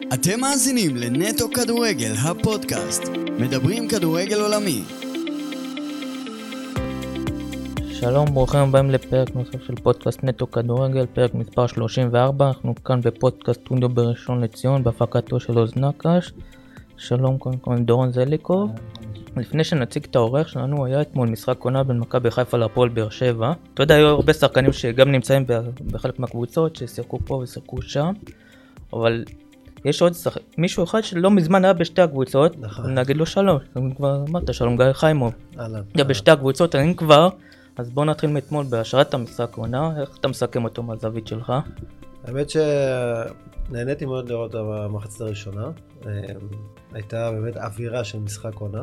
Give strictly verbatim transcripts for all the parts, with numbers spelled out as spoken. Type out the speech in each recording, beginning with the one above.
אתם מאזינים לנטו כדורגל, הפודקאסט. מדברים כדורגל עולמי. שלום, ברוכים הבאים לפרק נוסף של פודקאסט נטו כדורגל, פרק מספר שלושים וארבע. אנחנו כאן בפודקאסט סטודיו בראשון לציון, בהפקתו של עוז נקש. שלום, קודם כל דורון זליקוב. לפני שנציג את האורח שלנו, היה אתמול משחק עונה בין מכבי חיפה להפועל באר שבע. אתה יודע, היו הרבה שחקנים שגם נמצאים בחלק מהקבוצות, ששיחקו פה ושיחקו שם, אבל יש עוד שחק... מישהו אחד שלא מזמן היה בשתי הקבוצות, נכון. נגיד לו שלום, כבר אמרת שלום, גיא חיימוב. היה בשתי הקבוצות, אני כבר, אז בואו נתחיל מאתמול בהשראת המשחק עונה, איך אתה מסכם אותו מהזווית שלך? האמת שנהניתי מאוד לראות במחצית הראשונה, הייתה באמת אווירה של משחק עונה,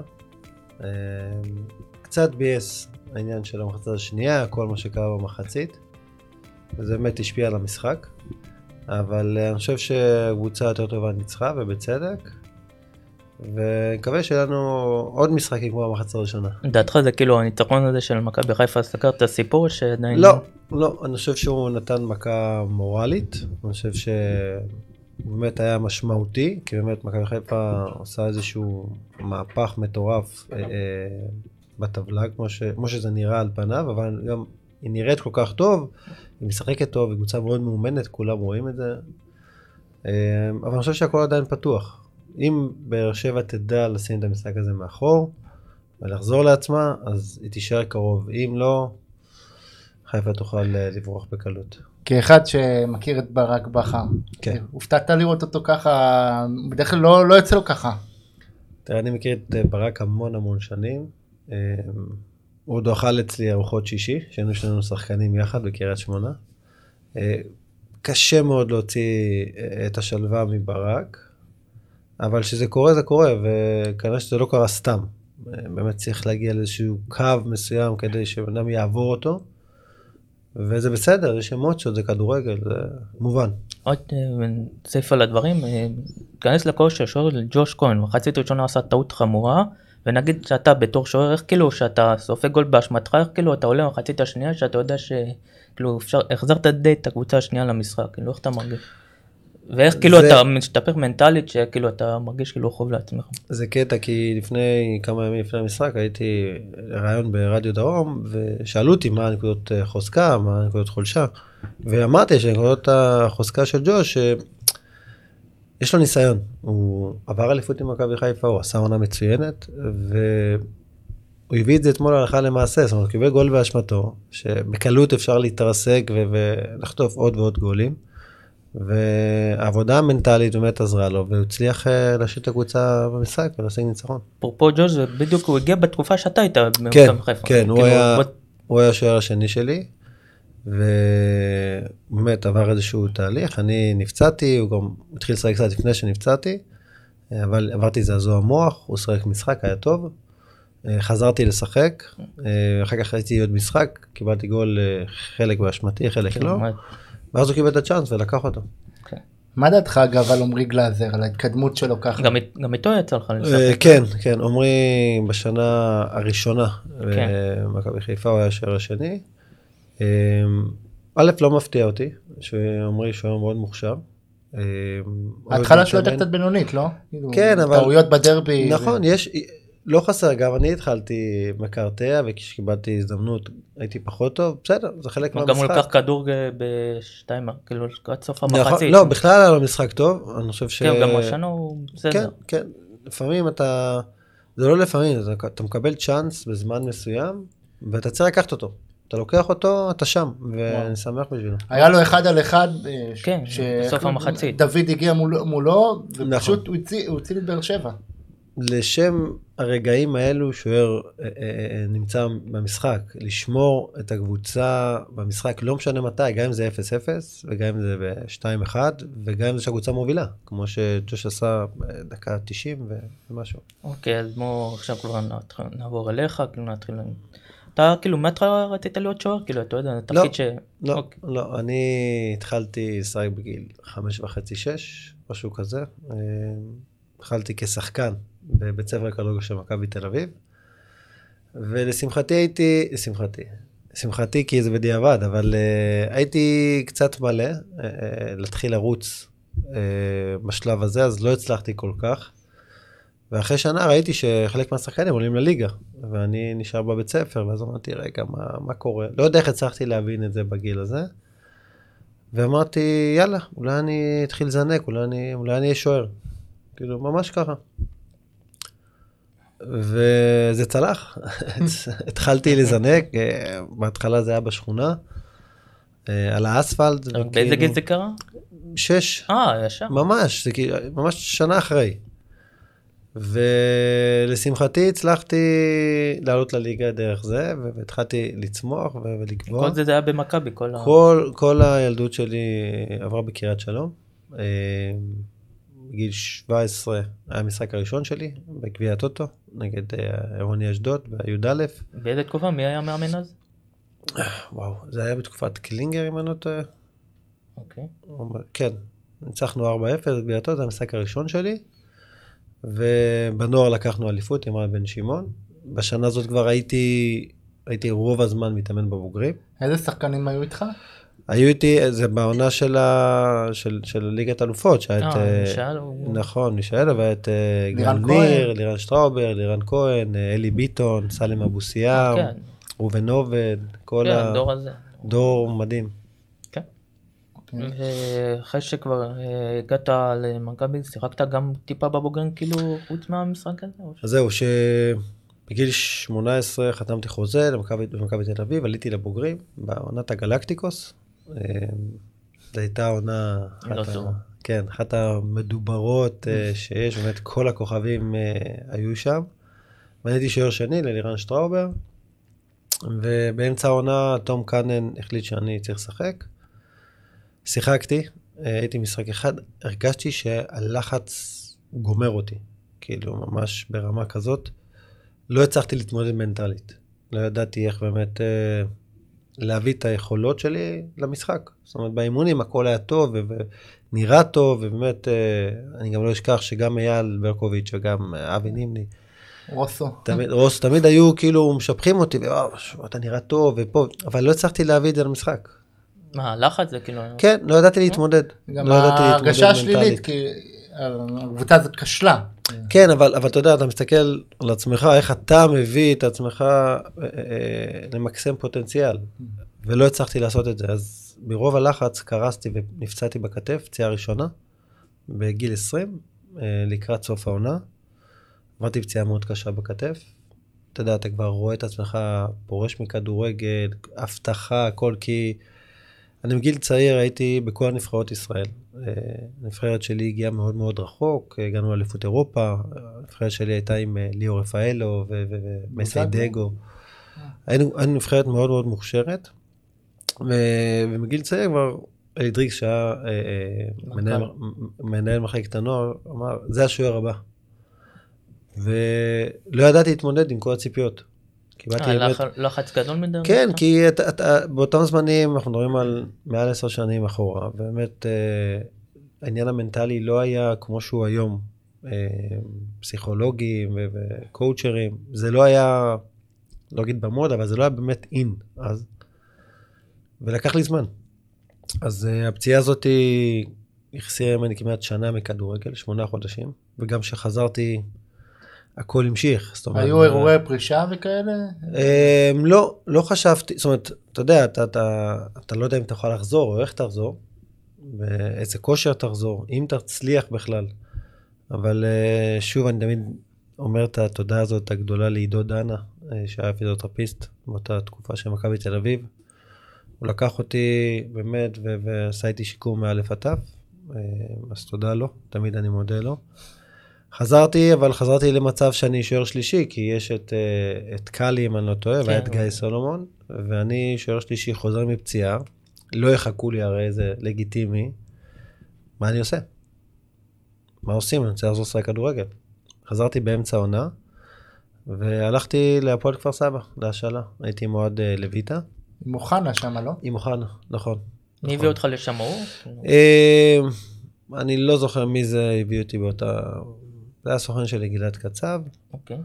קצת בייס העניין של המחצית השנייה, כל מה שקרה במחצית, וזה באמת השפיע על המשחק. אבל אני חושב שהקבוצה יותר טובה ניצחה, ובצדק, ונקווה שלנו עוד משחקים כמו במחצית הראשונה. דעתך זה כאילו הניצחון הזה של מכבי חיפה סקר את הסיפור שעדיין... לא, לא, אני חושב שהוא נתן מכה מורלית, אני חושב שבאמת היה משמעותי, כי באמת מכבי חיפה עושה איזשהו מהפך מטורף אה, אה, בטבלה, כמו, ש, כמו שזה נראה על פניו, אבל גם היא נראית כל כך טוב, היא משחקת טוב, היא קבוצה מאוד מאומנת, כולם רואים את זה. אבל אני חושב שהכל עדיין פתוח. אם באר שבע תדע לשים את המשחק הזה מאחור, ולחזור לעצמה, אז היא תישאר קרוב. אם לא, חיפה תוכל לברוח בקלות. כאחד שמכיר את ברק בכר, כן. הופתעת לראות אותו ככה, בדרך כלל לא, לא יוצא לו ככה. תראה, אני מכיר את ברק המון המון שנים. הוא עוד אוכל אצלי ארוחות שישי, שהיינו שלנו שחקנים יחד בקריית שמונה. קשה מאוד להוציא את השלווה מברק, אבל שזה קורה זה קורה, וכנראה שזה לא קרה סתם. באמת צריך להגיע לאיזשהו קו מסוים כדי שבנם יעבור אותו, וזה בסדר, יש אמוציות, זה כדורגל, זה מובן. עוד נוסיף על הדברים, כנס לכושר שוער ג'וש כהן, מחצית ראשונה עשה טעות חמורה, ונגיד שאתה בתור שוער, איך כאילו שאתה סופג גול באשמתך, איך כאילו אתה עולה מחצית השנייה, שאתה יודע שכאילו אפשר, החזרת די את הקבוצה השנייה למשחק, כאילו איך אתה מרגיש? ואיך כאילו אתה משתפר מנטלית, שכאילו אתה מרגיש כאילו חוב לעצמך? זה קטע, כי לפני כמה ימים לפני המשחק, הייתי רעיון ברדיו דרום, ושאלו אותי מה הנקודות חוזקה, מה הנקודות חולשה, ואמרתי שנקודות החוזקה של ג'וש, יש לו ניסיון, הוא עבר אליפות עם מכבי חיפה, הוא עשה עונה מצוינת, והוא הביא את זה אתמול הלכה למעשה, זאת אומרת, הוא קיבל גול באשמתו, שבקלות אפשר להתרסק ולחטוף עוד ועוד גולים, והעבודה המנטלית באמת עזרה לו, והוא הצליח להשאיר את הקבוצה במשחק ולהשיג ניצחון. פרופו ג'וז, בדיוק הוא הגיע בתקופה שאתה היית כן, במכבי חיפה. כן, הוא היה, הוא היה השוער השני שלי, ובאמת עבר איזשהו תהליך, אני נפצעתי, הוא גם התחיל לשחק קצת לפני שנפצעתי, אבל עברתי זעזוע מוח, הוא שחק משחק, היה טוב, חזרתי לשחק, אחר כך הייתי עוד משחק, קיבלתי גול חלק באשמתי, חלק לא, ואז הוא קיבל את הצ'אנס ולקח אותו. מה דעתך אגב על עומרי גלאזר, על ההתקדמות שלו ככה? גם איתו יצא לך לשחק. כן, כן, עומרי בשנה הראשונה, במכבי חיפה הוא היה השוער השני, א' לא מפתיע אותי, שאומרי שהוא מאוד מוכשר. ההתחלה שלו הייתה קצת בינונית, לא? כן, אבל... טעויות בדרבי. נכון, יש, לא חסר, גם אני התחלתי מקרטע, וכשקיבלתי הזדמנות הייתי פחות טוב, בסדר, זה חלק מהמשחק. גם הוא לקח כדור בשתיים, כאילו לקראת סוף המחצית. לא, בכלל היה לו משחק טוב, אני חושב ש... כן, גם השנה הוא בסדר. כן, כן, לפעמים אתה, זה לא לפעמים, אתה מקבל צ'אנס בזמן מסוים, ואתה צריך לקחת אותו. אתה לוקח אותו, אתה שם, ואני שמח בשבילו. היה לו אחד על אחד, כן, בסוף המחצית. דוד הגיע מולו, ופשוט הוא הציל את באר שבע. לשם הרגעים האלו שוער נמצא במשחק, לשמור את הקבוצה במשחק, לא משנה מתי, גם אם זה אפס אפס, וגם אם זה ב-שתיים אחת, וגם אם זה שהקבוצה מובילה, כמו שג'וש עשה דקה תשעים ומשהו. אוקיי, אז בואו עכשיו כבר נעבור אליך, כאילו נתחיל... אתה כאילו מהתחלה רצית להיות שוער? כאילו אתה יודע, תפקיד ש... לא, לא, אני התחלתי לשחק בגיל חמש וחצי, שש, משהו כזה. התחלתי כשחקן בבית ספר כדורגל של מכבי תל אביב, ולשמחתי הייתי, לשמחתי, שמחתי כי זה בדיעבד, אבל uh, הייתי קצת מלא, uh, להתחיל לרוץ בשלב הזה, אז לא הצלחתי כל כך. ואחרי שנה ראיתי שחלק מהשחקנים עולים לליגה, ואני נשאר בבית ספר, ואז אמרתי, רגע, מה, מה קורה? לא יודע איך הצלחתי להבין את זה בגיל הזה, ואמרתי, יאללה, אולי אני אתחיל לזנק, אולי אני, אולי אני אהיה שוער. כאילו, ממש ככה. וזה צלח. התחלתי לזנק, בהתחלה זה היה בשכונה, על האספלט. באיזה גיל זה קרה? שש. אה, ישר. ממש, זה ממש שנה אחרי. ולשמחתי הצלחתי לעלות לליגה דרך זה, והתחלתי לצמוח ולגבוה. כל זה זה היה במכבי, כל ה... כל, כל הילדות שלי עברה בקריית שלום. בגיל שבע עשרה היה המשחק הראשון שלי, בגביע הטוטו, נגד עירוני אשדוד, בי"א. באיזה תקופה? מי היה מאמן אז? וואו, זה היה בתקופת קלינגר, אם אני לא טועה. אוקיי. כן, ניצחנו ארבע אפס, בגביע הטוטו, זה המשחק הראשון שלי. ובנוער לקחנו אליפות עם בן שמעון. בשנה הזאת כבר הייתי, הייתי רוב הזמן מתאמן בבוגרים. איזה שחקנים היו איתך? היו איתי, זה בעונה של, ה, של, של ליגת אלופות, שהיה את... אה, מישאל? נכון, מישאל, והיה את לירן גל ניר, לירן שטראובר, לירן כהן, אלי ביטון, סלם אבו סיאם, כן. ראובן עובד, כל כן, ה... הדור הזה. דור מדהים. כן. אחרי שכבר הגעת למכבי, שיחקת גם טיפה בבוגרים, כאילו, חוץ מהמשחק הזה? אז זהו, שבגיל שמונה עשרה חתמתי חוזה למכבי תל אביב, עליתי לבוגרים, בעונת הגלקטיקוס. זו הייתה עונה, כן, אחת המדוברות שיש, באמת כל הכוכבים היו שם. ואני הייתי שוער שני ללירן שטראובר, ובאמצע העונה תום קאנן החליט שאני צריך לשחק. שיחקתי, הייתי משחק אחד, הרגשתי שהלחץ גומר אותי, כאילו ממש ברמה כזאת. לא הצלחתי להתמודד מנטלית, לא ידעתי איך באמת אה, להביא את היכולות שלי למשחק. זאת אומרת, באימונים הכל היה טוב ונראה טוב, ובאמת אה, אני גם לא אשכח שגם אייל ברקוביץ' וגם אבי נימני, רוסו. תמיד, רוסו תמיד היו כאילו משפחים אותי, וואו, אתה נראה טוב ופה, אבל לא הצלחתי להביא את זה למשחק. מה, לחץ זה כאילו... כן, לא ידעתי להתמודד. גם ההרגשה השלילית, כי הקבוצה הזאת כשלה. כן, אבל, אבל אתה יודע, אתה מסתכל על עצמך, איך אתה מביא את עצמך למקסם פוטנציאל, ולא הצלחתי לעשות את זה. אז ברוב הלחץ קרסתי ונפצעתי בכתף, פציעה ראשונה, בגיל עשרים, לקראת סוף העונה. עברתי פציעה מאוד קשה בכתף. אתה יודע, אתה כבר רואה את עצמך פורש מכדורגל, הבטחה, הכל, כי אני מגיל צעיר הייתי בכל הנבחרות ישראל. הנבחרת שלי הגיעה מאוד מאוד רחוק, הגענו לאליפות אירופה, הנבחרת שלי הייתה עם ליאו רפאלו ומסיידגו. היינו נבחרת מאוד מאוד מוכשרת, ומגיל צעיר כבר אלי דריקס שהיה מנהל מחלקת הנוער, אמר, זה השוער הבא. ולא ידעתי להתמודד עם כל הציפיות. לחץ גדול מדי? כן, כי באותם זמנים אנחנו מדברים על מעל עשר שנים אחורה, ובאמת העניין המנטלי לא היה כמו שהוא היום, פסיכולוגים וקואוצ'רים, זה לא היה, לא אגיד במוד, אבל זה לא היה באמת אין אז, ולקח לי זמן. אז הפציעה הזאת החסירה ממני כמעט שנה מכדורגל, שמונה חודשים, וגם שחזרתי, הכל המשיך. היו אירועי פרישה וכאלה? לא, לא חשבתי, זאת אומרת, אתה יודע, אתה לא יודע אם אתה יכול לחזור, או איך תחזור, ואיזה כושר תחזור, אם תצליח בכלל. אבל שוב, אני תמיד אומר את התודה הזאת הגדולה לעידו דנה, שהיה פיזיותרפיסט, באותה תקופה של מכבי תל אביב. הוא לקח אותי באמת, ועשה איתי שיקום מאלף עד תף, אז תודה לו, תמיד אני מודה לו. חזרתי, אבל חזרתי למצב שאני שוער שלישי, כי יש את, את קלי, אם אני לא טועה, כן. ואת גיא סולומון, ואני שוער שלישי חוזר מפציעה, לא יחכו לי הרי זה לגיטימי, מה אני עושה? מה עושים? אני רוצה לחזור לשחק כדורגל. חזרתי באמצע העונה, והלכתי להפועל כפר סבא, להשאלה. הייתי מועד לויטה. עם מוכנה שם, לא? עם מוכנה, נכון. מי הביא אותך לשם הוא? אני לא זוכר מי זה הביא אותי באותה... זה היה סוכן שלי גלעד קצב. אוקיי.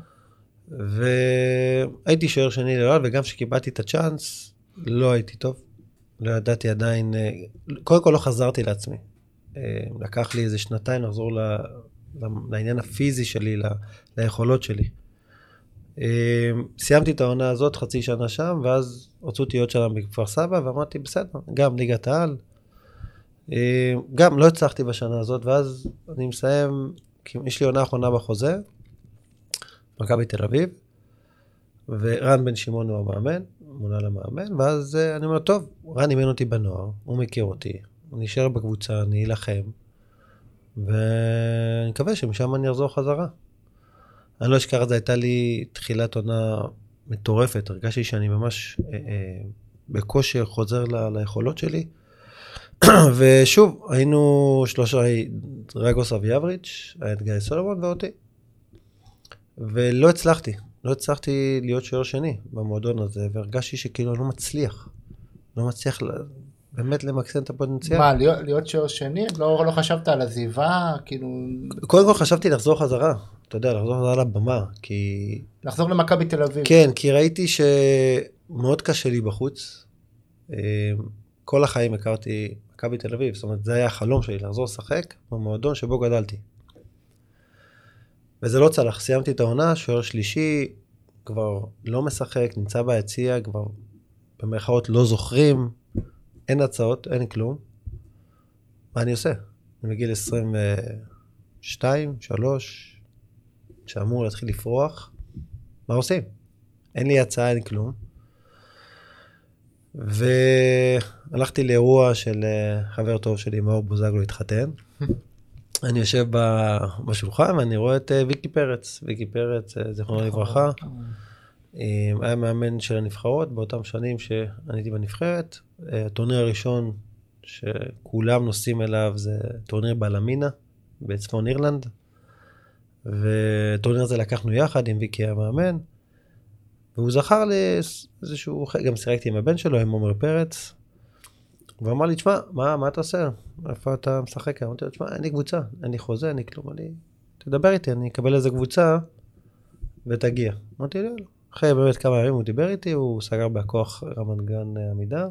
והייתי שוער שני לרעל, וגם שקיבלתי את הצ'אנס, לא הייתי טוב. לא ידעתי עדיין... קודם כל לא חזרתי לעצמי. לקח לי איזה שנתיים לחזור לעניין הפיזי שלי, ליכולות שלי. סיימתי את העונה הזאת, חצי שנה שם, ואז הוצאתי עוד שנה בכפר סבא, ואמרתי, בסדר, גם ליגת העל. גם לא הצלחתי בשנה הזאת, ואז אני מסיים, יש לי עונה אחרונה בחוזה, מכבי תל אביב, ורן בן שמעון הוא המאמן, מונה למאמן, ואז אני אומר, טוב, רן אימן אותי בנוער, הוא מכיר אותי, הוא נשאר בקבוצה, אני אלחם, ואני מקווה שמשם אני אחזור חזרה. אני לא אשכח את זה, הייתה לי תחילת עונה מטורפת, הרגשתי שאני ממש אה, אה, בכושר חוזר ל, ליכולות שלי, ושוב, היינו שלושה, דרגוס אביאבריץ', היה את גיא סולומון ואותי, ולא הצלחתי, לא הצלחתי להיות שוער שני במועדון הזה, והרגשתי שכאילו אני לא מצליח, לא מצליח לה, באמת למקסם את הפוטנציאל. מה, להיות, להיות שוער שני? לא, לא חשבת על עזיבה? כאילו... קודם כל חשבתי לחזור חזרה, אתה יודע, לחזור חזרה לבמה, כי... לחזור למכבי תל אביב. כן, כי ראיתי שמאוד קשה לי בחוץ, כל החיים הכרתי מכבי תל אביב, זאת אומרת, זה היה החלום שלי, לחזור לשחק במועדון שבו גדלתי. וזה לא צלח, סיימתי את העונה, שוער שלישי, כבר לא משחק, נמצא ביציע, כבר במרכאות לא זוכרים, אין הצעות, אין כלום. מה אני עושה? אני מגיל עשרים ושתיים, שלוש, שאמור להתחיל לפרוח, מה עושים? אין לי הצעה, אין כלום. והלכתי לאירוע של חבר טוב שלי, מאור בוזגלו, להתחתן. אני יושב בשולחן ואני רואה את ויקי פרץ, ויקי פרץ, זכרונו לברכה. היה מאמן של הנבחרות באותם שנים שאני הייתי בנבחרת. הטורניר הראשון שכולם נוסעים אליו זה טורניר באלמינה, בצפון אירלנד. וטורניר הזה לקחנו יחד עם ויקי המאמן. והוא זכר לי איזשהו, גם שיחקתי עם הבן שלו, עם עומר פרץ. והוא אמר לי, תשמע, מה, מה אתה עושה? איפה אתה משחק? אמרתי לו, תשמע, אין לי קבוצה, אין לי חוזה, אין לי כלום, אני... תדבר איתי, אני אקבל איזה קבוצה ותגיע. אמרתי לו, לא. אחרי באמת כמה ימים הוא דיבר איתי, הוא סגר בהכוח רמת גן עמידה,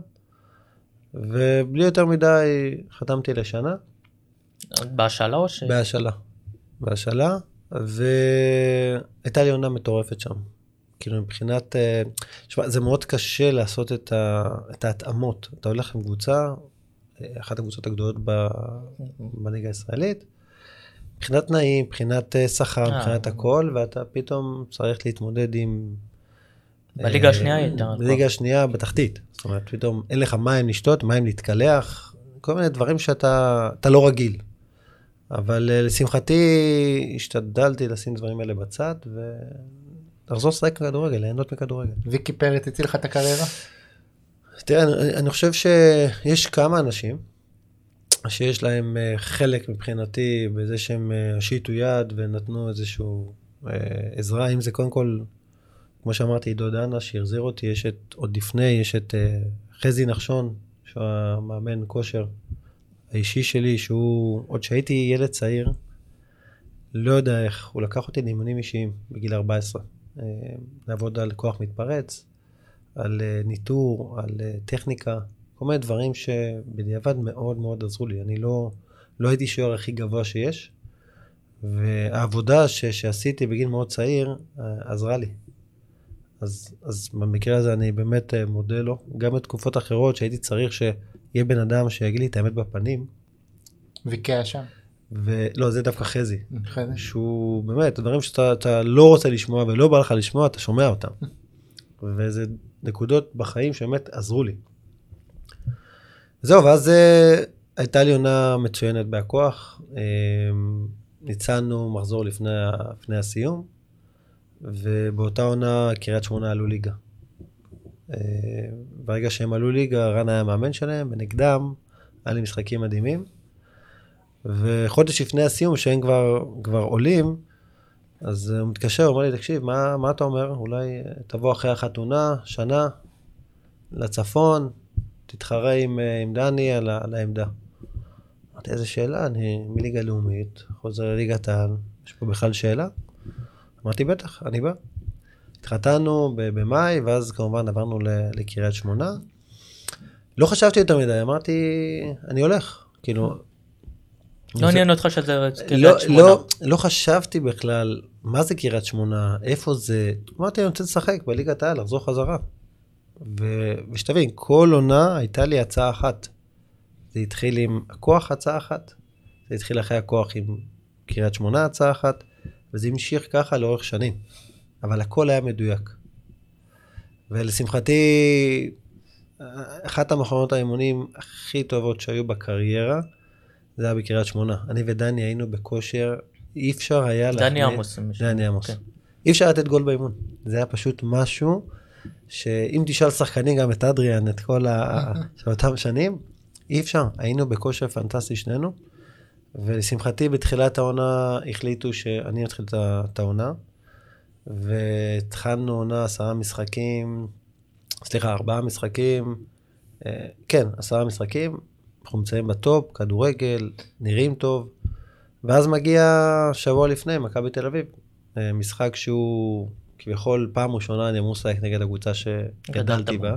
ובלי יותר מדי חתמתי לשנה. בהשאלה או ש... בהשאלה. בהשאלה, והייתה לי עונה מטורפת שם. כאילו מבחינת, שמה, זה מאוד קשה לעשות את, ה, את ההתאמות. אתה הולך עם קבוצה, אחת הקבוצות הגדולות ב, בליגה הישראלית, מבחינת תנאים, מבחינת שכר, מבחינת הכל, ואתה פתאום צריך להתמודד עם... בליגה השנייה הייתה. בליגה השנייה בתחתית. זאת אומרת, פתאום אין לך מים לשתות, מים להתקלח, כל מיני דברים שאתה אתה לא רגיל. אבל לשמחתי, השתדלתי לשים דברים האלה בצד, ו... לחזור לשחק כדורגל, ליהנות מכדורגל. ויקי פרץ הציל לך את הקריירה? תראה, אני, אני חושב שיש כמה אנשים שיש להם חלק מבחינתי בזה שהם השיטו יד ונתנו איזשהו אה, עזרה. אם זה קודם כל, כמו שאמרתי, עידו דנה שהחזיר אותי, יש את, עוד לפני, יש את אה, חזי נחשון, שהוא המאמן כושר האישי שלי, שהוא, עוד שהייתי ילד צעיר, לא יודע איך, הוא לקח אותי לאימונים אישיים בגיל ארבע עשרה. לעבוד על כוח מתפרץ, על ניטור, על טכניקה, כל מיני דברים שבדיעבד מאוד מאוד עזרו לי. אני לא, לא הייתי שוער הכי גבוה שיש, והעבודה ש, שעשיתי בגיל מאוד צעיר עזרה לי. אז, אז במקרה הזה אני באמת מודה לו. גם בתקופות אחרות שהייתי צריך שיהיה בן אדם שיגיד לי את האמת בפנים. ויקה שם. ולא, זה דווקא חזי. חזי. שהוא באמת, הדברים שאתה לא רוצה לשמוע ולא בא לך לשמוע, אתה שומע אותם. וזה נקודות בחיים שבאמת עזרו לי. זהו, ואז הייתה לי עונה מצוינת בהכוח. ניצלנו מחזור לפני, לפני הסיום, ובאותה עונה קריית שמונה עלו ליגה. ברגע שהם עלו ליגה, רן היה מאמן שלהם, ונגדם היה לי משחקים מדהימים. וחודש לפני הסיום, שהם כבר, כבר עולים, אז הוא מתקשר, הוא אומר לי, תקשיב, מה, מה אתה אומר? אולי תבוא אחרי החתונה, שנה, לצפון, תתחרה עם, עם דני על, על העמדה. אמרתי, איזה שאלה? אני מליגה לאומית, חוזר לליגת העל, יש פה בכלל שאלה? אמרתי, בטח, אני בא. התחתנו במאי, ואז כמובן עברנו לקריית שמונה. לא חשבתי יותר מדי, אמרתי, אני הולך. כאילו, לא עניין אותך שזה לא, קריית שמונה. לא, לא חשבתי בכלל, מה זה קריית שמונה, איפה זה, אמרתי, אני רוצה לשחק בליגת העל, לחזור חזרה. ו- ושתבין, כל עונה הייתה לי הצעה אחת. זה התחיל עם הכוח הצעה אחת, זה התחיל אחרי הכוח עם קריית שמונה הצעה אחת, וזה המשיך ככה לאורך שנים. אבל הכל היה מדויק. ולשמחתי, אחת המכונות האימונים הכי טובות שהיו בקריירה, זה היה בקריית שמונה. אני ודני היינו בכושר, אי אפשר היה... דני עמוס. דני עמוס. אי אפשר לתת גול באימון. זה היה פשוט משהו, שאם תשאל שחקנים גם את אדריאן, את כל אותם שנים, אי אפשר. היינו בכושר פנטסטי שנינו, ולשמחתי בתחילת העונה החליטו שאני אתחיל את העונה, והתחלנו עונה עשרה משחקים, סליחה, ארבעה משחקים, כן, עשרה משחקים, אנחנו נמצאים בטופ, כדורגל, נראים טוב, ואז מגיע שבוע לפני, מכבי תל אביב, משחק שהוא כביכול פעם ראשונה אני אמור לשחק נגד הקבוצה שגדלתי בה,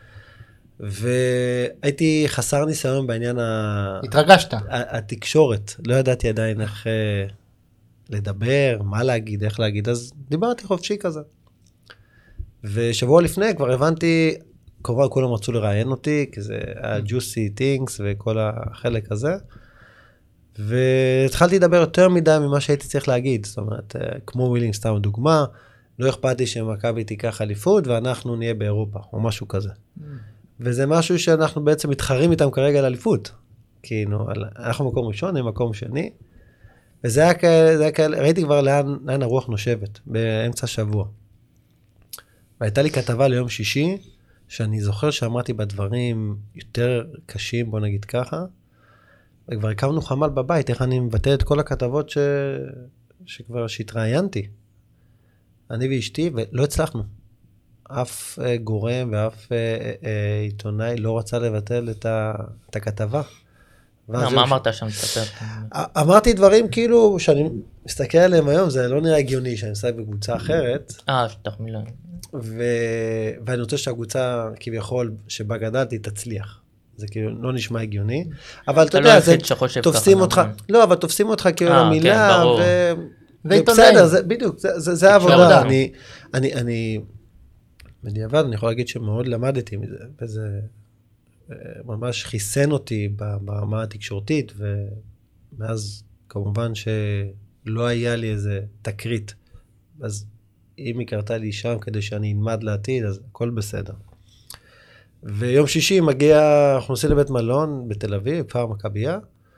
והייתי חסר ניסיון בעניין התרגשת. התקשורת, לא ידעתי עדיין איך לדבר, מה להגיד, איך להגיד, אז דיברתי חופשי כזה. ושבוע לפני כבר הבנתי, כמובן כולם רצו לראיין אותי, כי זה היה juicy things וכל החלק הזה, והתחלתי לדבר יותר מדי ממה שהייתי צריך להגיד, זאת אומרת, כמו ווילינג, סתם דוגמה, לא אכפתי שמכבי תיקח אליפות, ואנחנו נהיה באירופה, או משהו כזה. וזה משהו שאנחנו בעצם מתחרים איתם כרגע על אליפות, כי אנחנו מקום ראשון, הם מקום שני, וזה היה כאלה, זה היה כאלה, ראיתי כבר לאן, לאן הרוח נושבת, באמצע שבוע. והייתה לי כתבה ליום שישי, שאני זוכר שאמרתי בדברים יותר קשים, בוא נגיד ככה, וכבר הקמנו חמ"ל בבית, איך אני מבטא את כל הכתבות ש... שכבר שהתראיינתי. אני ואשתי, ולא הצלחנו. אף uh, גורם ואף uh, uh, עיתונאי לא רצה לבטל את, ה... את הכתבה. מה ש... אמרת שם? תספר. אמרתי דברים כאילו, שאני מסתכל עליהם היום, זה לא נראה הגיוני, שאני מסתכל בקבוצה אחרת. אה, שטח מילה. ו... ואני רוצה שהקבוצה כביכול שבה גדלתי תצליח. זה כאילו לא נשמע הגיוני, אבל אתה יודע, תופסים אותך, לא, אבל תופסים אותך כאילו למילה, ובסדר, בדיוק, זה העבודה. אני, אני, בדיעבד, אני יכול להגיד שמאוד למדתי מזה, וזה ממש חיסן אותי ברמה התקשורתית, ומאז כמובן שלא היה לי איזה תקרית, אז אם היא קרתה לי שם כדי שאני אלמד לעתיד, אז הכל בסדר. ויום שישי מגיע, אנחנו נוסעים לבית מלון בתל אביב, כפר מכבייה,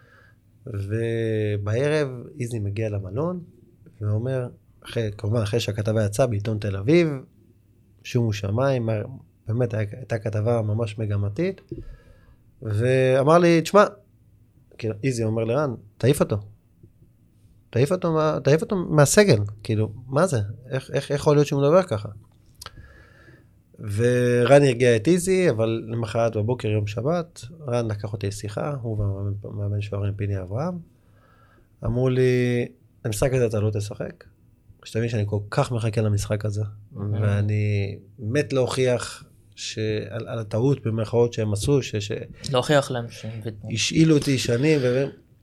ובערב איזי מגיע למלון, ואומר, אחרי, כמובן אחרי שהכתבה יצאה בעיתון תל אביב, שומו שמיים, באמת הייתה כתבה ממש מגמתית, ואמר לי, תשמע, איזי אומר לרן, תעיף אותו. תעיף אותו, מה, תעיף אותו מהסגל, כאילו, מה זה? איך, איך יכול להיות שהוא מדבר ככה? ורן הרגיע את איזי, אבל למחרת בבוקר יום שבת, רן לקח אותי לשיחה, הוא והמאמן שוערים פיני אברהם, אמרו לי, המשחק הזה אתה לא תשחק, שתבין שאני כל כך מחכה למשחק הזה, ואני מת להוכיח שעל, על הטעות במרכאות שהם עשו, ש... להוכיח להם ש... השאילו אותי שנים, ו...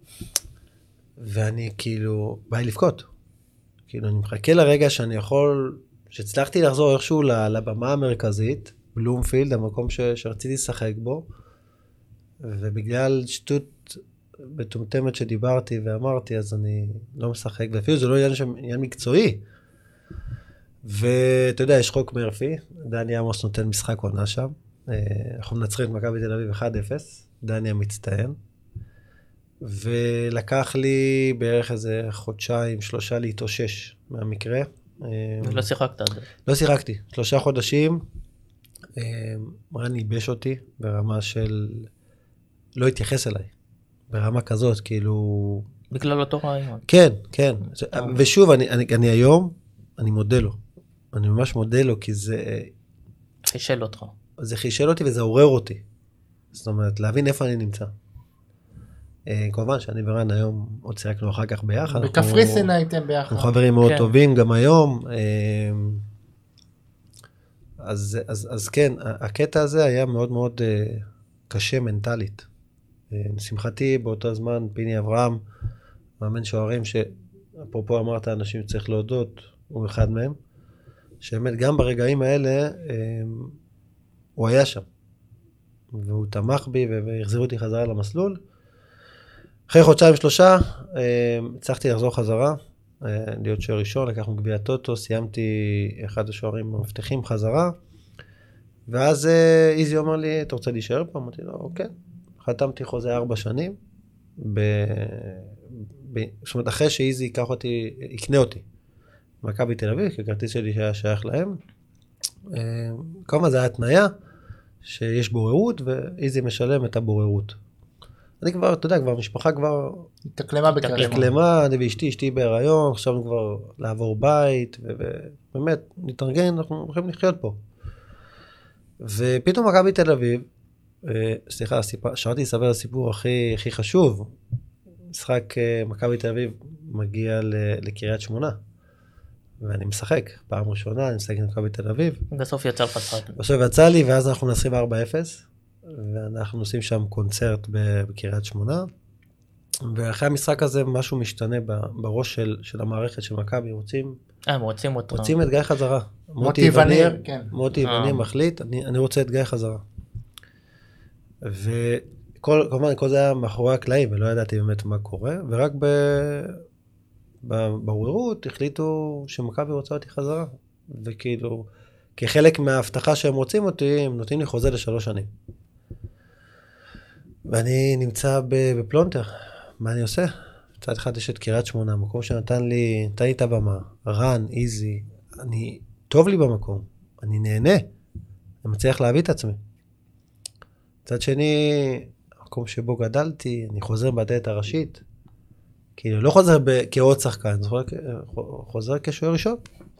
ואני כאילו, באי לבכות. כאילו, אני מחכה לרגע שאני יכול, שהצלחתי לחזור איכשהו לבמה המרכזית, בלומפילד, המקום ש... שרציתי לשחק בו, ובגלל שטות בטומטמת שדיברתי ואמרתי, אז אני לא משחק, ואפילו זה לא עניין, שם, עניין מקצועי. ואתה יודע, יש חוק מרפי, דני עמוס נותן משחק עונה שם, אנחנו מנצחים את מכבי תל אביב אחד אפס, דני המצטיין, ולקח לי בערך איזה חודשיים, שלושה להתאושש מהמקרה. לא שיחקת. לא שיחקתי, שלושה חודשים, רן ייבש אותי ברמה של, לא התייחס אליי, ברמה כזאת, כאילו... בגלל אותו רעיון. כן, כן, ושוב, אני, אני, אני היום, אני מודה לו, אני ממש מודה לו, כי זה... חישל אותך. זה חישל אותי וזה עורר אותי. זאת אומרת, להבין איפה אני נמצא. כמובן שאני ורן היום עוד שיחקנו אחר כך ביחד. בקפריסין הייתם ביחד. אנחנו חברים מאוד טובים גם היום. אז, אז, אז כן, הקטע הזה היה מאוד מאוד קשה מנטלית. לשמחתי, באותו זמן, פיני אברהם, מאמן שוערים, שאפרופו אמרת, אנשים צריך להודות, הוא אחד מהם, שבאמת גם ברגעים האלה, הוא היה שם, והוא תמך בי, והחזירו אותי חזרה למסלול. אחרי חודשיים שלושה, הצלחתי לחזור חזרה, להיות שוער ראשון, לקחנו גביע טוטו, סיימתי אחד השוערים המבטחים חזרה, ואז איזי אומר לי, אתה רוצה להישאר פה? אמרתי לו, אוקיי. חתמתי חוזה ארבע שנים, ב... ב... זאת אומרת, אחרי שאיזי ייקח אותי, יקנה אותי, מכבי תל אביב, כי הכרטיס שלי שהיה שייך להם. כמה זה היה התניה, שיש בוררות, ואיזי משלם את הבוררות. אני כבר, אתה יודע, כבר משפחה כבר... התאקלמה בקרמה. התאקלמה, אני ואשתי, אשתי בהיריון, עכשיו כבר לעבור בית, ובאמת, נתארגן, אנחנו הולכים לחיות פה. ופתאום מכבי תל אביב, סליחה, שרתי לספר את הסיפור הכי, הכי חשוב, משחק מכבי תל אביב מגיע לקריית שמונה, ואני משחק, פעם ראשונה, אני משחק עם מכבי תל אביב. בסוף יצא לך שחק. בסוף יצא לי, ואז אנחנו מנצחים ארבע אפס, ואנחנו עושים שם קונצרט בקריית שמונה, ואחרי המשחק הזה משהו משתנה בראש של, של המערכת של מכבי, רוצים... אה, הם רוצים אותו. רוצים את גיא חזרה. מוטי וניר, כן. מוטי וניר מחליט, אני, אני רוצה את גיא חזרה. וכל, כלומר, כל זה היה מאחורי הקלעים, ולא ידעתי באמת מה קורה, ורק ב... בבוררות החליטו שמכבי רוצה אותי חזרה, וכאילו, כחלק מההבטחה שהם רוצים אותי, הם נותנים לי חוזה לשלוש שנים. ואני נמצא בפלונטר, מה אני עושה? מצד אחד יש את קריית שמונה, מקום שנתן לי, נתן לי את הבמה, רן, איזי, אני, טוב לי במקום, אני נהנה, אני מצליח להביא את עצמי. מצד שני, המקום שבו גדלתי, אני חוזר בדלת הראשית, כאילו לא חוזר כעוד שחקן, חוזר כשוער ראשון.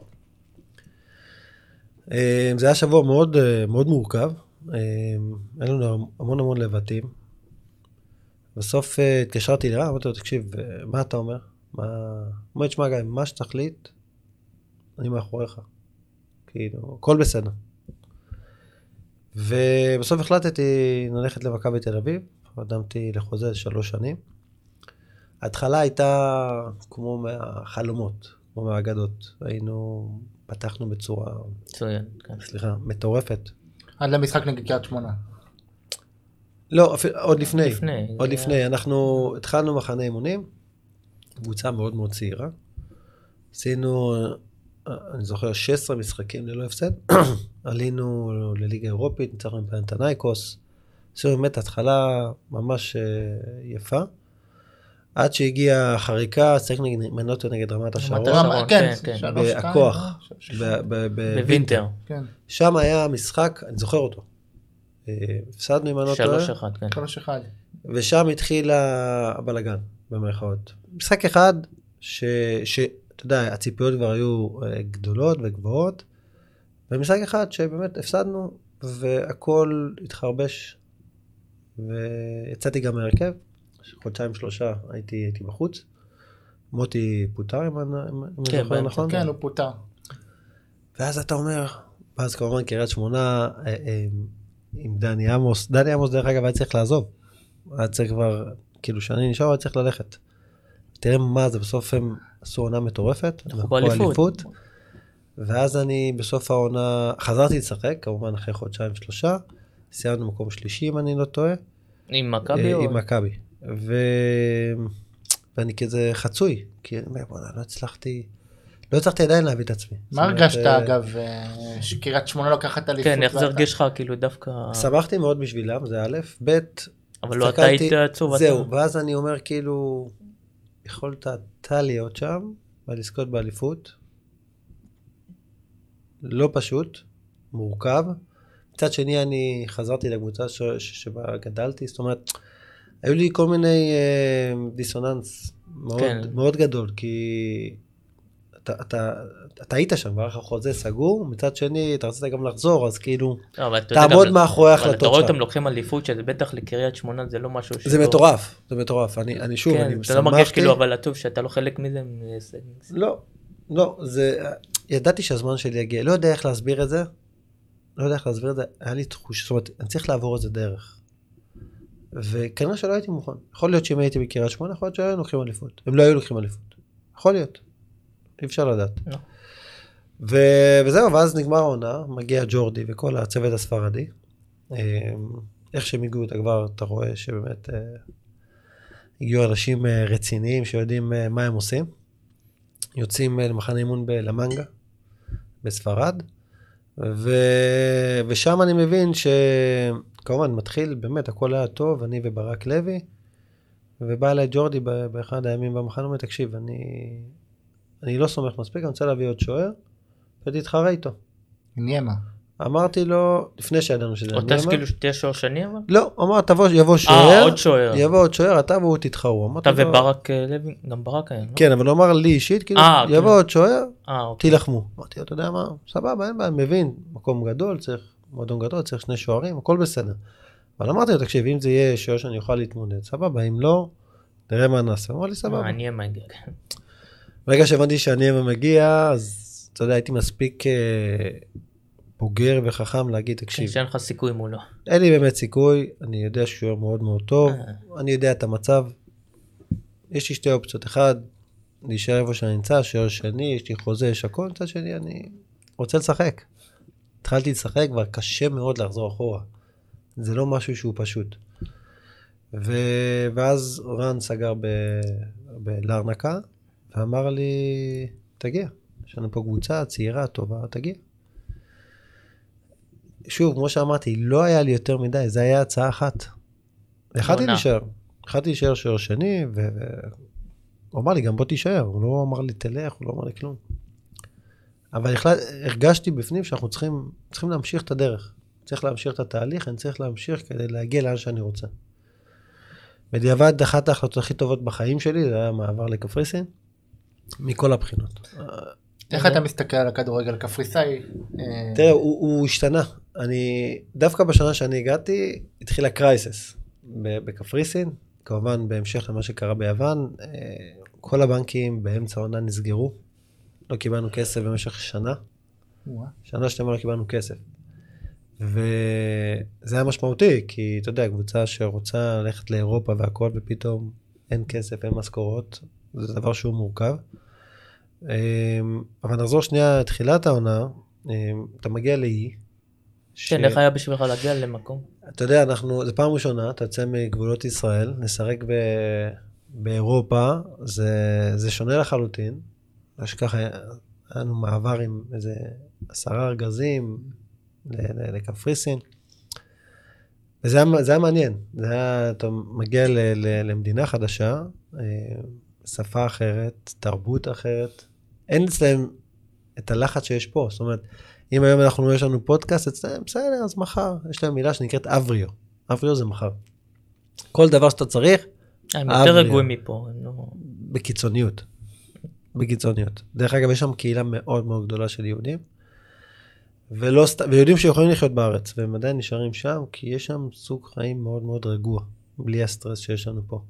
זה היה שבוע מאוד, מאוד מורכב, היה לנו המון המון לבטים. בסוף התקשרתי לרע, אמרתי לו, תקשיב, מה אתה אומר? מה תשמע גיא, מה שתחליט, אני מאחוריך. כאילו, הכל בסדר. ובסוף החלטתי ללכת למכבי תל אביב, קדמתי לחוזה שלוש שנים. ההתחלה הייתה כמו מהחלומות, כמו מהאגדות. היינו, פתחנו בצורה, מצוין, כן. סליחה, מטורפת. עד למשחק נגד קריית שמונה. לא, אפילו, עוד לפני. לפני. עוד לפני. אנחנו התחלנו מחנה אימונים, קבוצה מאוד מאוד צעירה. עשינו, אני זוכר, שש עשרה משחקים ללא הפסד. עלינו לליגה אירופית, ניצחנו עם פנתנייקוס. עשינו באמת התחלה ממש יפה. עד שהגיעה חריקה, צריך מנוטו נגד רמת השרון. כן, בהכוח. בווינטר. שם היה משחק, אני זוכר אותו. הפסדנו עם מנוטו. שלוש אחד, כן. שלוש אחד. ושם התחיל הבלגן, במרכאות. משחק אחד, שאתה יודע, הציפיות כבר היו גדולות וגבוהות, ומשחק אחד שבאמת הפסדנו, והכל התחרבש, ויצאתי גם מהרכב, חודשיים שלושה הייתי, הייתי בחוץ, מוטי פוטר, אם אני זוכר נכון? כן, הוא פוטר. ואז אתה אומר, ואז כמובן קריית שמונה, עם דני עמוס, דני עמוס דרך אגב היה צריך לעזוב, היה צריך כבר, כאילו שאני נשאר, היה צריך ללכת. תראה מה זה, בסוף הם עשו עונה מטורפת, אנחנו באליפות. ואז אני בסוף העונה, חזרתי לשחק, כמובן אחרי חודשיים שלושה, סיימנו מקום שלישי אם אני לא טועה. עם מכבי או? עם מכבי. ו... ואני כזה חצוי, כי בוא'נה, לא הצלחתי, לא הצלחתי עדיין להביא את עצמי. מה הרגשת אגב, שקריית שמונה לקחת אליפות? כן, איך זה הרגיש לך כאילו דווקא... שמחתי מאוד בשבילם, זה א', ב', אבל לא אתה היית עצוב. זהו, ואז אני אומר כאילו, יכולת אתה להיות שם, ולזכות באליפות, לא פשוט, מורכב. מצד שני אני חזרתי לקבוצה שבה גדלתי, זאת אומרת, היו לי כל מיני דיסוננס מאוד גדול, כי אתה היית שם, ואחר חוזה סגור, מצד שני אתה רצית גם לחזור, אז כאילו, תעמוד מאחורי ההחלטות שם. אתה רואה אותם לוקחים אליפות, שזה בטח לקריית שמונה, זה לא משהו ש... זה מטורף, זה מטורף, אני שוב, אני שמחתי. אתה לא מרגיש כאילו, אבל הטוב שאתה לא חלק מזה. לא, לא, זה, ידעתי שהזמן שלי יגיע, לא יודע איך להסביר את זה, לא יודע איך להסביר את זה, היה לי תחוש, זאת אומרת, אני צריך לעבור איזה דרך. וכנראה שלא הייתי מוכן. יכול להיות שאם הייתי בקריית שמונה, יכול להיות שהיו לוקחים אליפות. הם לא היו לוקחים אליפות. יכול להיות. אי אפשר לדעת. לא. ו- וזהו, ואז נגמר העונה, מגיע ג'ורדי וכל הצוות הספרדי. איך שהם הגיעו, אתה כבר, אתה רואה שבאמת הגיעו אנשים רציניים שיודעים מה הם עושים. יוצאים למחנה אימון בלמנגה, בספרד, ו- ושם אני מבין שכמובן מתחיל, באמת הכל היה טוב, אני וברק לוי, ובא אליי ג'ורדי באחד הימים במחנה, אומר, תקשיב, אני, אני לא סומך מספיק, אני רוצה להביא עוד שוער, ותתחרה איתו. ניימה. אמרתי לו, לפני שידענו שזה אותה שכאילו שתהיה שוער שני אבל? לא, אמר, תבוא, יבוא שוער. אה, עוד שוער. יבוא עוד שוער, אתה והוא תתחרו. אתה וברק לוי, גם ברק היה, לא? כן, אבל הוא אמר לי אישית, כאילו, יבוא עוד שוער, תילחמו. אמרתי, אתה יודע מה, סבבה, אין בעיה, מבין, מקום גדול, צריך, מועדון גדול, צריך שני שוערים, הכל בסדר. אבל אמרתי לו, תקשיב, אם זה יהיה שוער שאני אוכל להתמודד, סבבה, אם לא, נראה מה נעשה. אמר לי, סבבה. אני אהיה מגיע. ברגע שהבנתי שאני אהיה מגיע, אז, אתה יודע, הייתי מספיק בוגר וחכם להגיד, תקשיב. שאין לך סיכוי מולו. אין לי באמת סיכוי, אני יודע שהוא יהיה מאוד מאוד טוב, אני יודע את המצב. יש לי שתי אופציות, אחד, להישאר איפה שאני נמצא, שוער שני, יש לי חוזה, יש הכל, מצד שני, אני רוצה לשחק. התחלתי לשחק, כבר קשה מאוד לחזור אחורה. זה לא משהו שהוא פשוט. ו... ואז רן סגר ב... בלרנקה, ואמר לי, תגיע, יש לנו פה קבוצה צעירה, טובה, תגיע. שוב, כמו שאמרתי, לא היה לי יותר מדי, זה היה הצעה אחת. החלטתי להישאר. החלטתי להישאר שוער שני, והוא אמר לי, גם בוא תישאר. הוא לא אמר לי, תלך, הוא לא אמר לי כלום. אבל החלט... הרגשתי בפנים שאנחנו צריכים, צריכים להמשיך את הדרך. צריך להמשיך את התהליך, אני צריך להמשיך כדי להגיע לאן שאני רוצה. בדיעבד, אחת ההחלטות הכי טובות בחיים שלי, זה היה מעבר לקפריסין, מכל הבחינות. איך אתה מסתכל על הכדורגל קפריסאי? תראה, הוא, הוא השתנה. אני, דווקא בשנה שאני הגעתי, התחילה קרייסס בקפריסין, כמובן בהמשך למה שקרה ביוון, כל הבנקים באמצע העונה נסגרו, לא קיבלנו כסף במשך שנה, שנה שלמה לא קיבלנו כסף. וזה היה משמעותי, כי אתה יודע, קבוצה שרוצה ללכת לאירופה והכל, ופתאום אין כסף, אין משכורות, זה דבר שהוא מורכב. אבל נחזור שנייה, תחילת העונה, אתה מגיע לאי. כן, איך היה בשבילך להגיע למקום? אתה יודע, אנחנו, זה פעם ראשונה, אתה יוצא מגבולות ישראל, נשחק באירופה, זה שונה לחלוטין. שככה היה לנו מעבר עם איזה עשרה ארגזים לקפריסין. וזה היה, זה היה מעניין. זה היה, אתה מגיע ל, ל, למדינה חדשה, שפה אחרת, תרבות אחרת. אין אצלם את הלחץ שיש פה. זאת אומרת, אם היום אנחנו, יש לנו פודקאסט אצלם, בסדר, אז מחר. יש להם מילה שנקראת אבריו. אבריו זה מחר. כל דבר שאתה צריך, הם יותר רגועים מפה. בקיצוניות. בקיצוניות. דרך אגב, יש שם קהילה מאוד מאוד גדולה של יהודים, ולא סת... ויהודים שיכולים לחיות בארץ, והם עדיין נשארים שם, כי יש שם סוג חיים מאוד מאוד רגוע, בלי הסטרס שיש לנו פה.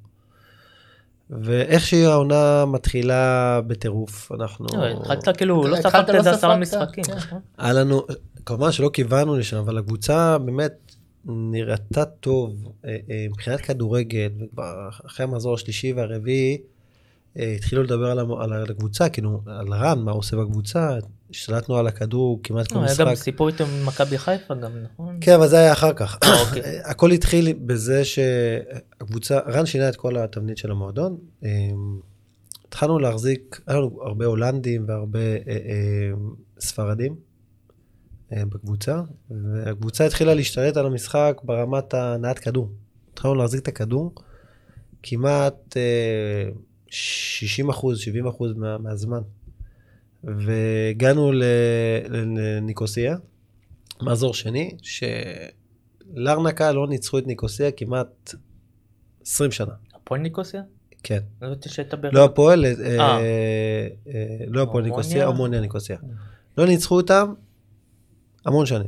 ואיך שהיא העונה מתחילה בטירוף, אנחנו... התחלת כאילו, לא ספקת את עשרה משחקים. היה לנו, כמובן שלא כיוונו לשם, אבל הקבוצה באמת נראתה טוב, מבחינת כדורגל, וכבר אחרי המחזור השלישי והרביעי, התחילו לדבר על הקבוצה, כאילו, על רן, מה הוא עושה בקבוצה, השתלטנו על הכדור כמעט כל משחק. היה גם סיפור איתו ממכבי חיפה גם, נכון? כן, אבל זה היה אחר כך. הכל התחיל בזה שהקבוצה, רן שינה את כל התבנית של המועדון, התחלנו להחזיק, היה לנו הרבה הולנדים והרבה ספרדים בקבוצה, והקבוצה התחילה להשתלט על המשחק ברמת הנעת כדור. התחלנו להחזיק את הכדור, כמעט שישים אחוז, שבעים אחוז מה, מהזמן. והגענו לניקוסיה, מאזור שני, שלרנקה לא ניצחו את ניקוסיה כמעט עשרים שנה. הפועל ניקוסיה? כן. לא יודעת שאתה ברגע. לא הפועל, לא הפועל ניקוסיה, אומוניה ניקוסיה. לא ניצחו אותם המון שנים.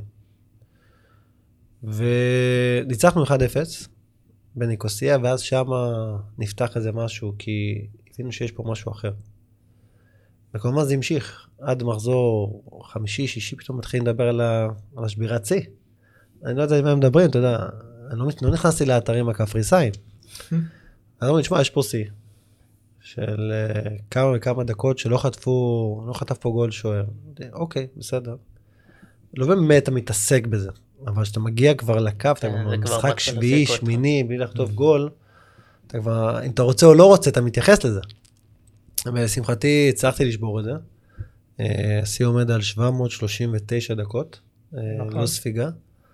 וניצחנו אחד אפס בניקוסיה, ואז שם נפתח איזה משהו, כי הבינו שיש פה משהו אחר. וכמובן זה המשיך, עד מחזור חמישי, שישי, פתאום מתחילים לדבר על השבירת צי. אני לא יודע אם הם מדברים, אתה יודע, אני לא, לא נכנסתי לאתרים הקפריסאים. אני אומר, תשמע, יש פה סי, של uh, כמה וכמה דקות שלא חטפו, לא חטף פה גול שוער. אוקיי, בסדר. לא באמת אתה מתעסק בזה, אבל כשאתה מגיע כבר לקו, אתה כבר משחק שביעי, שמיני, בלי לחטוף גול, אתה כבר, אם אתה רוצה או לא רוצה, אתה מתייחס לזה. ולשמחתי, הצלחתי לשבור את זה. השיא עומד על שבע מאות שלושים ותשע דקות, לא ספיגה.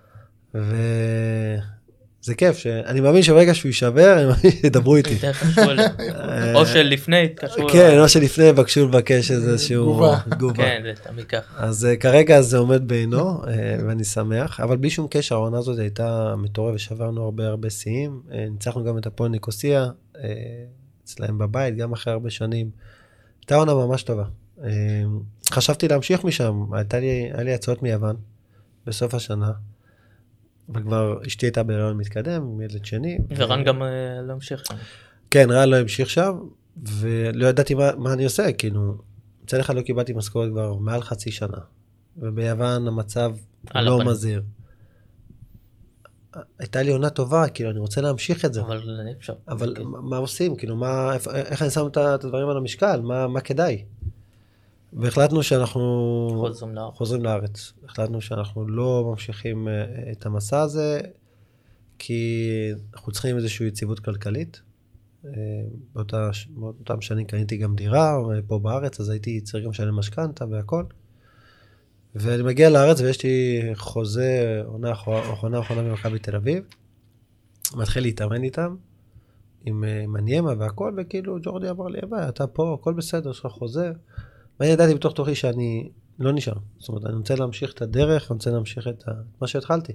וזה כיף, שאני מאמין שברגע שהוא יישבר, אני מאמין שידברו איתי. או שלפני, תקשרו. כן, או שלפני, בקשו לבקש איזשהו תגובה. כן, זה תמיד ככה. אז כרגע זה עומד בעינו, ואני שמח, אבל בלי שום קשר, העונה הזאת הייתה מטורפת, ושברנו הרבה הרבה שיאים. ניצחנו גם את הפועל ניקוסיה, אצלהם בבית, גם אחרי הרבה שנים. הייתה עונה ממש טובה. חשבתי להמשיך משם, הייתה לי, היה לי הצעות מיוון, בסוף השנה, וכבר אשתי הייתה בהיריון מתקדם, ילד שני. ורן גם לא המשיך שם. כן, רן לא המשיך שם, ולא ידעתי מה, מה אני עושה, כאילו, מצד אחד לא קיבלתי משכורת כבר מעל חצי שנה, וביוון המצב לא הפנים. מזהיר. הייתה לי עונה טובה, כאילו, אני רוצה להמשיך את זה. אבל אי אפשר. אבל מה, מה עושים? כאילו, מה, איך אני שם את הדברים על המשקל? מה, מה כדאי? והחלטנו שאנחנו חוזרים לארץ. חוזרים לארץ. החלטנו שאנחנו לא ממשיכים את המסע הזה, כי אנחנו צריכים איזושהי יציבות כלכלית. באותה, באותם שנים קניתי גם דירה פה בארץ, אז הייתי צריך גם לשלם משכנתה והכל. ואני מגיע לארץ ויש לי חוזה, עונה אחרונה אחרונה במכבי תל אביב. מתחיל להתאמן איתם, עם מניימה והכל, וכאילו ג'ורדי אמר לי, אתה פה, הכל בסדר, יש לך חוזה. ואני ידעתי בתוך תוכי שאני לא נשאר. זאת אומרת, אני רוצה להמשיך את הדרך, אני רוצה להמשיך את מה שהתחלתי.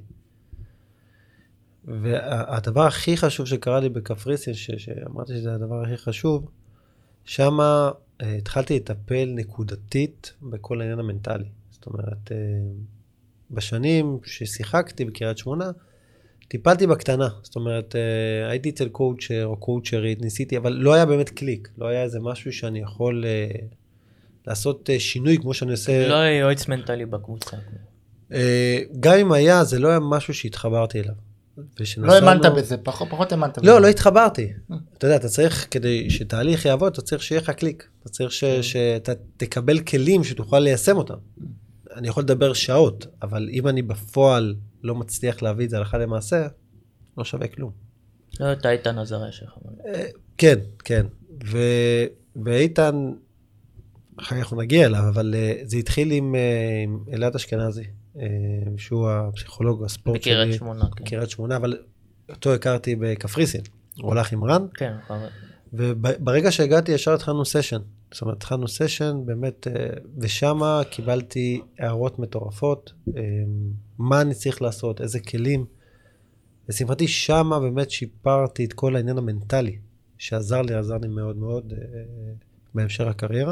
והדבר הכי חשוב שקרה לי בקפריסין, שאמרתי שזה הדבר הכי חשוב, שמה התחלתי לטפל נקודתית בכל העניין המנטלי. זאת אומרת, בשנים ששיחקתי בקריית שמונה, טיפלתי בקטנה. זאת אומרת, הייתי אצל קואוצ'ר או קואוצ'רית, ניסיתי, אבל לא היה באמת קליק. לא היה איזה משהו שאני יכול לעשות שינוי כמו שאני עושה. לא היה יועץ מנטלי בקבוצה. גם אם היה, זה לא היה משהו שהתחברתי אליו. לא האמנת בזה, פחות האמנת בזה. לא, לא התחברתי. אתה יודע, אתה צריך, כדי שתהליך יעבוד, אתה צריך שיהיה לך קליק. אתה צריך שאתה תקבל כלים שתוכל ליישם אותם. אני יכול לדבר שעות, אבל אם אני בפועל לא מצליח להביא את זה הלכה למעשה, לא שווה כלום. לא, אתה איתן עזריה שלך. כן, כן. ואיתן, אחר כך נגיע אליו, אבל זה התחיל עם אלעד אשכנזי. שהוא הפסיכולוג הספורט שלי. בקריית שמונה. בקריית שמונה, אבל אותו הכרתי בקפריסין. הוא הלך עם רן. כן. וברגע שהגעתי ישר התחלנו סשן. זאת אומרת, התחלנו סשן, באמת, ושמה קיבלתי הערות מטורפות, מה אני צריך לעשות, איזה כלים. ושמחתי שמה באמת שיפרתי את כל העניין המנטלי, שעזר לי, עזר לי מאוד מאוד בהמשך הקריירה.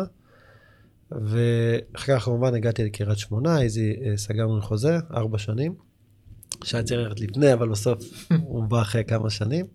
ואחר כך כמובן הגעתי לקריית שמונה, איזי סגרנו לחוזה, ארבע שנים, שהיה צריך ללכת לפני, אבל בסוף הוא בא אחרי כמה שנים,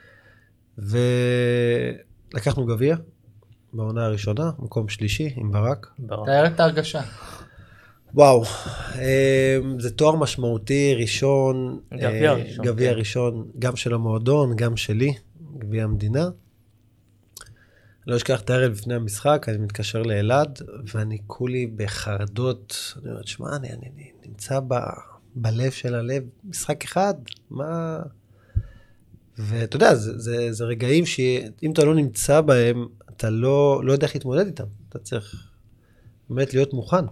ולקחנו גביע, בעונה הראשונה, מקום שלישי, עם ברק. תאר את ההרגשה. וואו, זה תואר משמעותי, ראשון, גביע ראשון, גביע ראשון, גם של המועדון, גם שלי, גביע המדינה. לא אשכח את הערב לפני המשחק, אני מתקשר לאלעד, ואני כולי בחרדות, אני אומר, שמע, אני, אני, אני נמצא ב, בלב של הלב, משחק אחד, מה... ואתה יודע, זה, זה, זה רגעים שאם אתה לא נמצא בהם, אתה לא, לא יודע איך להתמודד איתם, אתה צריך באמת להיות מוכן.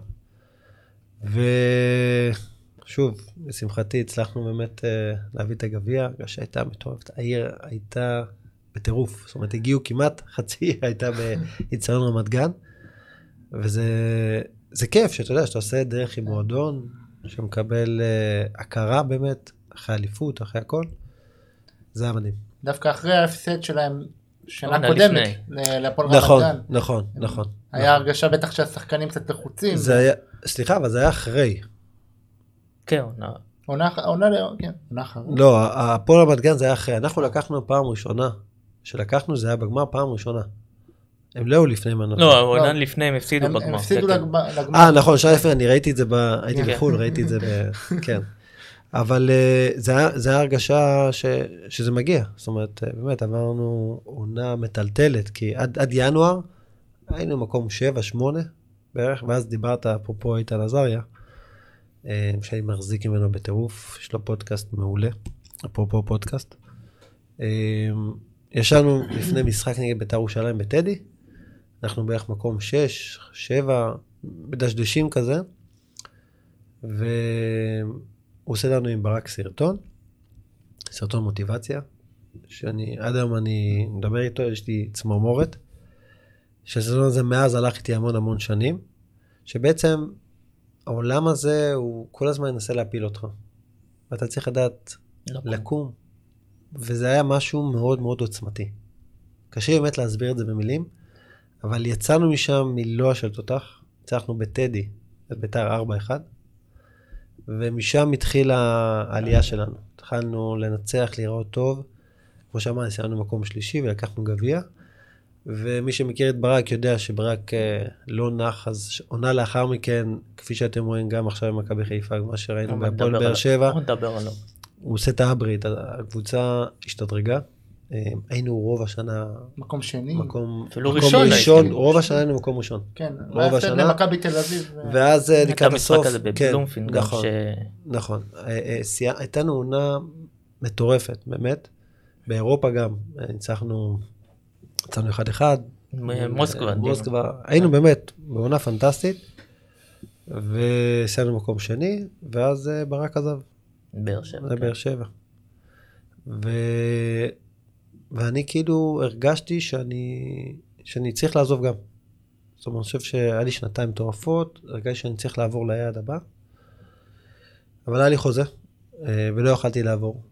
ושוב, לשמחתי, הצלחנו באמת להביא את הגביע, בגלל שהייתה מטורפת, העיר הייתה... בטירוף, זאת אומרת, הגיעו כמעט חצי, הייתה ביצרון רמת גן, וזה זה כיף שאתה יודע, שאתה עושה דרך עם מועדון, שמקבל uh, הכרה באמת, אחרי אליפות, אחרי הכל, זה היה מדהים. דווקא אחרי ההפסד שלהם, שנה קודמת, להפועל רמת נכון, גן. נכון, נכון. היה נכון. הרגשה בטח שהשחקנים קצת לחוצים. זה היה, סליחה, אבל זה היה אחרי. כן, עונה. עונה, עונה, כן, עונה אחרי. לא, הפועל רמת גן זה היה אחרי, אנחנו לקחנו פעם ראשונה, שלקחנו זה היה בגמר פעם ראשונה. הם לא היו לפני מנות. לא, העונה לפני הם הפסידו בגמר. הם הפסידו לגמר. אה, נכון, שעה לפני, אני ראיתי את זה, הייתי בחול, ראיתי את זה, כן. אבל זה היה, זה היה הרגשה ש, שזה מגיע. זאת אומרת, באמת, עברנו עונה מטלטלת, כי עד, עד ינואר היינו מקום שבע, שמונה בערך, ואז דיברת, אפרופו איתן עזריה, שאני מחזיק ממנו בטירוף, יש לו פודקאסט מעולה, אפרופו פודקאסט. ישנו לפני משחק נגד בית"ר ירושלים בטדי, אנחנו בערך מקום שש, שבע, בדשדשים כזה, והוא עושה לנו עם ברק סרטון, סרטון מוטיבציה, שאני, עד היום אני מדבר איתו, יש לי צמרמורת, שהסרטון הזה מאז הלך איתי המון המון שנים, שבעצם העולם הזה הוא כל הזמן ינסה להפיל אותך, ואתה צריך לדעת לקום. לקום, וזה היה משהו מאוד מאוד עוצמתי. קשה באמת להסביר את זה במילים, אבל יצאנו משם מלא של תותח, הצלחנו בטדי, את בית"ר ארבע אחד, ומשם התחילה העלייה שלנו. התחלנו לנצח, לראות טוב, כמו שאמרנו, סיימנו מקום שלישי ולקחנו גביע, ומי שמכיר את ברק יודע שברק לא נח, אז עונה לאחר מכן, כפי שאתם רואים גם עכשיו במכבי חיפה, מה שראינו בהפועל באר שבע, הוא עושה את האברית, הקבוצה השתדרגה, היינו רוב השנה, מקום שני, מקום, אפילו מקום ראשון, ראשון, רוב השנה היינו מקום ראשון. כן, רוב השנה. למכבי תל אביב. ואז לקראת הסוף, כן, נכון, נכון. הייתנו עונה מטורפת, באמת. באירופה גם, ניצחנו, יצאנו אחד אחד. מוסקבה. מוסקבה. היינו באמת בעונה פנטסטית, וסיימנו מקום שני, ואז ברק עזב. באר שבע. זה באר שבע. ו... ואני כאילו הרגשתי שאני, שאני צריך לעזוב גם. זאת אומרת, אני חושב שהיה לי שנתיים מטורפות, הרגשתי שאני צריך לעבור ליעד הבא, אבל היה לי חוזה, ולא יכולתי לעבור.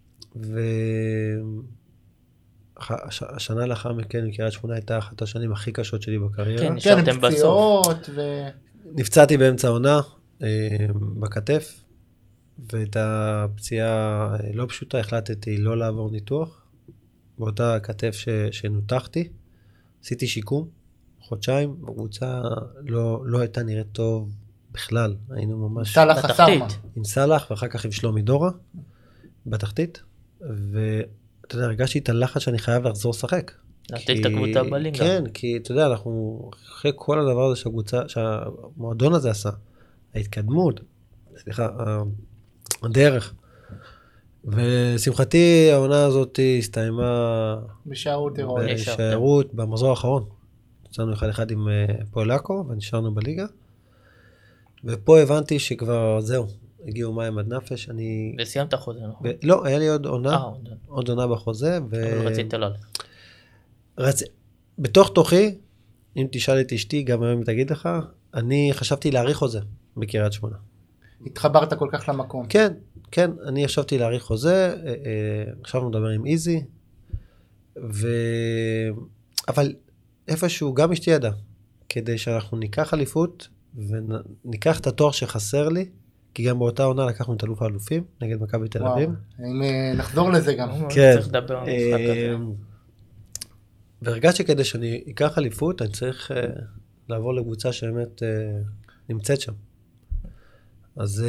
והשנה לאחר מכן, קריית שמונה הייתה אחת השנים הכי קשות שלי בקריירה. כן, נשארתם בסוף. ו... נפצעתי באמצע העונה, בכתף, ואת הפציעה לא פשוטה, החלטתי לא לעבור ניתוח, באותה כתף ש, שנותחתי, עשיתי שיקום, חודשיים, בקבוצה לא, לא הייתה נראית טוב בכלל, היינו ממש... סלח חסרמה. עם סלח, ואחר כך עם שלומי דורה, בתחתית, ואתה יודע, הרגשתי את הלחץ שאני חייב לחזור לשחק. להטיל את הקבוצה בליגה. כן, כי אתה יודע, אנחנו, אחרי כל הדבר הזה שהקבוצה, שהמועדון הזה עשה, ההתקדמות, סליחה, הדרך. ושמחתי, העונה הזאת הסתיימה בשערות אירוע. בשערות, במחזור האחרון. יצאנו אחד אחד עם הפועל עכו, ונשארנו בליגה. ופה הבנתי שכבר זהו, הגיעו מים עד נפש. אני... וסיימת חוזה, נכון? לא, היה לי עוד עונה, אה, עוד עונה בחוזה. אבל רצית לא. רצ... בתוך תוכי, אם תשאל את אשתי, גם היום תגיד לך, אני חשבתי להאריך חוזה בקריית שמונה. התחברת כל כך למקום. כן, כן, אני חשבתי להאריך חוזה, עכשיו נדבר עם איזי, ו... אבל איפשהו גם אשתי ידע, כדי שאנחנו ניקח אליפות, וניקח את התואר שחסר לי, כי גם באותה עונה לקחנו את אלוף האלופים, נגד מכבי תל אביב. אם נחזור לזה גם. כן. צריך לדבר על המשחק הזה. והרגשתי כדי שאני אקח אליפות, אני צריך לעבור לקבוצה שבאמת נמצאת שם. אז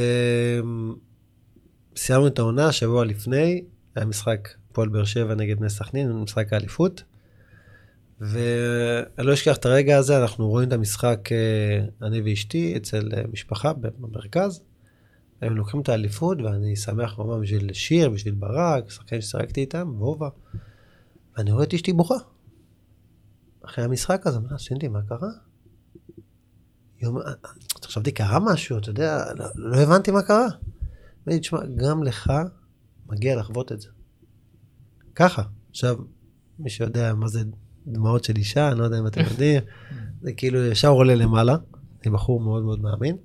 סיימנו את העונה, שבוע לפני, היה משחק פועל באר שבע נגד בני סכנין, משחק האליפות, ואני לא אשכח את הרגע הזה, אנחנו רואים את המשחק, אני ואשתי, אצל משפחה במרכז, הם לוקחים את האליפות, ואני שמח ממש בשביל שיר, בשביל ברק, שחקנים ששחקתי איתם, וובה, ואני רואה את אשתי בוכה. אחרי המשחק הזה, מה, סינדי, מה קרה? יום, חשבתי, קרה משהו, אתה יודע, לא, לא הבנתי מה קרה. ואני תשמע, גם לך מגיע לחוות את זה. ככה. עכשיו, מי שיודע מה זה דמעות של אישה, אני לא יודע אם אתם יודעים, זה כאילו ישר עולה למעלה, אני בחור מאוד מאוד מאמין,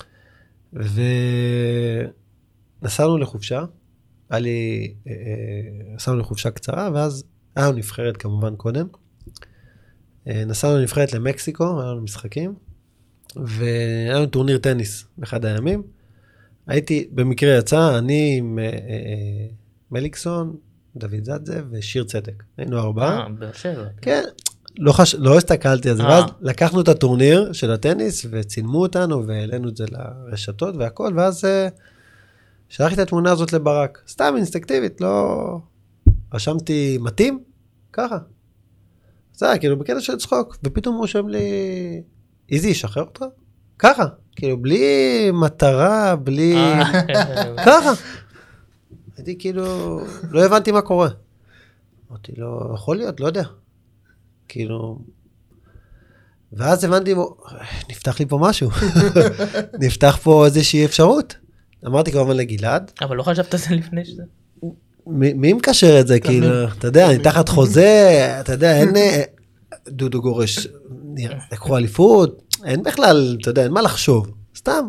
ונסענו לחופשה, היה לי, נסענו לחופשה קצרה, ואז היה לנו נבחרת כמובן קודם, נסענו לנבחרת למקסיקו, היה לנו משחקים, והיה לנו טורניר טניס באחד הימים, הייתי, במקרה יצא, אני עם אה, אה, מליקסון, דוד זאדזה ושיר צדק. היינו ארבעה. אה, באר שבע. כן, לא, חש... לא הסתכלתי על זה, ואז לקחנו את הטורניר של הטניס, וצילמו אותנו, והעלינו את זה לרשתות והכל, ואז שלחתי את התמונה הזאת לברק, סתם אינסטקטיבית, לא... רשמתי מתאים? ככה. זה היה כאילו בקטע של צחוק, ופתאום הוא רושם לי, איזי, ישחרר אותך? ככה, כאילו בלי מטרה, בלי... ככה. הייתי כאילו, לא הבנתי מה קורה. אמרתי, לא, יכול להיות, לא יודע. כאילו... ואז הבנתי, נפתח לי פה משהו. נפתח פה איזושהי אפשרות. אמרתי כמובן לגלעד. אבל לא חשבת זה לפני שזה? מי מקשר את זה? כאילו, אתה יודע, אני תחת חוזה, אתה יודע, אין... דודו גורש, לקחו אליפות, אין בכלל, אתה יודע, אין מה לחשוב. סתם.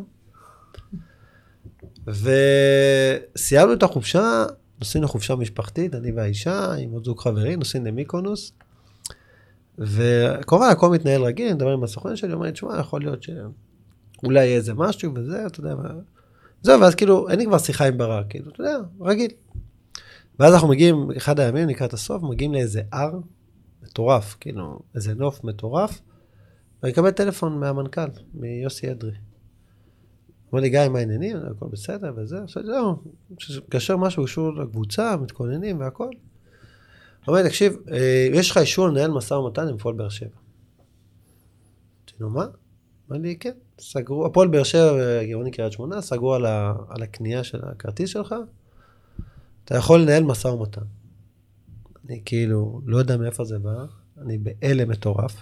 וסיימנו את החופשה, נוסעים לחופשה משפחתית, אני והאישה, עם עוד זוג חברים, נוסעים למיקונוס, וכמובן, הכל מתנהל רגיל, אני מדבר עם הסוכן שלי, אומר לי, תשמע, יכול להיות שאולי יהיה איזה משהו וזה, אתה יודע, זהו, ואז כאילו, אין לי כבר שיחה עם ברק, כאילו, אתה יודע, רגיל. ואז אנחנו מגיעים, אחד הימים, לקראת הסוף, מגיעים לאיזה הר מטורף, כאילו, איזה נוף מטורף, ואני אקבל טלפון מהמנכ"ל, מיוסי אדרי. אומר לי, גיא, מה העניינים? הכל בסדר וזה, זהו, קשר משהו, קשור לקבוצה, מתכוננים והכל. אומר לי, תקשיב, יש לך אישור לנהל משא ומתן עם הפועל באר שבע. אמרתי לו, מה? אמר לי, כן, סגרו, הפועל באר שבע, גירוני קריית שמונה, סגרו על, ה, על הקנייה של הכרטיס שלך, אתה יכול לנהל משא ומתן. אני כאילו, לא יודע מאיפה זה בא, אני באלה מטורף.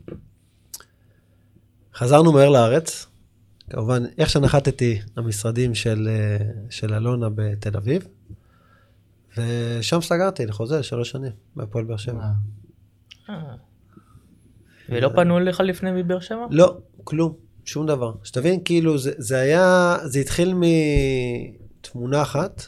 חזרנו מהר לארץ, כמובן, איך שנחתתי למשרדים של, של אלונה בתל אביב, ושם סגרתי לחוזה שלוש שנים, בהפועל באר שבע. ולא פנו לך לפני מבאר שבע? לא, כלום, שום דבר. שתבין, כאילו, זה, זה היה, זה התחיל מתמונה אחת.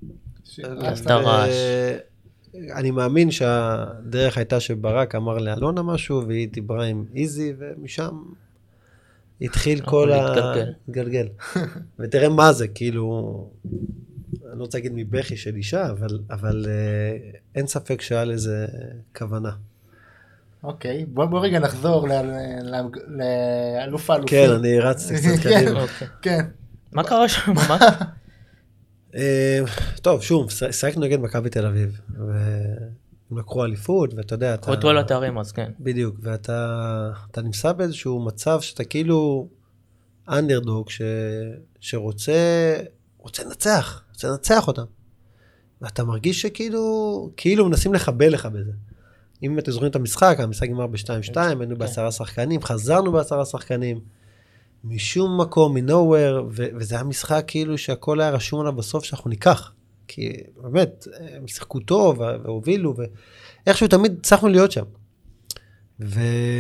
אני מאמין שהדרך הייתה שברק אמר לאלונה משהו, והיא דיברה עם איזי, ומשם התחיל כל הגלגל. ותראה מה זה, כאילו, אני לא רוצה להגיד מבכי של אישה, אבל, אבל אין ספק שהיה לזה כוונה. אוקיי, בוא, בוא רגע נחזור לאלוף האלופים. כן, אני רצתי קצת קדימה. כן. מה קרה שם? מה? טוב, שוב, שחקנו נגד מכבי תל אביב, והם לקחו אליפות, ואתה יודע, אתה... חוטו על התארים, אז כן. בדיוק, ואתה נמצא באיזשהו מצב שאתה כאילו אנדרדוג, שרוצה, רוצה לנצח, רוצה לנצח אותם. ואתה מרגיש שכאילו, כאילו מנסים לחבל לך בזה. אם אתם זוכרים את המשחק, המשחק נגמר ב-שתיים שתיים, היינו בעשרה שחקנים, חזרנו בעשרה שחקנים, משום מקום, מנוהוור, וזה היה משחק כאילו שהכל היה רשום עליו בסוף שאנחנו ניקח. כי באמת, הם שיחקו טוב והובילו, ואיכשהו תמיד צריכנו להיות שם. ו...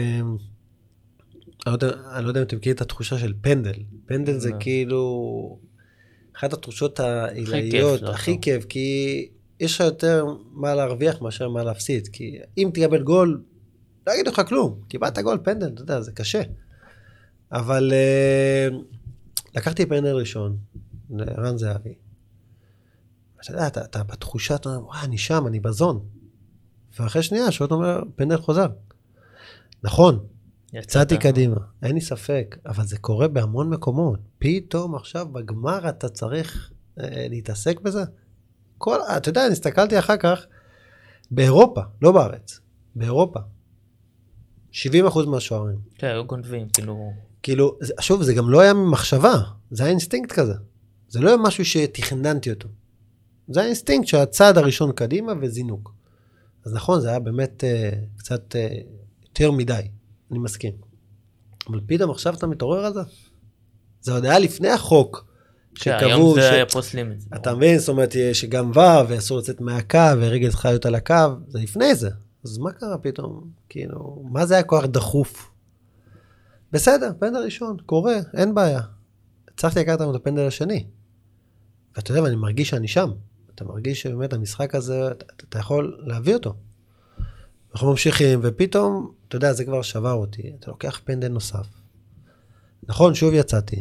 אני לא יודע אם אתם מכירים את התחושה של פנדל. פנדל זה כאילו אחת התחושות העילאיות, הכי כיף, כי יש לך יותר מה להרוויח מאשר מה להפסיד. כי אם תקבל גול, לא אגיד לך כלום. קיבלת גול, פנדל, אתה יודע, זה קשה. אבל uh, לקחתי פנדל ראשון, לרן זהבי. אתה יודע, אתה, אתה בתחושה, אתה אומר, וואי, אני שם, אני בזון. ואחרי שנייה, שעוד אומר, פנדל חוזר. נכון, יצאתי קדימה, אין לי ספק, אבל זה קורה בהמון מקומות. פתאום עכשיו בגמר אתה צריך uh, להתעסק בזה. כל, אתה יודע, אני הסתכלתי אחר כך, באירופה, לא בארץ, באירופה. שבעים אחוז מהשוערים. כן, היו גונבים, כאילו... כאילו, שוב, זה גם לא היה ממחשבה, זה היה אינסטינקט כזה. זה לא היה משהו שתכננתי אותו. זה היה אינסטינקט שהצעד הראשון קדימה וזינוק. אז נכון, זה היה באמת uh, קצת uh, יותר מדי, אני מסכים. אבל פתאום עכשיו אתה מתעורר על זה? זה עוד היה לפני החוק, שקבעו... היום זה היה פוסלים את זה. אתה מבין, זאת אומרת, שגם ור, ואסור לצאת מהקו, ורגל צריכה להיות על הקו, זה לפני זה. אז מה קרה פתאום? כאילו, מה זה היה כוח דחוף? בסדר, פנדל ראשון, קורה, אין בעיה. הצלחתי לקחת את הפנדל השני. ואתה יודע, ואני מרגיש שאני שם. אתה מרגיש שבאמת המשחק הזה, אתה, אתה יכול להביא אותו. אנחנו ממשיכים, ופתאום, אתה יודע, זה כבר שבר אותי. אתה לוקח פנדל נוסף. נכון, שוב יצאתי.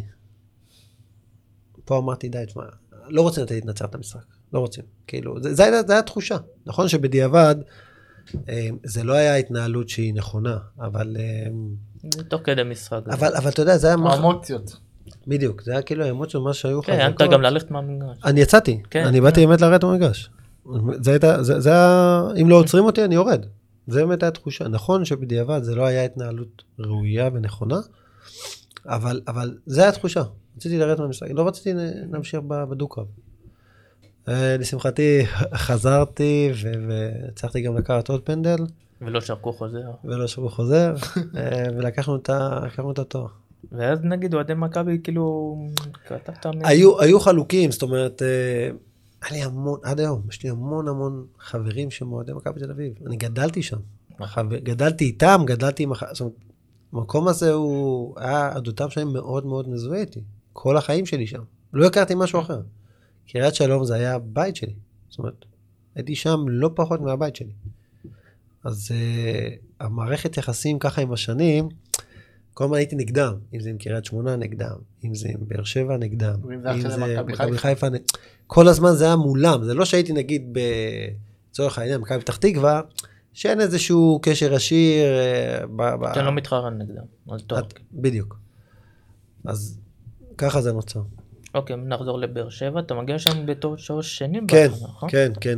פה אמרתי, די, תשמע, לא רוצים לתת להתנצח את המשחק. לא רוצים. כאילו, זה, זה, זה, זה היה תחושה. נכון שבדיעבד, זה לא היה התנהלות שהיא נכונה, אבל... תוך כדי משחק. אבל, אבל אתה יודע, זה היה... אמוציות. בדיוק, זה היה כאילו האמות של מה שהיו כן, אתה גם ללכת מהמגרש. אני יצאתי, כן, אני באתי באמת לרדת מהמגרש. זה הייתה, זה, זה היה, אם לא עוצרים אותי, אני יורד. זה באמת היה תחושה. נכון שבדיעבד זה לא היה התנהלות ראויה ונכונה, אבל, אבל זה היה תחושה. רציתי לרדת מהמשחק, לא רציתי להמשיך בדו-קרב. לשמחתי חזרתי, והצלחתי גם לקחת עוד פנדל. ולא שרקו חוזר. ולא שרקו חוזר, ולקחנו את התואר. ואז נגיד, אוהדי מכבי, כאילו, כתבת... היו, היו חלוקים, זאת אומרת, היה לי המון, עד היום, יש לי המון המון חברים שמועדי מכבי תל אביב. אני גדלתי שם. גדלתי איתם, גדלתי עם... זאת אומרת, המקום הזה הוא... היה עדותם שהם מאוד מאוד מזוהה איתי. כל החיים שלי שם. לא הכרתי משהו אחר. קריית שלום זה היה הבית שלי. זאת אומרת, הייתי שם לא פחות מהבית שלי. אז uh, המערכת יחסים ככה עם השנים, כל הזמן הייתי נגדם. אם זה עם קריית שמונה נגדם, אם זה עם באר שבע נגדם, אם זה מכבי חיפה נגדם. כל הזמן זה היה מולם. זה לא שהייתי נגיד בצורך העניין, מכבי פתח תקווה, שאין איזשהו קשר ישיר. אתה לא מתחרן נגדם. בדיוק. אז ככה זה נוצר. אוקיי, נחזור לבאר שבע. אתה מגיע שם בתור שלוש שנים? כן, כן, כן.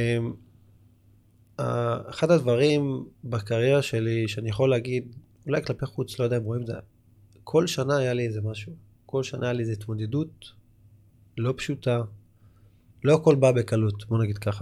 אחד הדברים בקריירה שלי, שאני יכול להגיד, אולי כלפי חוץ, לא יודע אם רואים את זה, כל שנה היה לי איזה משהו. כל שנה היה לי איזה התמודדות לא פשוטה. לא הכל בא בקלות, בוא נגיד ככה.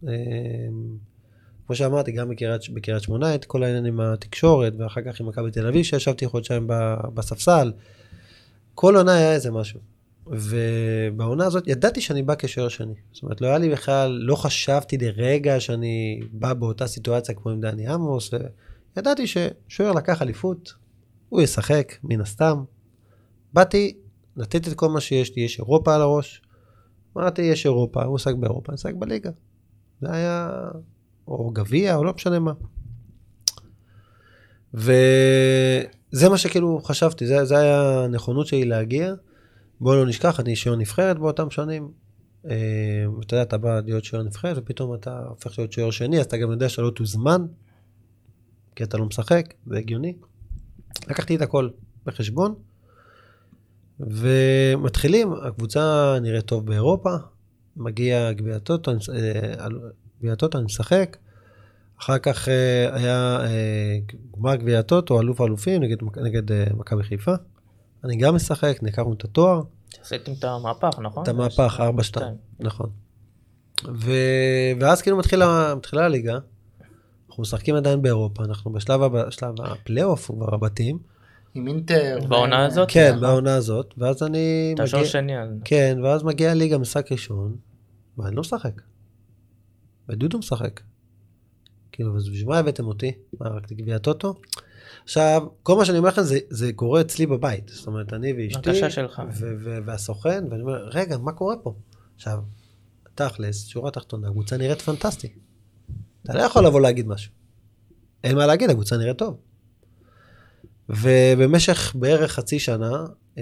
כמו שאמרתי, גם בקריית שמונה, את כל העניין עם התקשורת, ואחר כך עם מכבי תל אביב, שישבתי חודשיים בספסל. כל עונה היה איזה משהו. ובעונה הזאת ידעתי שאני בא כשוער שני. זאת אומרת, לא היה לי בכלל, לא חשבתי לרגע שאני בא באותה סיטואציה כמו עם דני עמוס, וידעתי ששוער לקח אליפות, הוא ישחק מן הסתם. באתי, נתתי את כל מה שיש לי, יש אירופה על הראש. אמרתי, יש אירופה, הוא עסק באירופה, עסק בליגה. זה היה, או גביע, או לא משנה מה. וזה מה שכאילו חשבתי, זה, זה היה הנכונות שלי להגיע. בואו לא נשכח, אני שוער נבחרת באותם שנים. ואתה יודע, אתה בא להיות שוער נבחרת, ופתאום אתה הופך להיות שוער שני, אז אתה גם יודע שלא תוזמן, כי אתה לא משחק, זה הגיוני. לקחתי את הכל בחשבון, ומתחילים, הקבוצה נראית טוב באירופה, מגיע גביע טוטו, גביע טוטו, אני משחק, אחר כך היה גמר גביע טוטו, אלוף אלופים, נגד, נגד מכבי חיפה, אני גם משחק, נקרנו את התואר. עשיתם את המהפך, נכון? את המהפך, ארבע שתיים, נכון. ו... ואז כאילו מתחילה, מתחילה הליגה, אנחנו משחקים עדיין באירופה, אנחנו בשלב, בשלב הפלייאוף, כבר הבתים. עם אינטר. בעונה הזאת? כן, בעונה הזאת, ואז אני... אתה שור שני. כן, ואז מגיע הליגה, משחק ראשון, ואני לא משחק. ודודו משחק. כאילו, אז בשביל מה הבאתם אותי? מה, רק תגביע טוטו? עכשיו, כל מה שאני אומר לכם, זה, זה קורה אצלי בבית. זאת אומרת, אני ואשתי, ו- ו- והסוכן, ואני אומר, רגע, מה קורה פה? עכשיו, תכלס, שורה תחתונה, הקבוצה נראית פנטסטי. אתה לא יכול לבוא להגיד משהו. אין מה להגיד, הקבוצה נראית טוב. ובמשך בערך חצי שנה,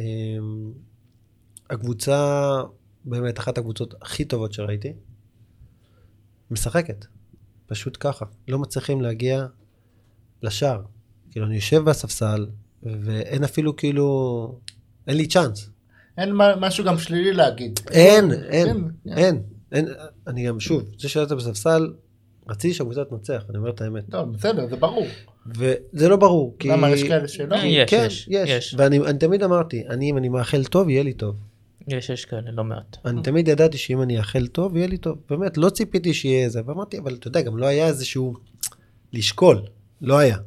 הקבוצה, באמת, אחת הקבוצות הכי טובות שראיתי, משחקת. פשוט ככה. לא מצליחים להגיע לשער. כאילו, אני יושב בספסל, ואין אפילו כאילו, אין לי צ'אנס. אין משהו גם שלילי להגיד. אין, אין, אין, אין. אני גם, שוב, זה שאתה בספסל, רציתי שהקבוצה תנצח, אני אומר את האמת. טוב, בסדר, זה ברור. וזה לא ברור, כי... למה, יש כאלה שלא? יש, כן, יש, יש. ואני תמיד אמרתי, אני, אם אני מאחל טוב, יהיה לי טוב. יש, יש כאלה, לא מעט. אני תמיד ידעתי שאם אני אאחל טוב, יהיה לי טוב. באמת, לא ציפיתי שיהיה זה, ואמרתי, אבל אתה יודע, גם לא היה איזשהו לשקול, לא היה.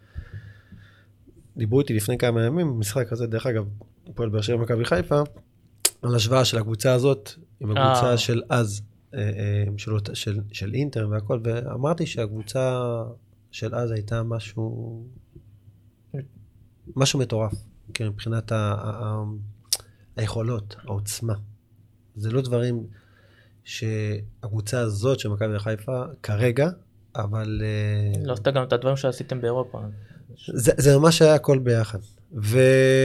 דיברו איתי לפני כמה ימים, משחק הזה, דרך אגב, פועל באר שבע מכבי חיפה, על השוואה של הקבוצה הזאת, עם הקבוצה של אז, של, של, של אינטר והכל, ואמרתי שהקבוצה של אז הייתה משהו, משהו מטורף, כן, מבחינת ה, ה, היכולות, העוצמה. זה לא דברים שהקבוצה הזאת של מכבי חיפה כרגע, אבל... לא עשתה גם את הדברים שעשיתם באירופה. זה, זה ממש היה הכל ביחד. ו...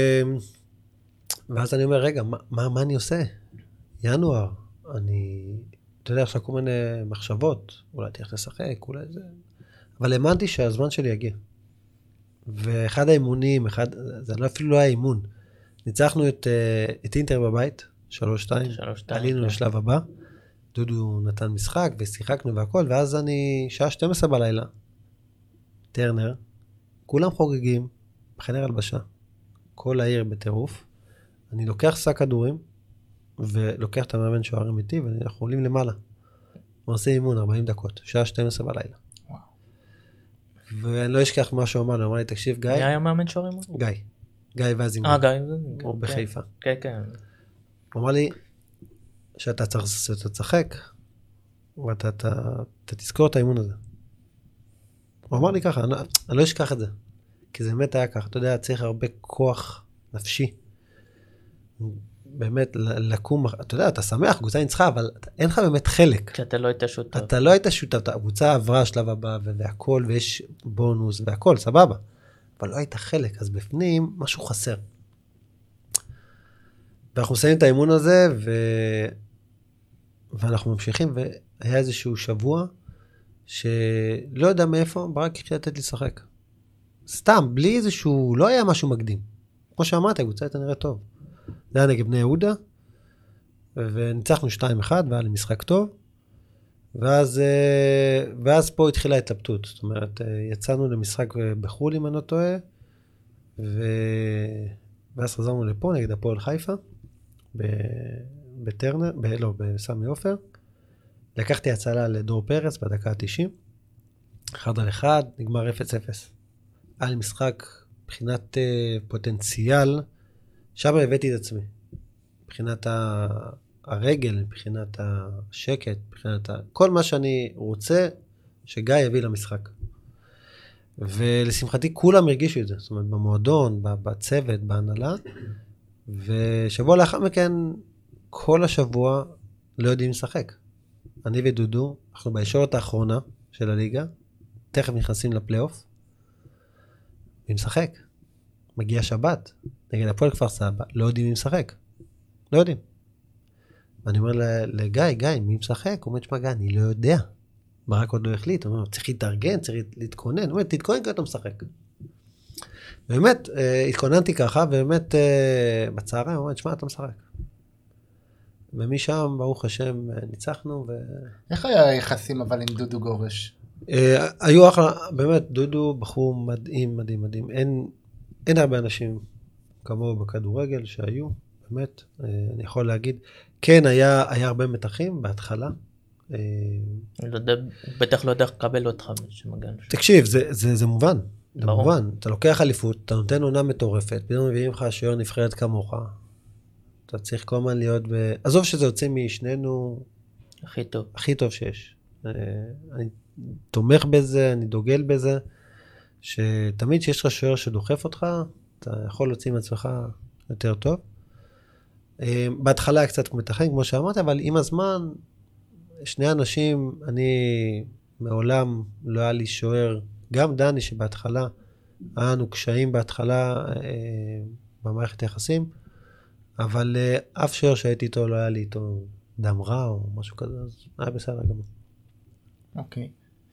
ואז אני אומר, רגע, מה, מה, מה אני עושה? ינואר, אני, אתה יודע, עכשיו כל מיני מחשבות, אולי תלך לשחק, אולי זה... אבל האמנתי שהזמן שלי יגיע. ואחד האימונים, אחד, זה אפילו לא היה אימון, ניצחנו את, את אינטר בבית, שלוש שתיים, עלינו כן. לשלב הבא, דודו נתן משחק ושיחקנו והכל, ואז אני, שעה שתים עשרה בלילה, טרנר, כולם חוגגים, בחדר הלבשה, כל העיר בטירוף, אני לוקח שק כדורים, ולוקח את המאמן שוערים איתי, ואנחנו עולים למעלה. ועושים אימון ארבעים דקות, שעה שתים עשרה בלילה. וואו. ואני לא אשכח מה שהוא אמר, הוא אמר לי, תקשיב גיא. מי היה מאמן שוערים? גיא. גיא וזינגר. אה, גיא. הוא בחיפה. כן, כן. הוא אמר לי, שאתה תצחק, ואתה תזכור את האימון הזה. הוא אמר לי ככה, אני לא אשכח את זה. כי זה באמת היה ככה, אתה יודע, צריך הרבה כוח נפשי. באמת לקום, אתה יודע, אתה שמח, קבוצה ניצחה, אבל אין לך באמת חלק. כשאתה לא היית שותף. אתה לא היית שותף, הקבוצה עברה שלב הבא והכל, ויש בונוס והכל, סבבה. אבל לא היית חלק, אז בפנים משהו חסר. ואנחנו מסיימים את האימון הזה, ו... ואנחנו ממשיכים, והיה איזשהו שבוע, שלא יודע מאיפה, ברק התחיל לתת לי לשחק. סתם, בלי איזשהו, לא היה משהו מקדים. כמו שאמרתי, הקבוצה הייתה נראית טוב. זה היה נגד בני יהודה, וניצחנו שתיים אחד, והיה לי משחק טוב, ואז, ואז פה התחילה התלבטות. זאת אומרת, יצאנו למשחק בחול, אם אני לא טועה, ו... ואז חזרנו לפה, נגד הפועל חיפה, בטרנר, ב... לא, בסמי עופר. לקחתי הצלה לדור פרץ בדקה ה-תשעים, אחד על אחד, נגמר אפס אפס. היה לי משחק מבחינת פוטנציאל, שם הבאתי את עצמי. מבחינת הרגל, מבחינת השקט, מבחינת ה... כל מה שאני רוצה שגיא יביא למשחק. ולשמחתי כולם הרגישו את זה, זאת אומרת במועדון, בצוות, בהנהלה, ושבוע לאחר מכן, כל השבוע לא יודעים לשחק. אני ודודו, אנחנו בישורת האחרונה של הליגה, תכף נכנסים לפלייאוף, ומשחק. מגיע שבת, נגד הפועל כפר סבא, לא יודעים מי משחק. לא יודעים. ואני אומר לגיא, גיא, מי משחק? הוא אומר, תשמע גיא, אני לא יודע. ברק עוד לא החליט, הוא אומר, צריך להתארגן, צריך להתכונן. הוא אומר, תתכונן כי אתה משחק. באמת, התכוננתי ככה, ובאמת, בצהריים, הוא אומר, תשמע, אתה משחק. ומשם, ברוך השם, ניצחנו. ו... איך היה היחסים אבל עם דודו גורש? היו אחלה, באמת, דודו בחור מדהים, מדהים, מדהים. אין, אין הרבה אנשים כמוהו בכדורגל שהיו, באמת, אני יכול להגיד, כן, היה, היה הרבה מתחים בהתחלה. בטח לא יודע לקבל אותך שמגן. תקשיב, זה, זה, זה מובן, זה מובן. אתה לוקח אליפות, אתה נותן עונה מטורפת, פתאום מביאים לך שוער נבחרת כמוך. אתה צריך כל הזמן להיות ב... עזוב שזה יוצא משנינו... הכי טוב. הכי טוב שיש. אני תומך בזה, אני דוגל בזה, שתמיד שיש לך שוער שדוחף אותך, אתה יכול להוציא עם עצמך יותר טוב. בהתחלה היה קצת מתחם, כמו שאמרת, אבל עם הזמן, שני אנשים, אני מעולם לא היה לי שוער, גם דני שבהתחלה, היה לנו קשיים בהתחלה במערכת יחסים, אבל אף שוער שהייתי איתו לא היה לי איתו דם רע או משהו כזה, אז היה בסדר גם. אוקיי.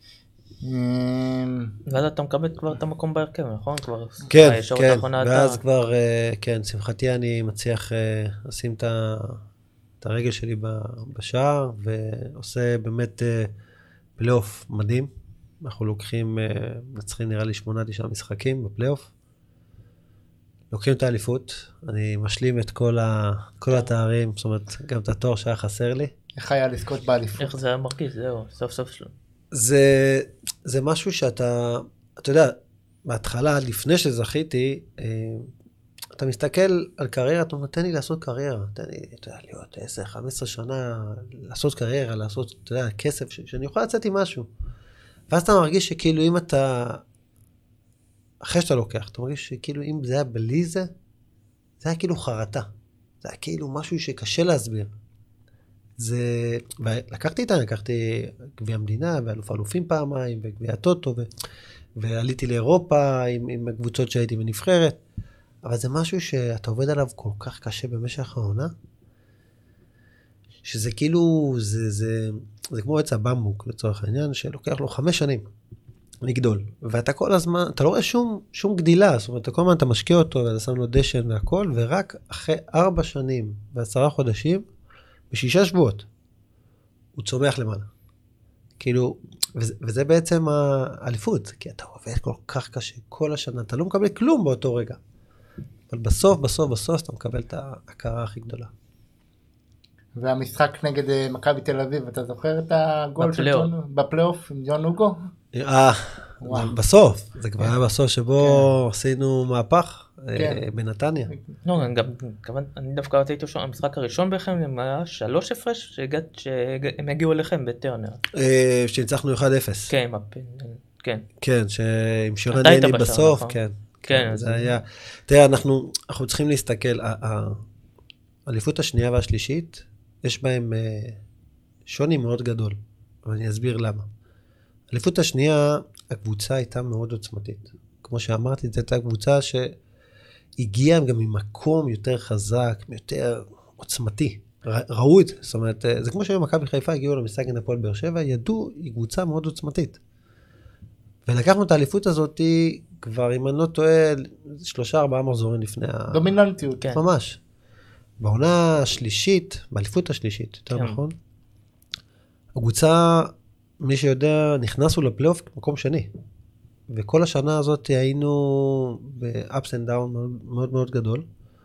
ואז אתה מקבל כבר את המקום בהרכב, נכון? כן, כן, ואז כבר, כן, שמחתי אני מצליח לשים את הרגל שלי בשער, ועושה באמת פלייאוף מדהים. אנחנו לוקחים, נצחים נראה לי שמונה תשעה משחקים בפלייאוף. לוקחים את האליפות, אני משלים את כל התארים, זאת אומרת, גם את התואר שהיה חסר לי. איך היה לזכות באליפות? איך זה היה מרגיש, זהו, סוף סוף שלו. זה, זה משהו שאתה, אתה יודע, בהתחלה, לפני שזכיתי, אתה מסתכל על קריירה, אתה נותן לי לעשות קריירה, תן לי, אתה יודע, להיות עשר חמש עשרה שנה, לעשות קריירה, לעשות, אתה יודע, כסף, שאני יכול לצאת עם משהו. ואז אתה מרגיש שכאילו אם אתה, אחרי שאתה לוקח, אתה מרגיש שכאילו אם זה היה בלי זה, זה היה כאילו חרטה. זה היה כאילו משהו שקשה להסביר. זה, ולקחתי איתה, לקחתי גביע המדינה, ואלוף אלופים פעמיים, וגביע הטוטו, ו... ועליתי לאירופה עם, עם הקבוצות שהייתי בנבחרת, אבל זה משהו שאתה עובד עליו כל כך קשה במשך העונה, שזה כאילו, זה, זה, זה כמו עץ הבמבוק לצורך העניין, שלוקח לו חמש שנים לגדול. ואתה כל הזמן, אתה לא רואה שום, שום גדילה, זאת אומרת, כל הזמן אתה משקיע אותו, ואתה שם לו דשן והכל, ורק אחרי ארבע שנים ועשרה חודשים, בשישה שבועות, הוא צומח למעלה. כאילו, וזה, וזה בעצם האליפות, כי אתה עובד כל כך קשה, כל השנה, אתה לא מקבל כלום באותו רגע. אבל בסוף, בסוף, בסוף, אתה מקבל את ההכרה הכי גדולה. והמשחק נגד מכבי תל אביב, אתה זוכר את הגול של ג'ון, בפלייאוף עם ג'ון אוגו? אה, בסוף, זה כבר היה בסוף שבו עשינו מהפך בנתניה. לא, אני דווקא רציתי לשאול, המשחק הראשון בכם היה שלוש הפרש שהם הגיעו אליכם בטרנר. שניצחנו אחד אפס. כן, כן. כן, שעם שירן דני בסוף, כן. כן, זה היה. תראה, אנחנו צריכים להסתכל, האליפות השנייה והשלישית, יש בהם שוני מאוד גדול, ואני אסביר למה. האליפות השנייה, הקבוצה הייתה מאוד עוצמתית. כמו שאמרתי, זו הייתה קבוצה שהגיעה גם ממקום יותר חזק, יותר עוצמתי. ראו את זה, זאת אומרת, זה כמו שהיום מכבי חיפה הגיעו למשחק עם הפועל באר שבע, ידעו, היא קבוצה מאוד עוצמתית. ולקחנו את האליפות הזאת, כבר אם אני לא טועה, שלושה ארבעה מחזורים לפני ה... דומיננטיות. ממש. בעונה השלישית, באליפות השלישית, יותר נכון, הקבוצה, מי שיודע, נכנסנו לפלייאוף מקום שני. וכל השנה הזאת היינו ב-ups and down מאוד מאוד גדול.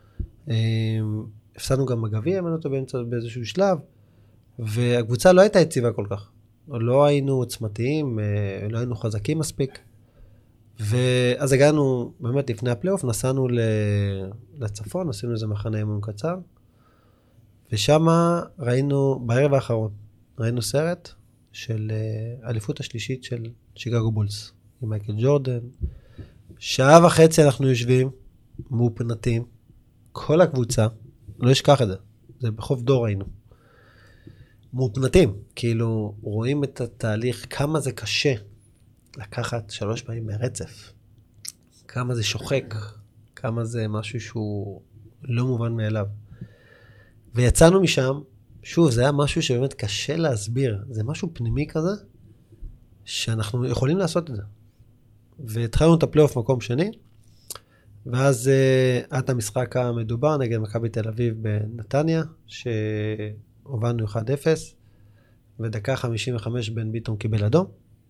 הפסדנו גם בגביע, אמרנו אותו באמצע באיזשהו שלב, והקבוצה לא הייתה יציבה כל כך. לא היינו עוצמתיים, לא היינו חזקים מספיק. ואז הגענו באמת לפני הפלייאוף, נסענו לצפון, עשינו איזה מחנה אימון קצר, ושם ראינו, בערב האחרון, ראינו סרט של האליפות השלישית של שיקגו בולס, עם מייקל ג'ורדן. שעה וחצי אנחנו יושבים, מאופנתים, כל הקבוצה, לא אשכח את זה, זה בחוף דור היינו. מאופנתים, כאילו רואים את התהליך, כמה זה קשה לקחת שלוש פעמים מהרצף, כמה זה שוחק, כמה זה משהו שהוא לא מובן מאליו. ויצאנו משם, שוב, זה היה משהו שבאמת קשה להסביר, זה משהו פנימי כזה, שאנחנו יכולים לעשות את זה. והתחלנו את הפלייאוף מקום שני, ואז היה את המשחק המדובר נגד מכבי תל אביב בנתניה, שהובלנו אחד אפס, ודקה חמישים וחמש בן ביטון קיבל אדום,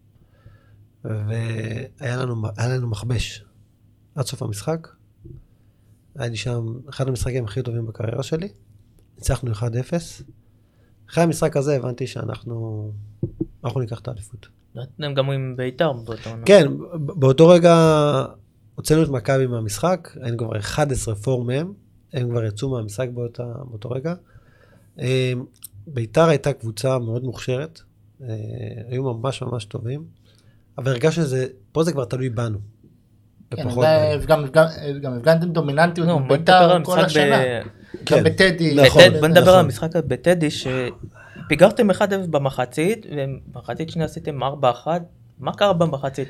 והיה לנו, היה לנו מחבש עד סוף המשחק. היה לי שם אחד המשחקים הכי טובים בקריירה שלי, ניצחנו אחד אפס. אחרי המשחק הזה הבנתי שאנחנו אנחנו ניקח את האליפות. הם גם עם בית"ר באותו עונה. כן, באותו רגע הוצאנו את מכבי מהמשחק, היינו כבר אחד עשר פור מהם, הם כבר יצאו מהמשחק באותה, באותו רגע. בית"ר הייתה קבוצה מאוד מוכשרת, היו ממש ממש טובים, אבל הרגש שזה, פה זה כבר תלוי בנו. כן, גם הפגנתם דומיננטיות בבית"ר כל השנה. גם בטדי. בוא נדבר על המשחק בטדי, שפיגרתם אחד אפס במחצית, ובמחצית שנייה עשיתם ארבע אחת, מה קרה במחצית?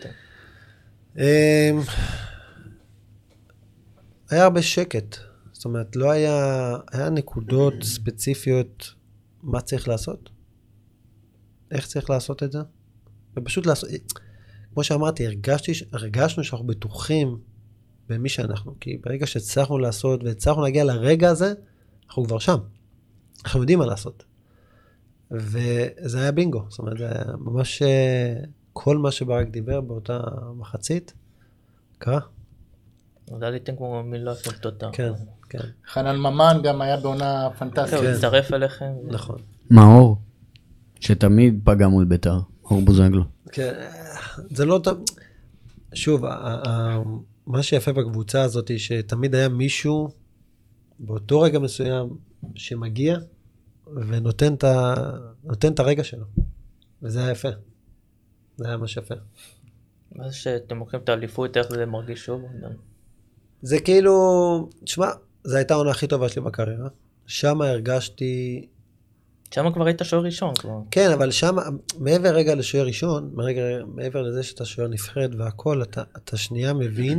היה הרבה שקט, זאת אומרת, לא היה, היה נקודות ספציפיות, מה צריך לעשות? איך צריך לעשות את זה? ופשוט לעשות, כמו שאמרתי, הרגשתי, הרגשנו שאנחנו בטוחים במי שאנחנו, כי ברגע שהצלחנו לעשות, והצלחנו להגיע לרגע הזה, אנחנו כבר שם. אנחנו יודעים מה לעשות. וזה היה בינגו, זאת אומרת, זה היה ממש כל מה שברק דיבר באותה מחצית, קרה. זה ליתם כמו מילה של תודה. כן, כן. חנן ממן גם היה בעונה פנטסטית. הוא הצטרף אליכם. נכון. מאור, שתמיד פגע מול בית"ר, אור בוזגלו. כן, זה לא טוב. שוב, מה שיפה בקבוצה הזאת, שתמיד היה מישהו, באותו רגע מסוים, שמגיע, ונותן את, ה... נותן את הרגע שלו. וזה היה יפה. זה היה ממש יפה. מה שאתם לוקחים את האליפות, איך זה מרגיש שוב? זה כאילו, תשמע, זו הייתה העונה הכי טובה שלי בקריירה. שם הרגשתי... שם כבר היית שוער ראשון כבר. כן, אבל שם, מעבר רגע לשוער ראשון, מעבר, מעבר לזה שאתה שוער נבחרת והכל, אתה, אתה שנייה מבין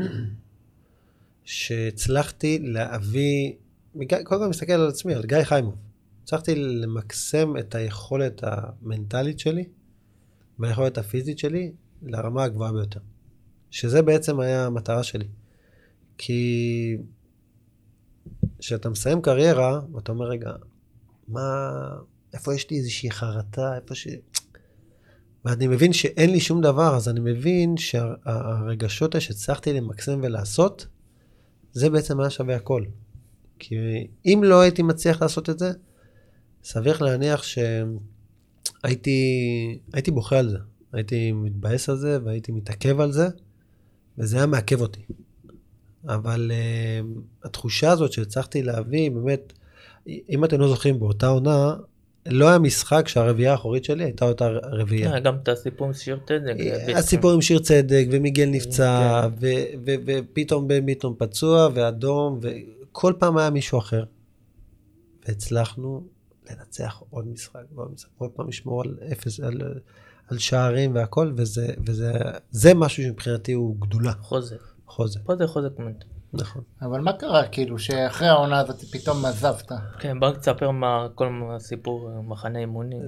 שהצלחתי להביא, קודם כל מסתכל על עצמי, על גיא חיימוב. הצלחתי למקסם את היכולת המנטלית שלי, והיכולת הפיזית שלי, לרמה הגבוהה ביותר. שזה בעצם היה המטרה שלי. כי כשאתה מסיים קריירה, ואתה אומר, רגע, מה, איפה יש לי איזושהי חרטה, איפה ש... ואני מבין שאין לי שום דבר, אז אני מבין שהרגשות האלה שצריכתי למקסם ולעשות, זה בעצם היה שווה הכל. כי אם לא הייתי מצליח לעשות את זה, סביר להניח שהייתי הייתי בוכה על זה. הייתי מתבאס על זה, והייתי מתעכב על זה, וזה היה מעכב אותי. אבל uh, התחושה הזאת שהצלחתי להביא, באמת, אם אתם לא זוכרים, באותה עונה, לא היה משחק שהרביעייה האחורית שלי הייתה אותה רביעייה. גם את הסיפור עם שיר צדק. הסיפור עם שיר צדק, ומיגל נפצע, ופתאום בן ביטון פצוע, ואדום, וכל פעם היה מישהו אחר. והצלחנו לנצח עוד משחק, ועוד משחק, עוד פעם לשמור על אפס, על, על שערים והכל, וזה, וזה, זה משהו שמבחינתי הוא גדולה. חוזק. חוזק. פה זה חוזק מנט. נכון. אבל מה קרה, כאילו, שאחרי העונה הזאת פתאום עזבת? כן, בוא תספר מה, כל הסיפור, מחנה אימונים.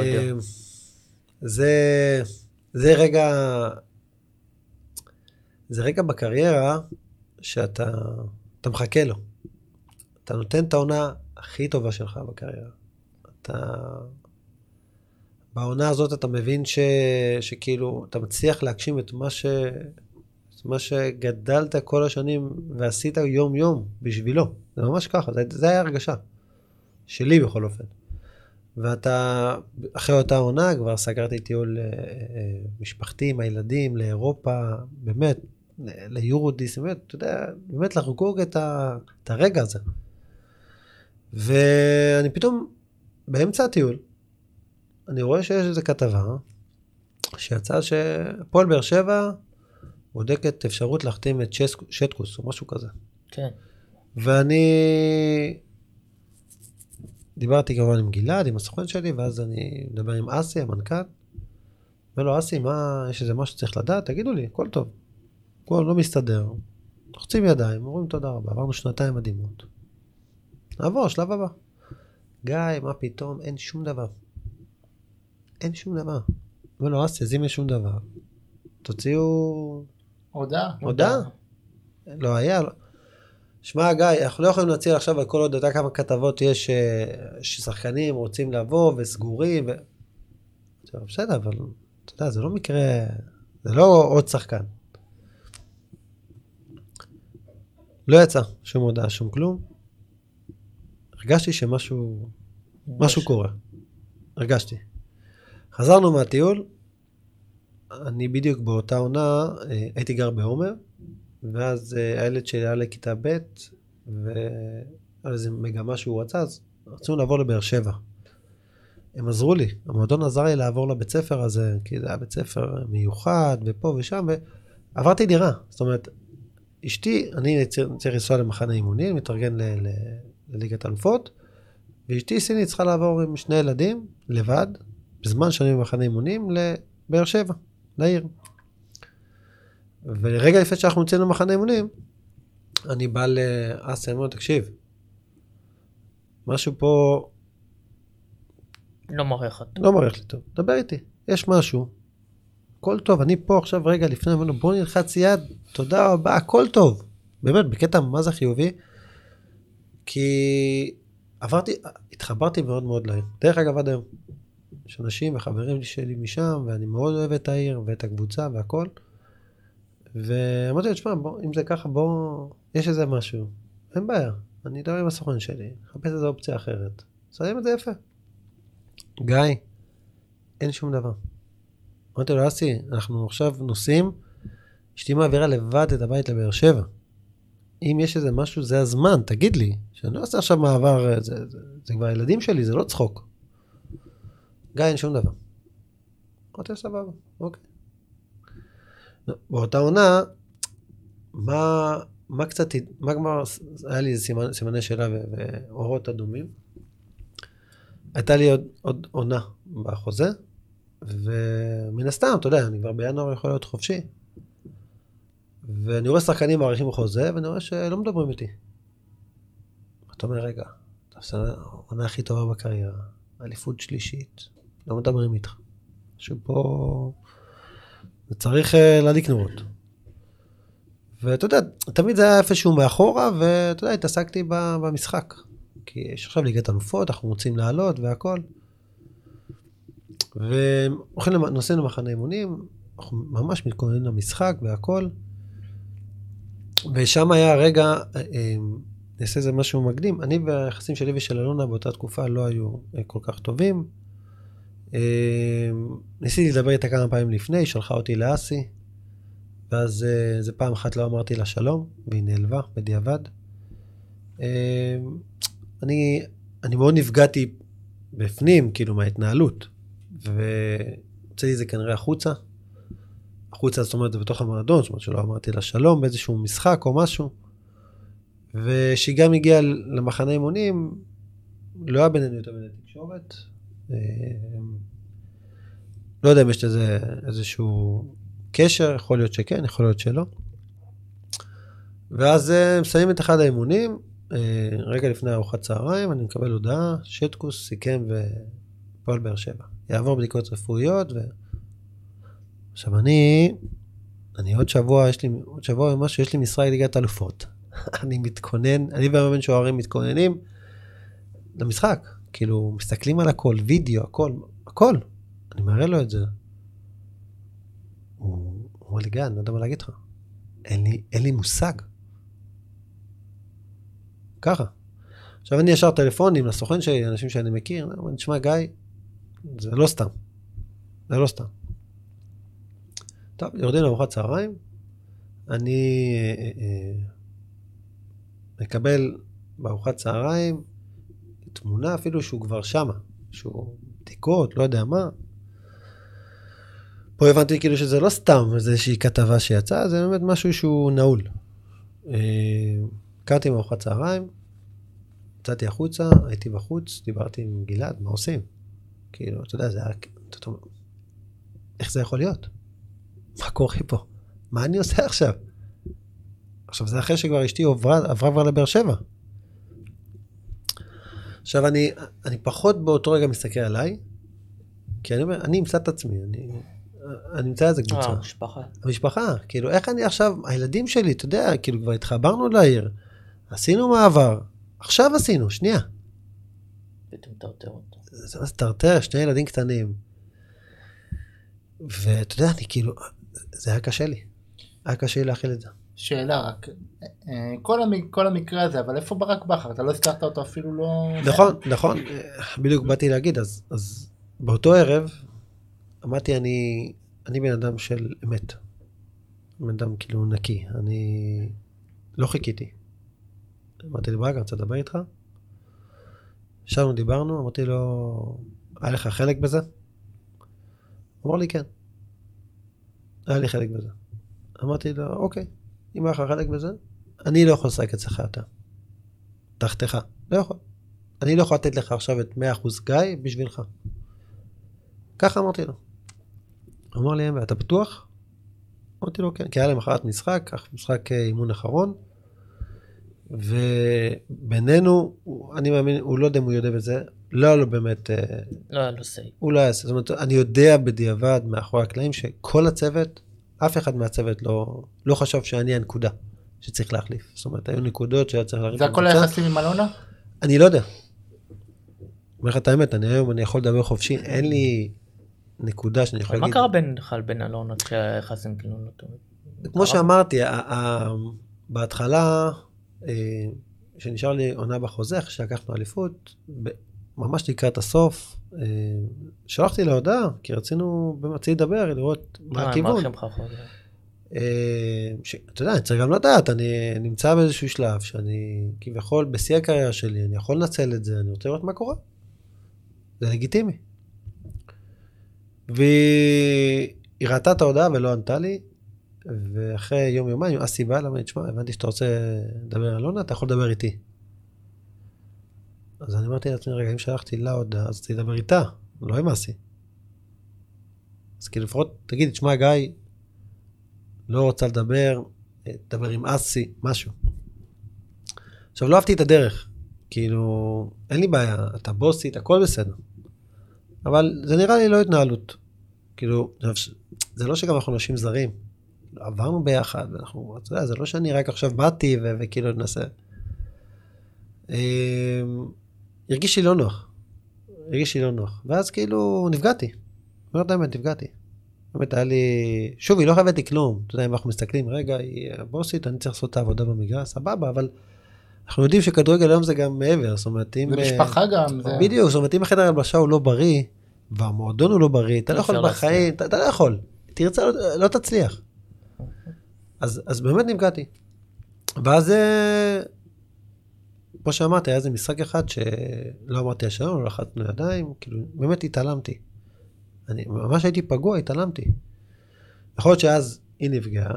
זה, זה רגע, זה רגע בקריירה, שאתה, אתה מחכה לו. אתה נותן את העונה הכי טובה שלך בקריירה. אתה, בעונה הזאת אתה מבין ש, שכאילו, אתה מצליח להגשים את מה ש... מה שגדלת כל השנים ועשית יום יום בשבילו. זה ממש ככה, זה, זה היה הרגשה. שלי בכל אופן. ואתה, אחרי אותה עונה, כבר סגרתי טיול אה, אה, משפחתי עם הילדים, לאירופה, באמת, ליורודיס, באמת, אתה יודע, באמת לחגוג את, ה, את הרגע הזה. ואני פתאום, באמצע הטיול, אני רואה שיש איזו כתבה, שיצא שפועל באר שבע, בודקת אפשרות להחתים את שטקוס או משהו כזה. כן. ואני דיברתי כמובן עם גלעד, עם הסוכן שלי, ואז אני מדבר עם אסי, המנכ"ל. אומר לו, אסי, מה, יש איזה משהו שצריך לדעת? תגידו לי, הכל טוב. הכל לא מסתדר. לוחצים ידיים, אומרים תודה רבה, עברנו שנתיים מדהימות. נעבור, שלב הבא. גיא, מה פתאום? אין שום דבר. אין שום דבר. אומר לו, אסי, אז אם יש שום דבר, תוציאו... הודעה. הודעה? לא היה, לא. שמע, גיא, אנחנו לא יכולים להציע עכשיו על כל עוד, אתה כמה כתבות יש ששחקנים רוצים לבוא וסגורים, ו... בסדר, אבל אתה יודע, זה לא מקרה, זה לא עוד שחקן. לא יצא שום הודעה, שום כלום. הרגשתי שמשהו, משהו קורה. הרגשתי. חזרנו מהטיול, אני בדיוק באותה עונה, הייתי גר בעומר, ואז הילד שלי היה לכיתה ב' והיה איזו מגמה שהוא רצה, אז רצינו לעבור לבאר שבע. הם עזרו לי, המועדון עזר לי לעבור לבית ספר הזה, כי זה היה בית ספר מיוחד, ופה ושם, ועברתי דירה. זאת אומרת, אשתי, אני צריך לנסוע למחנה אימונים, מתארגן לליגת אלופות, ואשתי סינית צריכה לעבור עם שני ילדים, לבד, בזמן שאני במחנה אימונים, לבאר שבע, לעיר. ולרגע לפני שאנחנו נמצאים למחנה אימונים, אני בא לאסי, אני אומר, תקשיב, משהו פה... לא מריח טוב. לא מריח לי טוב, דבר איתי, יש משהו, הכל טוב, אני פה עכשיו רגע לפני, אמרנו, בוא נלחץ יד, תודה רבה, הכל טוב. באמת, בקטע מה זה חיובי, כי עברתי, התחברתי מאוד מאוד לעיר. דרך אגב עד היום, יש אנשים וחברים שלי משם, ואני מאוד אוהב את העיר ואת הקבוצה והכל, ואמרתי לו, תשמע, אם זה ככה, בוא, יש איזה משהו, אין בעיה, אני אדבר עם הסוכן שלי, חפש איזו אופציה אחרת, סיים את זה יפה. גיא, אין שום דבר. אמרתי לו, אסי, אנחנו עכשיו נוסעים, אשתי מעבירה לבד את הבית לבאר שבע. אם יש איזה משהו, זה הזמן, תגיד לי, שאני לא עושה עכשיו מעבר, זה, זה, זה כבר הילדים שלי, זה לא צחוק. גיא, אין שום דבר. אמרתי לו, סבבה, אוקיי. באותה עונה, מה, מה קצת, מה כבר, היה לי סימני, סימני שאלה ואורות אדומים. הייתה לי עוד, עוד עונה בחוזה, ומן הסתם, אתה יודע, אני כבר בינואר יכול להיות חופשי. ואני רואה שחקנים מעריכים בחוזה, ואני רואה שלא מדברים איתי. אתה אומר, רגע, אתה עושה עונה הכי טובה בקריירה, אליפות שלישית, לא מדברים איתך. שפה... וצריך להדליק נורות. ואתה יודע, תמיד זה היה איפשהו מאחורה, ואתה יודע, התעסקתי במשחק. כי יש עכשיו ליגת אלופות, אנחנו רוצים לעלות והכל. ונוסעים למחנה אימונים, אנחנו ממש מתכוננים למשחק והכל. ושם היה רגע, נעשה איזה משהו מקדים, אני והיחסים שלי ושל אלונה באותה תקופה לא היו כל כך טובים. ניסיתי לדבר איתה כמה פעמים לפני, שלחה אותי לאסי, ואז זה פעם אחת לא אמרתי לה שלום, והיא נעלבה בדיעבד. אני, אני מאוד נפגעתי בפנים, כאילו מההתנהלות, והוצאתי זה כנראה החוצה, החוצה זאת אומרת זה בתוך המועדון, זאת אומרת שלא אמרתי לה שלום באיזשהו משחק או משהו, ושהיא גם הגיעה למחנה אימונים, לא היה בינינו יותר ביני תקשורת, לא יודע אם יש לזה איזשהו קשר, יכול להיות שכן, יכול להיות שלא. ואז מסיים את אחד האימונים, רגע לפני ארוחת צהריים, אני מקבל הודעה, שטקוס סיכם ופועל באר שבע. יעבור בדיקות רפואיות, ו... עכשיו אני, אני עוד שבוע, יש לי, עוד שבוע משהו, יש לי משחק ליגת אלופות. אני מתכונן, אני והמאמן שוערים מתכוננים למשחק. כאילו, מסתכלים על הכל, וידאו, הכל, הכל. אני מראה לו את זה. הוא אומר לי, גן, לא יודע מה להגיד לך. אין לי, אין לי מושג. ככה. עכשיו אני ישר טלפונים לסוכן שלי, אנשים שאני מכיר, אני נשמע גיא, זה לא סתם. זה לא סתם. טוב, יורדים לארוחת צהריים, אני אה, אה, מקבל בארוחת צהריים תמונה אפילו שהוא כבר שמה, שהוא בדיקות, לא יודע מה. פה הבנתי כאילו שזה לא סתם איזושהי כתבה שיצאה, זה באמת משהו שהוא נעול. קראתי מארוחת צהריים, יצאתי החוצה, הייתי בחוץ, דיברתי עם גלעד, מה עושים? כאילו, אתה יודע, זה היה, איך זה יכול להיות? מה קורה פה? מה אני עושה עכשיו? עכשיו, זה אחרי שכבר אשתי עברה, עברה כבר לבאר שבע. עכשיו, אני, אני פחות באותו רגע מסתכל עליי, כי אני אומר, אני אמצא את עצמי, אני, אני אמצא איזה קבוצה. המשפחה. המשפחה, כאילו, איך אני עכשיו, הילדים שלי, אתה יודע, כאילו, כבר התחברנו לעיר, עשינו מעבר, עכשיו עשינו, שנייה. פתאום תרתר אותו. זה מה זה תרתר, שני ילדים קטנים. ואתה יודע, אני כאילו, זה היה קשה לי. היה קשה לי להכיל את זה. שאלה רק, כל, המ... כל המקרה הזה, אבל איפה ברק בכר? אתה לא הזכרת אותו אפילו לא... נכון, נכון, בדיוק באתי להגיד, אז, אז באותו ערב, אמרתי, אני, אני בן אדם של אמת. בן אדם כאילו נקי, אני לא חיכיתי. אמרתי לי, ברק, אני רוצה לדבר איתך? ישבנו, דיברנו, אמרתי לו, היה לך חלק בזה? אמר לי, כן. היה לי חלק בזה. אמרתי לו, אוקיי, אם היה לך חלק בזה, אני לא יכול לשחק אצלך יותר. תחתך, לא יכול. אני לא יכול לתת לך עכשיו את מאה אחוז גיא בשבילך. ככה אמרתי לו. אמר לי, אתה בטוח? אמרתי לו, כן, כי היה למחרת משחק, משחק אימון אחרון, ובינינו, אני מאמין, הוא לא יודע אם הוא יודע בזה, לא היה לו באמת... לא היה לו סי. הוא לא היה סי. זאת אומרת, אני יודע בדיעבד, מאחורי הקלעים, שכל הצוות, אף אחד מהצוות לא, לא חשב שאני הנקודה שצריך להחליף. זאת אומרת, היו נקודות שהיה צריך להחליף. זה הכל היחסים עם אלונה? אני לא יודע. אומר לך את האמת, אני היום, אני יכול לדבר חופשי, אין לי נקודה שאני יכול להגיד. מה קרה בינך לבין אלונה כשהיחסים כאילו לא טובים? כמו שאמרתי, בהתחלה, שנשאר לי עונה בחוזה, אחרי שלקחנו אליפות, ממש לקראת הסוף, שלחתי לה הודעה, כי רצינו במציא לדבר, לראות מה הכיוון. מה לכם חחוז? אתה יודע, אני צריך גם לדעת, אני נמצא באיזשהו שלב, שאני כביכול בשיא הקריירה שלי, אני יכול לנצל את זה, אני רוצה לראות מה קורה. זה לגיטימי. והיא ראתה את ההודעה ולא ענתה לי, ואחרי יום יומיים, אסי בא, למה תשמע, הבנתי שאתה רוצה לדבר על אלונה, אתה יכול לדבר איתי. אז אני אמרתי לעצמי, רגע, אם שלחתי לה הודעה, אז צריך לדבר איתה, לא עם אסי. אז כאילו לפחות, תגיד, תשמע גיא, לא רוצה לדבר, תדבר עם אסי, משהו. עכשיו, לא אהבתי את הדרך, כאילו, אין לי בעיה, אתה בוסית, הכל בסדר. אבל זה נראה לי לא התנהלות. כאילו, זה לא שגם אנחנו אנשים זרים, עברנו ביחד, ואנחנו, אתה יודע, זה לא שאני רק עכשיו באתי ו- וכאילו ננסה. הרגיש לי לא נוח. הרגיש לי לא נוח. ואז כאילו נפגעתי. לא יודע, באמת, נפגעתי. באמת היה לי, שוב, היא לא חייבת לי כלום. אתה יודע, אם אנחנו מסתכלים, רגע, היא בוסית, אני צריך לעשות את העבודה במגרש, סבבה, אבל אנחנו יודעים שכדורגל היום זה גם מעבר, זאת אומרת, אם... זה משפחה גם. זה... בדיוק, זאת אומרת, אם החדר הלבשה הוא לא בריא, והמועדון הוא לא בריא, אתה לא יכול בחיים, אתה, אתה לא יכול. תרצה, לא, לא תצליח. אז, אז באמת נפגעתי. ואז, כמו שאמרתי, היה איזה משחק אחד שלא אמרתי השלום, לא לחצנו ידיים, כאילו, באמת התעלמתי. אני ממש הייתי פגוע, התעלמתי. יכול להיות שאז היא נפגעה,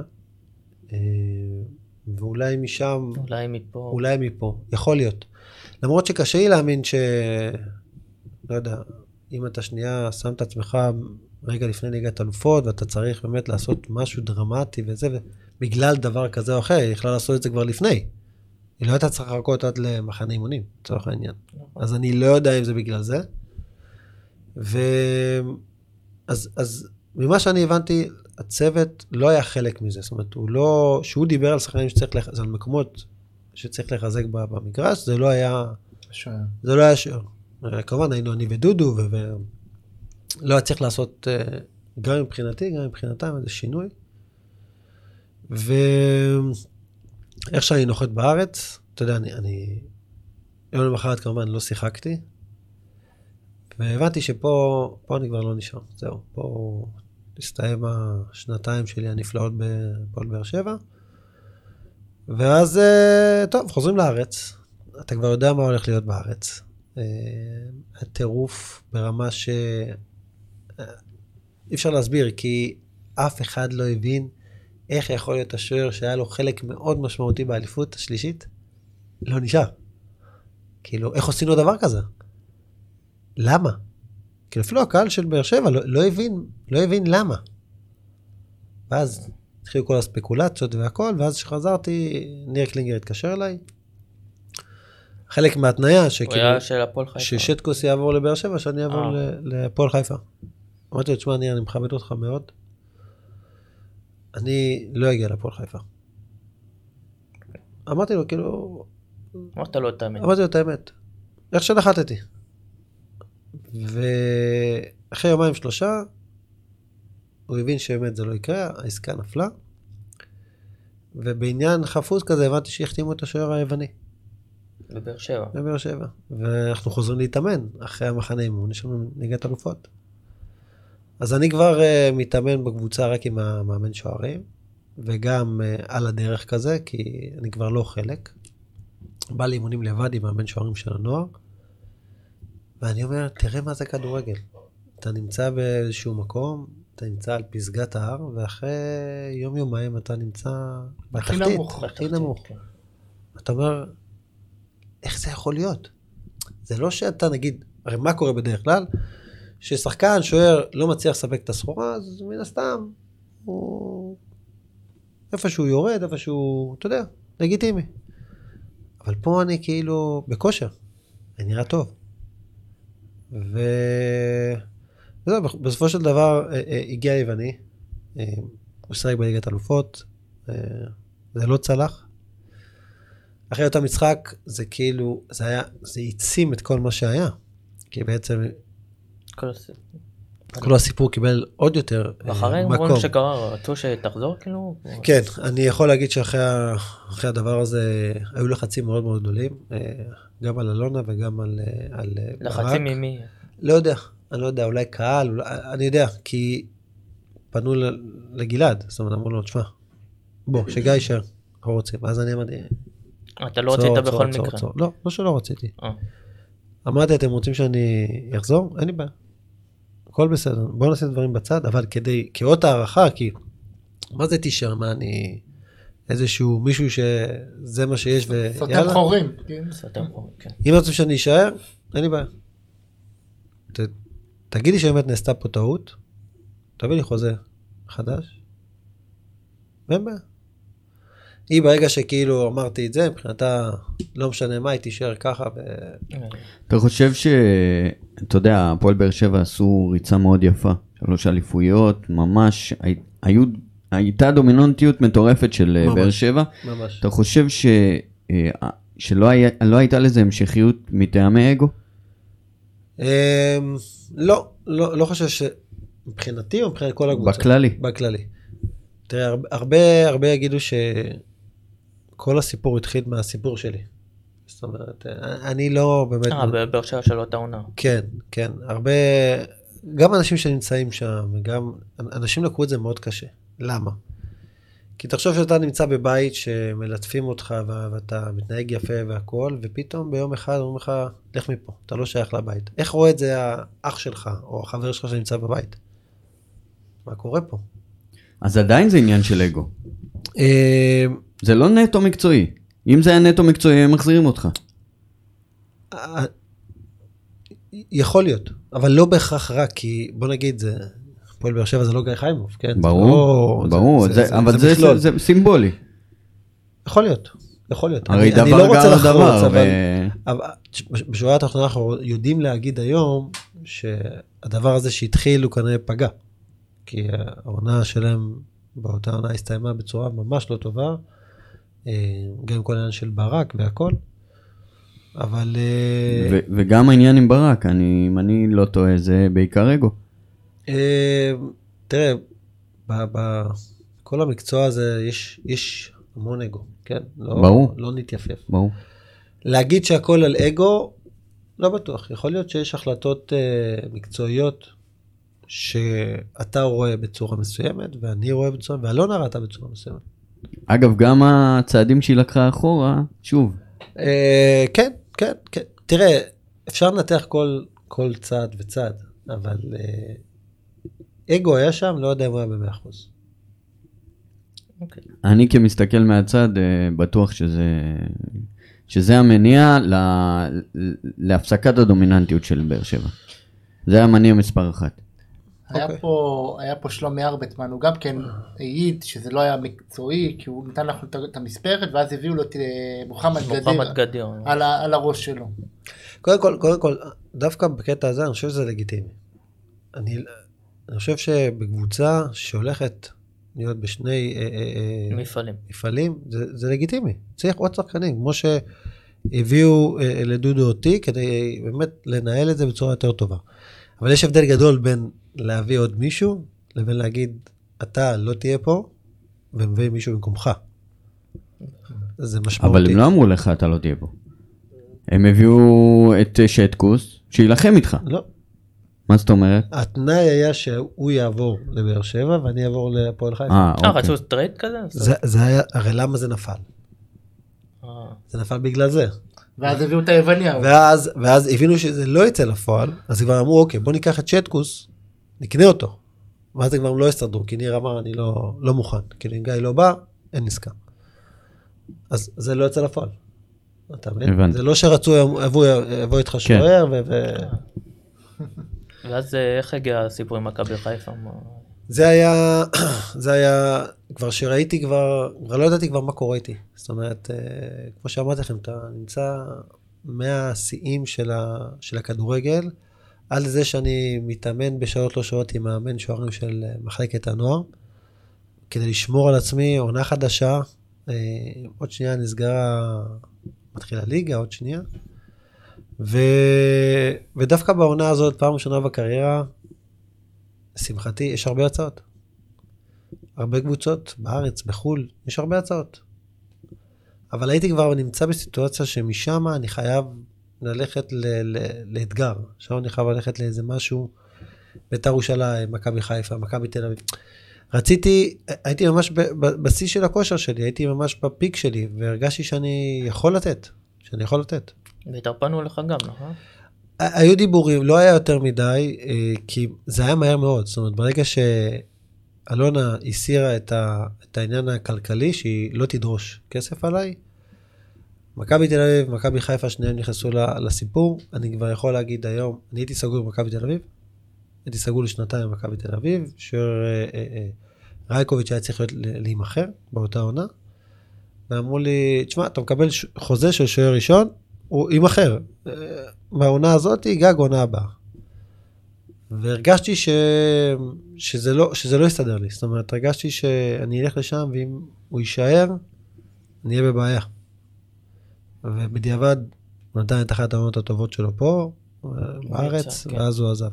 ואולי משם... אולי מפה. אולי מפה, יכול להיות. למרות שקשה לי להאמין ש... לא יודע, אם אתה שנייה שם את עצמך רגע לפני ליגת אלופות, ואתה צריך באמת לעשות משהו דרמטי וזה, ובגלל דבר כזה או אחר, היא יכלה לעשות את זה כבר לפני. היא לא הייתה צריכה לחכות עד למחנה אימונים, לצורך העניין. אז אני לא יודע אם זה בגלל זה. ו... אז, אז ממה שאני הבנתי, הצוות לא היה חלק מזה. זאת אומרת, הוא לא... שהוא דיבר על שחקנים שצריך לחזק, על מקומות שצריך לחזק במגרש, זה לא היה... שוער. זה לא היה שוער. כמובן, היינו אני ודודו, ולא היה צריך לעשות, גם מבחינתי, גם מבחינתם, איזה שינוי. ואיך שאני נוחת בארץ, אתה יודע, אני, אני, יום למחרת כמובן לא שיחקתי, והבנתי שפה, פה אני כבר לא נשאר, זהו, פה הסתיים השנתיים שלי הנפלאות בפועל באר שבע, ואז, טוב, חוזרים לארץ, אתה כבר יודע מה הולך להיות בארץ, הטירוף ברמה ש... אי אפשר להסביר, כי אף אחד לא הבין איך יכול להיות השוער שהיה לו חלק מאוד משמעותי באליפות השלישית, לא נשאר. כאילו, איך עושים לו דבר כזה? למה? כאילו, אפילו הקהל של באר שבע לא, לא הבין, לא הבין למה. ואז התחילו כל הספקולציות והכל, ואז שחזרתי, ניר קלינגר התקשר אליי, חלק מהתניה, שכאילו, ששטקוס יעבור לבאר שבע, שאני אעבור לפועל חיפה. אמרתי לו, תשמע, אני מכבד אותך מאוד, אני לא אגיע לפועל חיפה. אמרתי לו, כאילו... אמרת לו את האמת. אמרתי לו את האמת. איך שנחתתי. ואחרי יומיים שלושה, הוא הבין שבאמת זה לא יקרה, העסקה נפלה, ובעניין חפוז כזה, הבנתי שהחתימו את השוער היווני. בבאר שבע. בבאר שבע. ואנחנו חוזרים להתאמן, אחרי המחנה אימון, יש לנו ליגת אלופות. אז אני כבר uh, מתאמן בקבוצה רק עם המאמן שוערים, וגם uh, על הדרך כזה, כי אני כבר לא חלק. בא לאימונים לבד עם מאמן שוערים של הנוער, ואני אומר, תראה מה זה כדורגל. אתה נמצא באיזשהו מקום, אתה נמצא על פסגת ההר, ואחרי יום יומיים אתה נמצא בתחתית. הכי נמוך. הכי נמוך. אתה אומר, איך זה יכול להיות? זה לא שאתה נגיד, הרי מה קורה בדרך כלל? ששחקן, שוער, לא מצליח לספק את הסחורה, אז מן הסתם, הוא... איפה שהוא יורד, איפה שהוא, אתה יודע, לגיטימי. אבל פה אני כאילו בכושר, אני נראה טוב. ו... וזהו, בסופו של דבר, הגיע היווני, הוא שחק בליגת אלופות, זה לא צלח. אחרי אותו משחק, זה כאילו, זה היה, זה העצים את כל מה שהיה. כי בעצם... כל הסיפור. כל הסיפור קיבל עוד יותר מקום. ואחרי אומרים שקרה, רצו שתחזור כאילו? כן, אני יכול להגיד שאחרי הדבר הזה, היו לחצים מאוד מאוד גדולים, גם על אלונה וגם על ברק. לחצים ממי? לא יודע, אני לא יודע, אולי קהל, אני יודע, כי פנו לגלעד, זאת אומרת, אמרו לו, תשמע, בוא, שגיא יישאר, אנחנו רוצים. אז אני אמרתי... אתה לא רצית בכל מקרה? לא, לא שלא רציתי. אמרתי, אתם רוצים שאני אחזור? אין לי בעיה. הכל בסדר. בואו נעשה דברים בצד, אבל כדי, כאות הערכה, כי מה זה תישאר? מה אני... איזשהו מישהו שזה מה שיש ויאללה? סותם חורים. סותם חורים, כן. אם רוצים שאני אשאר, אין לי בעיה. תגידי שבאמת נעשתה פה טעות, תביא לי חוזה חדש, ואין בעיה. היא ברגע שכאילו אמרתי את זה, מבחינתה לא משנה מה, היא תישאר ככה. ו... אתה חושב ש... אתה יודע, הפועל באר שבע עשו ריצה מאוד יפה. שלוש אליפויות, ממש, הי, היו, הייתה דומיננטיות מטורפת של ממש, באר שבע. ממש. אתה חושב ש, שלא היה, לא הייתה לזה המשכיות מטעמי אגו? לא, לא, לא חושב ש... מבחינתי או מבחינת כל הקבוצה? בכללי. בכללי. תראה, הרבה, הרבה יגידו שכל הסיפור התחיל מהסיפור שלי. זאת אומרת, אני לא באמת... אה, בבאר שבע של אותה עונה. כן, כן. הרבה... גם אנשים שנמצאים שם, וגם... אנשים לקחו את זה מאוד קשה. למה? כי תחשוב שאתה נמצא בבית שמלטפים אותך, ואתה מתנהג יפה והכל, ופתאום ביום אחד אומרים לך, לך מפה, אתה לא שייך לבית. איך רואה את זה האח שלך, או החבר שלך שנמצא בבית? מה קורה פה? אז עדיין זה עניין של אגו. זה לא נטו מקצועי. אם זה היה נטו מקצועי, הם מחזירים אותך. יכול להיות, אבל לא בהכרח רק, כי בוא נגיד, זה... פועל באר שבע זה לא גיא חיימוב, כן? ברור, ברור, אבל זה סימבולי. יכול להיות, יכול להיות. הרי דבר גר דבר. בשורה התחתונה אנחנו יודעים להגיד היום, שהדבר הזה שהתחיל הוא כנראה פגע. כי העונה שלהם באותה עונה הסתיימה בצורה ממש לא טובה, גם כל העניין של ברק והכל, אבל... וגם העניין עם ברק, אם אני לא טועה, זה בעיקר אגו. תראה, בכל המקצוע הזה יש המון אגו, כן? ברור. לא נתייפף. ברור. להגיד שהכל על אגו, לא בטוח. יכול להיות שיש החלטות מקצועיות, שאתה רואה בצורה מסוימת, ואני רואה בצורה, ואלונה ראתה בצורה מסוימת. אגב, גם הצעדים שהיא לקחה אחורה, שוב. כן, כן, כן. תראה, אפשר לנתח כל צעד וצעד, אבל אגו היה שם, לא יודע מה היה במאה אחוז. אני כמסתכל מהצד, בטוח שזה, שזה המניע להפסקת הדומיננטיות של באר שבע. זה היה המניע מספר אחת. היה okay. פה, היה פה שלומי ארבטמן, הוא גם כן העיד שזה לא היה מקצועי, כי הוא נתן לך את המספרת, ואז הביאו לו את מוחמד גדיר, גדיר. על, על הראש שלו. קודם כל, קודם כל, דווקא בקטע הזה, אני חושב שזה לגיטימי. אני, אני חושב שבקבוצה שהולכת להיות בשני מפעלים, מפעלים זה, זה לגיטימי. צריך עוד שחקנים, כמו שהביאו לדודו אותי, כדי באמת לנהל את זה בצורה יותר טובה. אבל יש הבדל גדול בין להביא עוד מישהו, לבין להגיד, אתה לא תהיה פה, ומביא מישהו במקומך. זה משמעותי. אבל הם לא אמרו לך, אתה לא תהיה פה. הם הביאו את שטקוס, שילחם איתך. לא. מה זאת אומרת? התנאי היה שהוא יעבור לבאר שבע, ואני אעבור לפועל חיפה. אה, אוקיי. אה, רצו סטרייט כזה? זה, זה היה, הרי למה זה נפל? אה. זה נפל בגלל זה. ואז הביאו את היווניה. ואז, ואז הבינו שזה לא יצא לפועל, אז כבר אמרו, אוקיי, בוא ניקח את שטקוס, נקנה אותו. ואז כבר לא הסתדרו, כי ניר אמר, אני לא, לא מוכן. כאילו, אם גיא לא בא, אין נסקה. אז זה לא יצא לפועל. אתה מבין? זה לא שרצו, יבוא איתך שוער, ו... ואז איך הגיע הסיפור עם מכבי חיפה? זה היה, זה היה, כבר שראיתי כבר, כבר לא ידעתי כבר מה קורה איתי. זאת אומרת, כמו שאמרתי לכם, אתה נמצא מהשיאים של, ה, של הכדורגל, על זה שאני מתאמן בשעות לא שעות עם מאמן שוערים של מחלקת הנוער, כדי לשמור על עצמי, עונה חדשה, עוד שנייה נסגרה, מתחילה ליגה, עוד שנייה, ו... ודווקא בעונה הזאת, פעם ראשונה בקריירה, לשמחתי, יש הרבה הצעות. הרבה קבוצות, בארץ, בחול, יש הרבה הצעות. אבל הייתי כבר נמצא בסיטואציה שמשם אני חייב ללכת ל- ל- לאתגר. עכשיו אני חייב ללכת לאיזה משהו, בית"ר ירושלים, מכבי חיפה, מכבי תל אביב. רציתי, הייתי ממש בשיא של הכושר שלי, הייתי ממש בפיק שלי, והרגשתי שאני יכול לתת, שאני יכול לתת. והתרפנו לך גם, נכון? היו דיבורים, לא היה יותר מדי, כי זה היה מהר מאוד. זאת אומרת, ברגע שאלונה הסירה את, ה, את העניין הכלכלי, שהיא לא תדרוש כסף עליי, מכבי תל אביב, מכבי חיפה, שניהם נכנסו לסיפור. אני כבר יכול להגיד היום, אני הייתי סגור במכבי תל אביב, הייתי סגור לשנתיים במכבי תל אביב, שרייקוביץ' היה צריך להיות להימחר באותה עונה, ואמרו לי, תשמע, אתה מקבל חוזה של שוער ראשון, הוא יימחר. מהעונה הזאת היא גג עונה הבאה. והרגשתי ש... שזה לא, שזה לא יסתדר לי. זאת אומרת, הרגשתי שאני אלך לשם, ואם הוא יישאר, אני אהיה בבעיה. ובדיעבד, הוא נתן את אחת העונות הטובות שלו פה, בארץ, כן. ואז הוא עזב.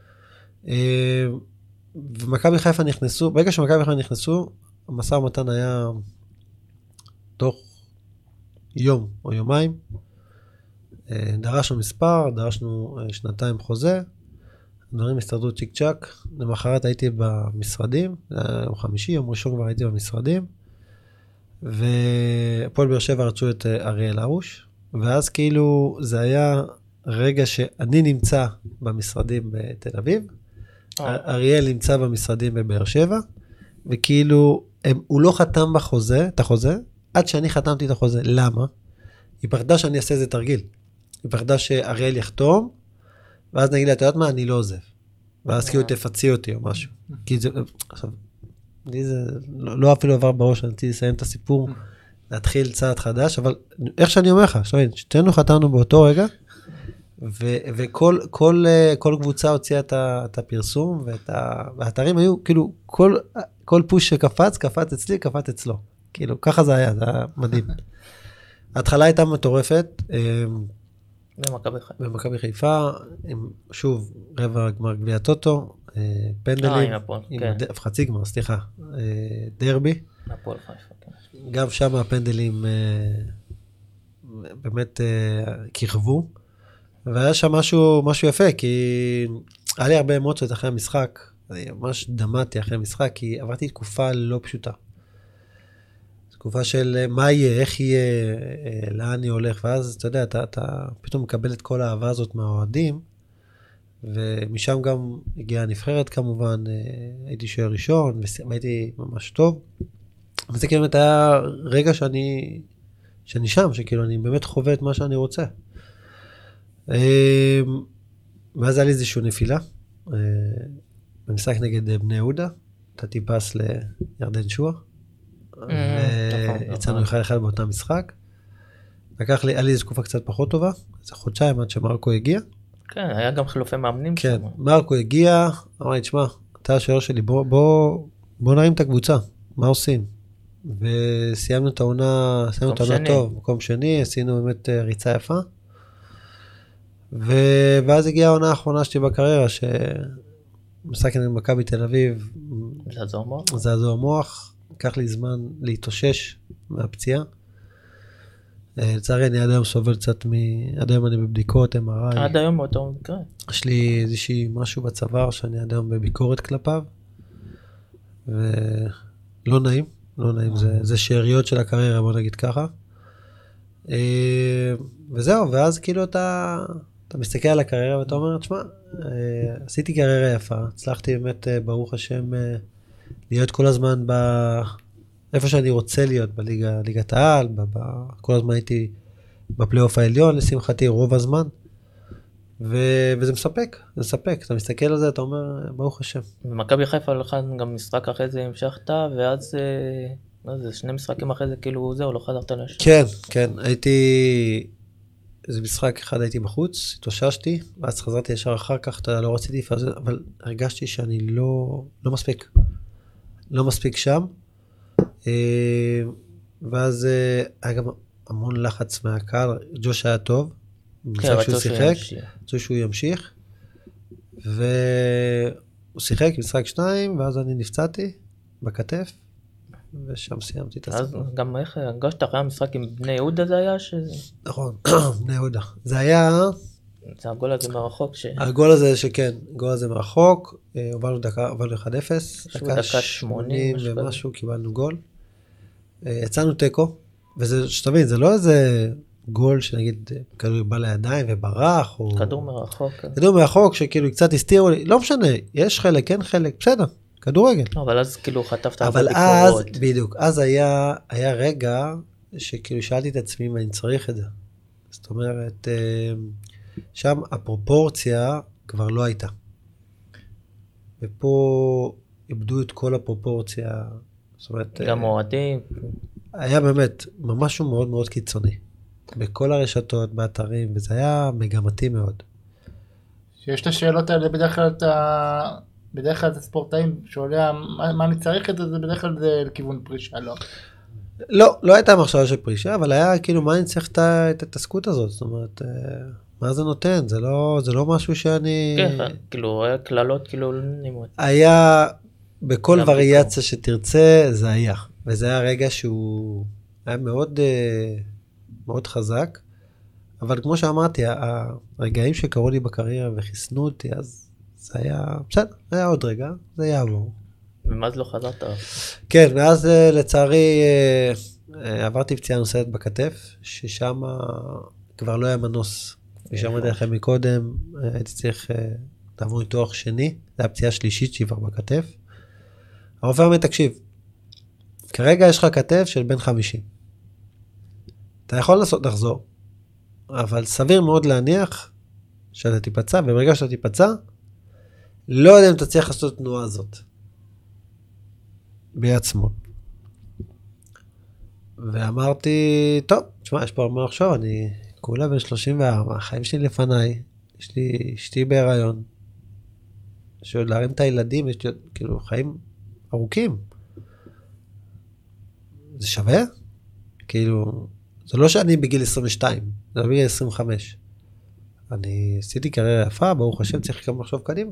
ומכבי חיפה נכנסו, ברגע שמכבי חיפה נכנסו, המשא ומתן היה תוך יום או יומיים. דרשנו מספר, דרשנו שנתיים חוזה, דברים הסתדרו צ'יק צ'ק. למחרת הייתי במשרדים, יום חמישי, יום ראשון כבר הייתי במשרדים, והפועל באר שבע רצו את אריאל הרוש, ואז כאילו זה היה רגע שאני נמצא במשרדים בתל אביב, אריאל נמצא במשרדים בבאר שבע, וכאילו הם, הוא לא חתם בחוזה, את החוזה, עד שאני חתמתי את החוזה. למה? היא פחדה שאני אעשה איזה תרגיל. היא פחדה שאריאל יחתום, ואז נגיד לה, אתה יודעת מה? אני לא עוזב. ואז כאילו תפצי אותי או משהו. כי זה, עכשיו, לי זה לא, לא אפילו עבר בראש, אני רציתי לסיים את הסיפור, להתחיל צעד חדש, אבל איך שאני אומר לך, שתבין, שתינו חתמנו באותו רגע, ו- וכל כל, כל קבוצה הוציאה את, ה- את הפרסום, ואת ה- והאתרים היו, כאילו, כל, כל פוש שקפץ, קפץ אצלי, קפץ אצלו. כאילו, ככה זה היה, זה היה מדהים. ההתחלה הייתה מטורפת, במכבי חיפה. במכבי חיפה, עם, שוב, רבע גמר גביע טוטו, פנדלים, אה, עם הפועל, כן. ד- חצי גמר, סליחה, דרבי. הפועל חיפה, כן. גם שם הפנדלים באמת כיכבו, והיה שם משהו, משהו יפה, כי היה לי הרבה אמוציות אחרי המשחק, אני ממש דמעתי אחרי המשחק, כי עברתי תקופה לא פשוטה. תקופה של מה יהיה, איך יהיה, לאן אני הולך, ואז אתה יודע, אתה, אתה פתאום מקבל את כל האהבה הזאת מהאוהדים, ומשם גם הגיעה הנבחרת כמובן, הייתי שוער ראשון, והייתי ממש טוב, וזה כאילו היה רגע שאני, שאני שם, שכאילו אני באמת חווה את מה שאני רוצה. ואז היה לי איזושהי נפילה, במשחק נגד בני יהודה, נתתי פס לירדן שועה, ויצאנו אחד אחד באותה משחק. לקח לי, היה לי איזו תקופה קצת פחות טובה, איזה חודשיים עד שמרקו הגיע. כן, היה גם חילופי מאמנים כן, שם. מרקו הגיע, אמר לי, תשמע, אתה השוער שלי, בוא, בוא, בוא נרים את הקבוצה, מה עושים? וסיימנו את העונה, סיימנו את העונה טוב, מקום שני, עשינו באמת ריצה יפה. ו- ואז הגיעה העונה האחרונה שלי בקריירה, שמשחק עם מכבי תל אביב, זעזוע מוח. זעזוע מוח, לקח לי זמן להתאושש מהפציעה. לצערי אני עד היום סובל קצת, מ... עד היום אני בבדיקות, אם אר איי. עד היום באותו מקרה. יש לי איזושהי משהו בצוואר שאני עד היום בביקורת כלפיו, ולא נעים, לא נעים, זה, זה שאריות של הקריירה, בוא נגיד ככה. וזהו, ואז כאילו אתה, אתה מסתכל על הקריירה ואתה אומר, תשמע, עשיתי קריירה יפה, הצלחתי באמת, ברוך השם, להיות כל הזמן ב... איפה שאני רוצה להיות, בליגה, ליגת העל, ב... ב... כל הזמן הייתי בפלייאוף העליון, לשמחתי, רוב הזמן, ו... וזה מספק, זה מספק, אתה מסתכל על זה, אתה אומר, ברוך השם. ומכבי חיפה לך גם משחק אחרי זה המשכת, ואז לא זה, שני משחקים אחרי זה, כאילו זהו, לא חזרת לשם. כן, כן, הייתי, איזה משחק אחד הייתי בחוץ, התאוששתי, ואז חזרתי ישר אחר כך, אתה לא רציתי, אבל הרגשתי שאני לא, לא מספיק, לא מספיק שם, ואז היה גם המון לחץ מהקהל, ג'וש היה טוב, במשחק שהוא שיחק, רצו שהוא ימשיך, והוא שיחק משחק שניים, ואז אני נפצעתי בכתף, ושם סיימתי את הסיפור. אז גם איך הרגשת אחרי המשחק עם בני יהודה זה היה? נכון, בני יהודה. זה היה... זה הגול הזה מרחוק ש... הגול הזה שכן, הגול הזה מרחוק, הובלנו דקה, הובלנו אחד אפס, דקה שמונים ומשהו, קיבלנו גול. יצאנו טקו, וזה, שתבין, זה לא איזה גול שנגיד, כדור בא לידיים וברח, או... כדור מרחוק. כדור מרחוק שכאילו קצת הסתירו לי, לא משנה, יש חלק, אין חלק, בסדר. כדורגל. אבל אז כאילו חטפת הרבה ביקורות. אבל אז, בדיוק, אז היה, היה רגע שכאילו שאלתי את עצמי אם אני צריך את זה. זאת אומרת, שם הפרופורציה כבר לא הייתה. ופה איבדו את כל הפרופורציה. זאת אומרת... גם אוהדים. היה באמת משהו מאוד מאוד קיצוני. בכל הרשתות, באתרים, וזה היה מגמתי מאוד. שיש את השאלות האלה, בדרך כלל אתה, בדרך כלל את הספורטאים שעולה, מה, מה אני צריך את זה, זה בדרך כלל זה לכיוון פרישה, לא? לא, לא הייתה מחשבה של פרישה, אבל היה כאילו, מה אני צריך את ההתעסקות הזאת? זאת אומרת, מה זה נותן? זה לא, זה לא משהו שאני... כן, כאילו, היה כללות, כאילו, נימות. היה, בכל וריאציה שתרצה, זה היה. וזה היה רגע שהוא היה מאוד, מאוד חזק. אבל כמו שאמרתי, הרגעים שקרו לי בקריירה וחיסנו אותי, אז זה היה, בסדר, זה היה עוד רגע, זה יעבור. ומאז לא חזרת? כן, ואז לצערי עברתי פציעה נוספת בכתף, ששם כבר לא היה מנוס. ושאמרתי לכם מקודם, הייתי צריך לעבור ניתוח שני, זה היה פציעה שלישית שהיא כבר בכתף. הרופא אומר, תקשיב, כרגע יש לך כתף של בן חמישים. אתה יכול לעשות לחזור, אבל סביר מאוד להניח שאתה תיפצע, וברגע שאתה תיפצע, לא יודע אם אתה צריך לעשות את התנועה הזאת. ביד שמאל. ואמרתי, טוב, תשמע, יש פה הרבה לחשוב, אני כולה בן שלושים וארבע, החיים שלי לפניי, יש לי אשתי בהיריון, שעוד להרים את הילדים, יש לי כאילו חיים ארוכים. זה שווה? כאילו, זה לא שאני בגיל עשרים ושתיים, זה בגיל עשרים וחמש. אני עשיתי קריירה יפה, ברוך השם, צריך גם לחשוב קדימה.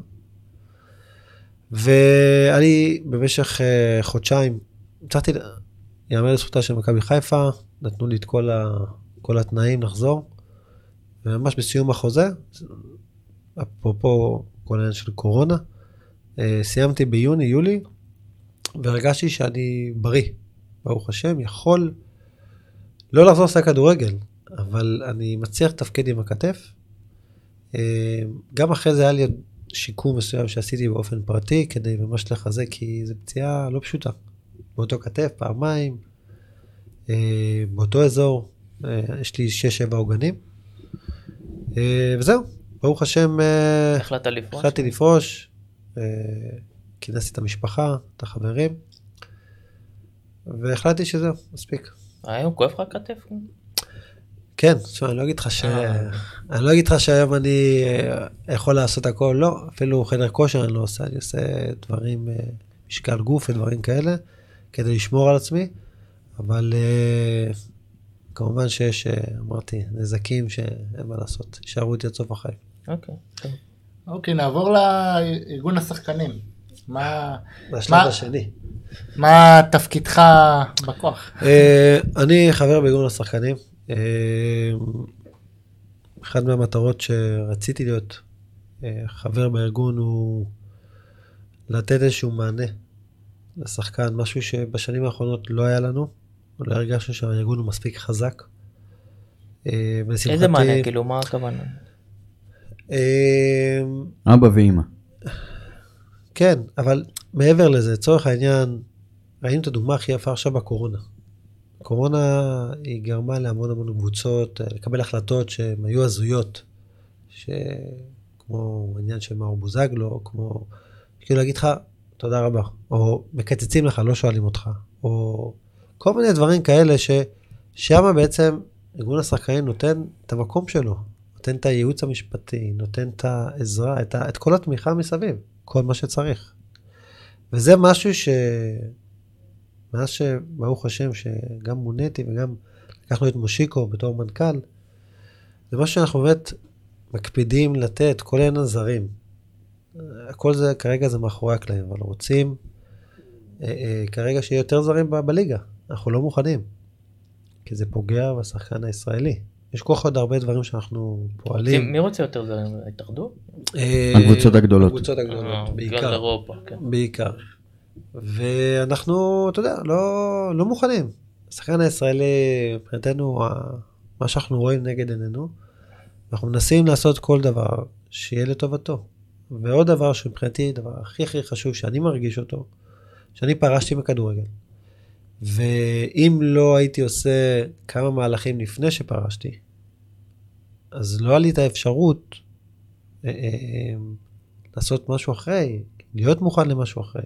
ואני במשך uh, חודשיים, הצלחתי, יאמר לזכותה של מכבי חיפה, נתנו לי את כל, ה, כל התנאים לחזור, וממש בסיום החוזה, אפרופו כל העניין של קורונה, uh, סיימתי ביוני, יולי, והרגשתי שאני בריא, ברוך השם, יכול לא לחזור לשחק כדורגל, אבל אני מצליח לתפקד עם הכתף. Uh, גם אחרי זה היה לי שיקום מסוים שעשיתי באופן פרטי, כדי ממש לחזק, כי זו פציעה לא פשוטה. באותו כתף, פעמיים, אה, באותו אזור, אה, יש לי שש שבע עוגנים, אה, וזהו, ברוך השם, אה, החלטת לפרוש? החלטתי לפרוש, אה, כינסתי את המשפחה, את החברים, והחלטתי שזהו, מספיק. היום כואב לך כתף? כן, תשמע, אני לא אגיד לך ש... אני לא אגיד לך שהיום אני יכול לעשות הכל, לא, אפילו חדר כושר אני לא עושה, אני עושה דברים, משקל גוף ודברים כאלה, כדי לשמור על עצמי, אבל כמובן שיש, אמרתי, נזקים שאין מה לעשות, יישארו איתי עד סוף החיים. אוקיי, טוב. אוקיי, נעבור לארגון השחקנים. מה... בשלב השני. מה תפקידך בכוח? אני חבר בארגון השחקנים. אחד מהמטרות שרציתי להיות חבר בארגון הוא לתת איזשהו מענה לשחקן, משהו שבשנים האחרונות לא היה לנו, לא הרגשנו שהארגון הוא מספיק חזק. איזה מענה? כאילו, מה הכוונה? אבא ואמא. כן, אבל מעבר לזה, צורך העניין, ראינו את הדוגמה הכי יפה עכשיו בקורונה. הקורונה היא גרמה להמון המון קבוצות, לקבל החלטות שהן היו הזויות, כמו העניין של מאור בוזגלו, כמו, כאילו להגיד לך, תודה רבה, או מקצצים לך, לא שואלים אותך, או כל מיני דברים כאלה, ששם בעצם ארגון השחקנים נותן את המקום שלו, נותן את הייעוץ המשפטי, נותן את העזרה, את, ה, את כל התמיכה מסביב, כל מה שצריך. וזה משהו ש... מאז שברוך השם שגם מוניתי וגם לקחנו את מושיקו בתור מנכ"ל, זה משהו שאנחנו באמת מקפידים לתת, כל העניין הזרים. הכל זה, כרגע זה מאחורי הקלעים, אבל רוצים אה, אה, כרגע שיהיה יותר זרים ב- בליגה. אנחנו לא מוכנים, כי זה פוגע בשחקן הישראלי. יש כל עוד הרבה דברים שאנחנו פועלים. מי רוצה יותר זרים? ההתאחדות? הקבוצות הגדולות. הקבוצות הגדולות, בעיקר. אירופה, כן. בעיקר. ואנחנו, אתה יודע, לא, לא מוכנים. השחקן הישראלי, מבחינתנו, מה שאנחנו רואים נגד עינינו, אנחנו מנסים לעשות כל דבר שיהיה לטובתו. ועוד דבר שמבחינתי, דבר הכי הכי חשוב שאני מרגיש אותו, שאני פרשתי מכדורגל. ואם לא הייתי עושה כמה מהלכים לפני שפרשתי, אז לא היה לי את האפשרות אה, אה, לעשות משהו אחרי, להיות מוכן למשהו אחרי.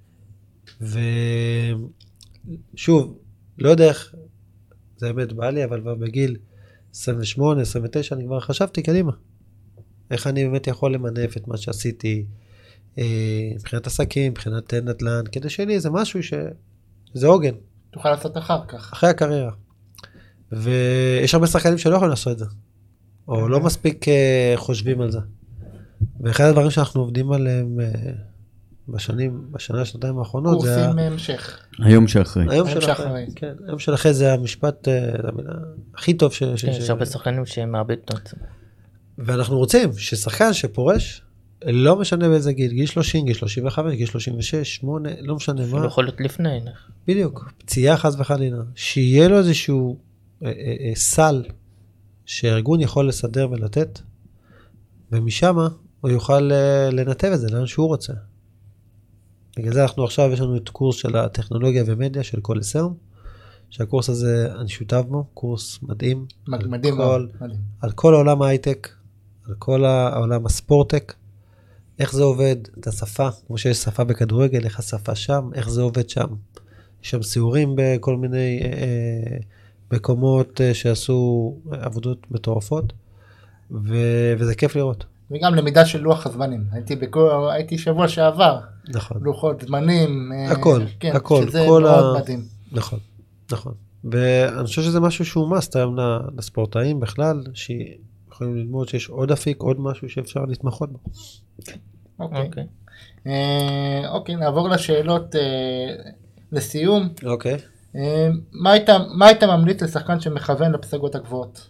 ושוב, לא יודע איך, זה באמת בא לי, אבל כבר בגיל עשרים ושמונה, עשרים ותשע, אני כבר חשבתי קדימה. איך אני באמת יכול למנף את מה שעשיתי, מבחינת עסקים, מבחינת נדל"ן, כדי שלי זה משהו שזה עוגן. תוכל לעשות אחר כך. אחרי הקריירה. ויש הרבה שחקנים שלא יכולים לעשות את זה, או לא מספיק חושבים על זה. ואחד הדברים שאנחנו עובדים עליהם בשנים, בשנה, שנתיים האחרונות, זה קורסים המשך. היום שאחרי. היום של אחרי. כן, היום של אחרי זה המשפט, זה המילה הכי טוב ש... יש הרבה שחקנים שמאבד את עצמם. ואנחנו רוצים ששחקן שפורש, לא משנה באיזה גיל, גיל שלושים, גיל שלושים וחמש, גיל שלושים ושש, שמונה, לא משנה מה. לא יכול להיות לפני. בדיוק, פציעה חס וחלילה. שיהיה לו איזשהו אה, אה, אה, סל שהארגון יכול לסדר ולתת, ומשם הוא יוכל אה, לנתב את זה לאן שהוא רוצה. בגלל זה אנחנו עכשיו, יש לנו את קורס של הטכנולוגיה ומדיה של קולסרם, שהקורס הזה אני שותף בו, קורס מדהים. מדהים. על כל, על כל העולם ההייטק, על כל העולם הספורטק, איך זה עובד, את השפה, כמו שיש שפה בכדורגל, איך השפה שם, איך זה עובד שם. יש שם סיורים בכל מיני אה, אה, מקומות אה, שעשו עבודות מטורפות, ו- וזה כיף לראות. וגם למידה של לוח הזמנים. הייתי, בכל, הייתי שבוע שעבר. נכון. לוחות זמנים. הכל, כן, הכל. שזה כל מאוד ה... מדהים. נכון, נכון. ואני חושב שזה משהו שהוא מאסט היום לספורטאים בכלל, שיכולים ללמוד שיש עוד אפיק, עוד משהו שאפשר להתמחות בו. אוקיי. אוקיי, נעבור לשאלות לסיום. אוקיי. מה היית ממליץ לשחקן שמכוון לפסגות הגבוהות?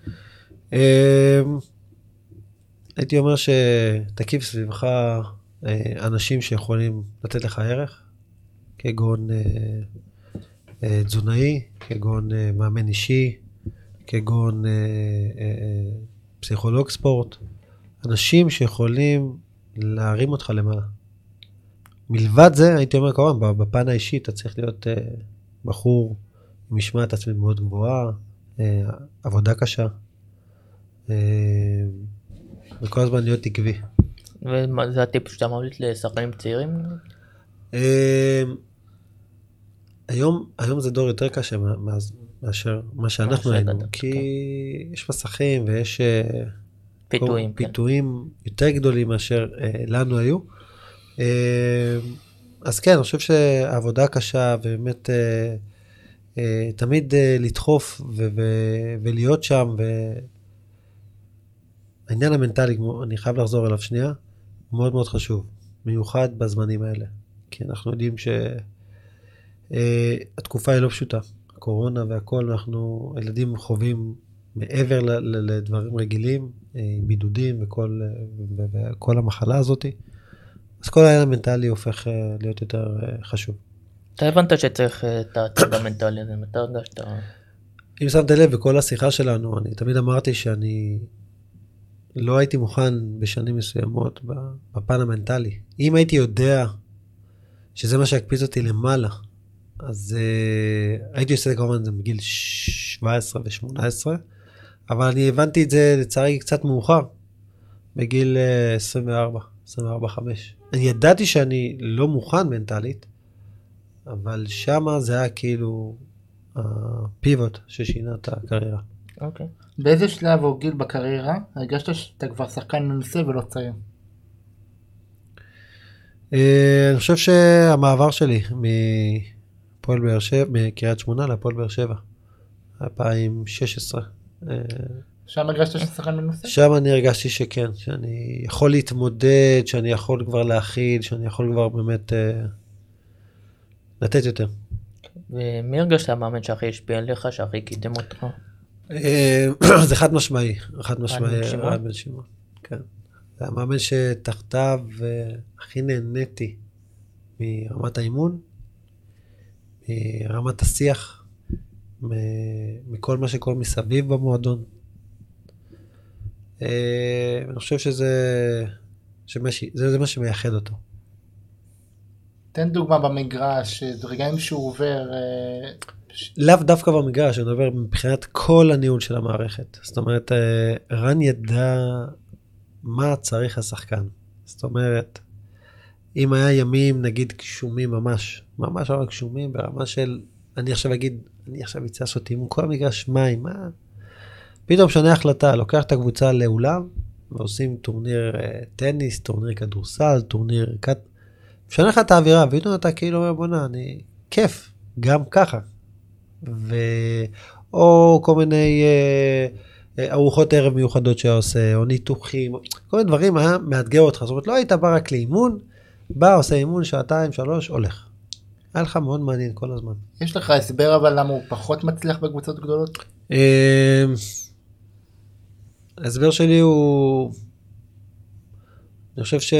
הייתי אומר שתקיף סביבך אנשים שיכולים לתת לך ערך, כגון תזונאי, כגון מאמן אישי, כגון פסיכולוג ספורט, אנשים שיכולים להרים אותך למעלה. מלבד זה, הייתי אומר כמובן, בפן האישי אתה צריך להיות בחור עם משמעת עצמית מאוד גבוהה, עבודה קשה, וכל הזמן להיות תקווי. ומה זה הטיפ שאתה ממליץ לשחקנים צעירים? היום, היום זה דור יותר קשה מאשר מה שאנחנו היינו, כי יש מסכים ויש פיתויים, פיתויים יותר גדולים מאשר לנו היו. אז כן, אני חושב שהעבודה קשה ובאמת תמיד לדחוף ולהיות שם, והעניין המנטלי, אני חייב לחזור אליו שנייה, הוא מאוד מאוד חשוב, מיוחד בזמנים האלה, כי אנחנו יודעים שהתקופה היא לא פשוטה, הקורונה והכל, אנחנו, הילדים חווים מעבר לדברים רגילים, בידודים וכל, וכל המחלה הזאת, אז כל העניין המנטלי הופך להיות יותר חשוב. אתה הבנת שצריך את הצד המנטלי הזה, מתי הרגשת? אם שמת לב בכל השיחה שלנו, אני תמיד אמרתי שאני לא הייתי מוכן בשנים מסוימות בפן המנטלי. אם הייתי יודע שזה מה שהקפיץ אותי למעלה, אז uh, הייתי עושה את זה כמובן זה בגיל שבע עשרה ו-שמונה עשרה, אבל אני הבנתי את זה לצערי קצת מאוחר, בגיל uh, עשרים וארבע, עשרים וארבע חמש. אני ידעתי שאני לא מוכן מנטלית, אבל שמה זה היה כאילו הפיבוט ששינה את הקריירה. אוקיי. באיזה שלב או גיל בקריירה הרגשת שאתה כבר שחקן מנוסה ולא צעיר? אני חושב שהמעבר שלי מפועל באר שבע, מקריית שמונה לפועל באר שבע, אלפיים ושש עשרה. שם הרגשת שאתה שחקן מנוסה? שם אני הרגשתי שכן, שאני יכול להתמודד, שאני יכול כבר להכיל, שאני יכול כבר באמת לתת יותר. ומי הרגשת המאמן שהכי השפיע עליך, שהכי קידם אותך? זה חד משמעי, חד משמעי, רן בן שמעון. כן. זה המאמן שתחתיו הכי נהניתי מרמת האימון, מרמת השיח, מכל מה שקורה מסביב במועדון. אני חושב שזה זה מה שמייחד אותו. תן דוגמה במגרש, רגעים שהוא עובר... לאו דווקא במגרש, אני מדבר מבחינת כל הניהול של המערכת. זאת אומרת, רן ידע מה צריך השחקן. זאת אומרת, אם היה ימים, נגיד, קשומים ממש, ממש רק קשומים, ברמה של, אני עכשיו אגיד, אני עכשיו יצא לעשות אימון, כל המגרש מים, מה? פתאום שנה החלטה, לוקח את הקבוצה לאולם, ועושים טורניר טניס, טורניר כדורסל, טורניר קט... משנה לך את האווירה, ואיתו אתה כאילו אומר, בונה, אני... כיף, גם ככה. ו... או כל מיני אה, ארוחות ערב מיוחדות שעושה, או ניתוחים, כל מיני דברים, היה מאתגר אותך. זאת אומרת, לא היית בא רק לאימון, בא, עושה אימון, שעתיים, שלוש, הולך. היה לך מאוד מעניין כל הזמן. יש לך הסבר אבל למה הוא פחות מצליח בקבוצות גדולות? ההסבר שלי הוא, אני חושב שאין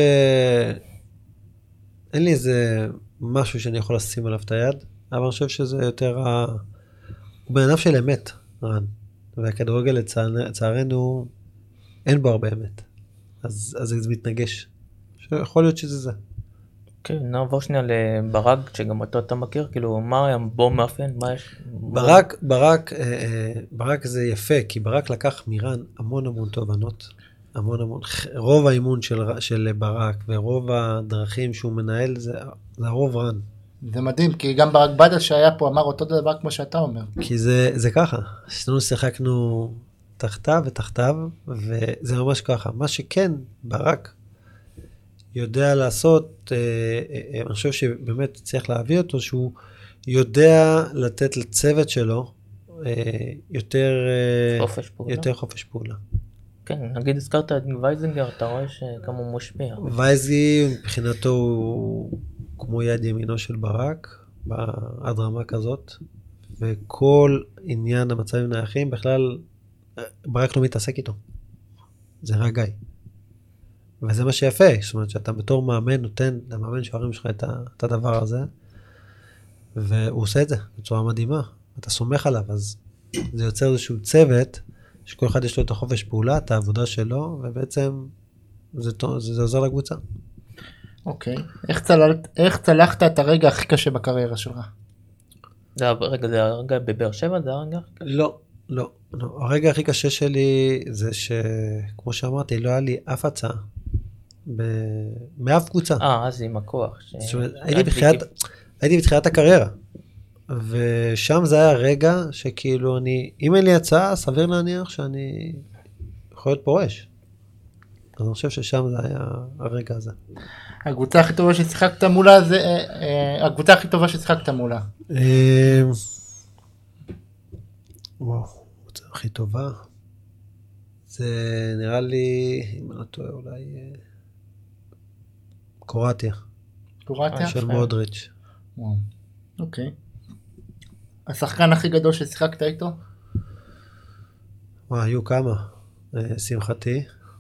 לי איזה משהו שאני יכול לשים עליו את היד, אבל אני חושב שזה יותר, הוא בן אדם של אמת, רן, והכדורגל לצערנו אין בו הרבה אמת, אז זה מתנגש, יכול להיות שזה זה. כן, נעבור שנייה לברק, שגם אותו אתה מכיר, כאילו, מה היה בו מאפיין? מה יש? ברק, ברק, ברק זה יפה, כי ברק לקח מירן המון המון תובנות, המון המון, רוב האימון של, של ברק, ורוב הדרכים שהוא מנהל, זה, זה הרוב רן. זה מדהים, כי גם ברק בדל שהיה פה, אמר אותו דבר כמו שאתה אומר. כי זה, זה ככה, שנינו שיחקנו תחתיו ותחתיו, וזה ממש ככה. מה שכן, ברק, יודע לעשות, אה, אני חושב שבאמת צריך להביא אותו, שהוא יודע לתת לצוות שלו אה, יותר, חופש פעולה. יותר חופש פעולה. כן, נגיד הזכרת את וייזינגר, אתה רואה שכמה הוא משפיע. וייזי מבחינתו הוא כמו יד ימינו של ברק, עד רמה כזאת, וכל עניין המצבים נייחים, בכלל ברק לא מתעסק איתו. זה רק גיא. וזה מה שיפה, זאת אומרת שאתה בתור מאמן נותן למאמן שוערים שלך את, ה, את הדבר הזה, והוא עושה את זה בצורה מדהימה, אתה סומך עליו, אז זה יוצר איזשהו צוות, שכל אחד יש לו את החופש פעולה, את העבודה שלו, ובעצם זה, זה, זה עוזר לקבוצה. אוקיי, איך, צללת, איך צלחת את הרגע הכי קשה בקריירה שלך? זה הרגע, זה הרגע בבאר שבע, זה הרגע הכי קשה? לא, לא, לא, הרגע הכי קשה שלי זה שכמו שאמרתי, לא היה לי אף הצעה. מאף קבוצה. אה, אז עם הכוח. הייתי בתחילת הקריירה, ושם זה היה רגע שכאילו אני, אם אין לי הצעה, סביר להניח שאני יכול להיות פורש. אז אני חושב ששם זה היה הרגע הזה. הקבוצה הכי טובה ששיחקת מולה זה, הקבוצה הכי טובה ששיחקת מולה. וואו, הקבוצה הכי טובה. זה נראה לי, אם אני לא טועה, אולי קרואטיה. קרואטיה? של מודריץ'. וואו, אוקיי. השחקן הכי גדול ששיחקת איתו? וואו, היו כמה, שמחתי.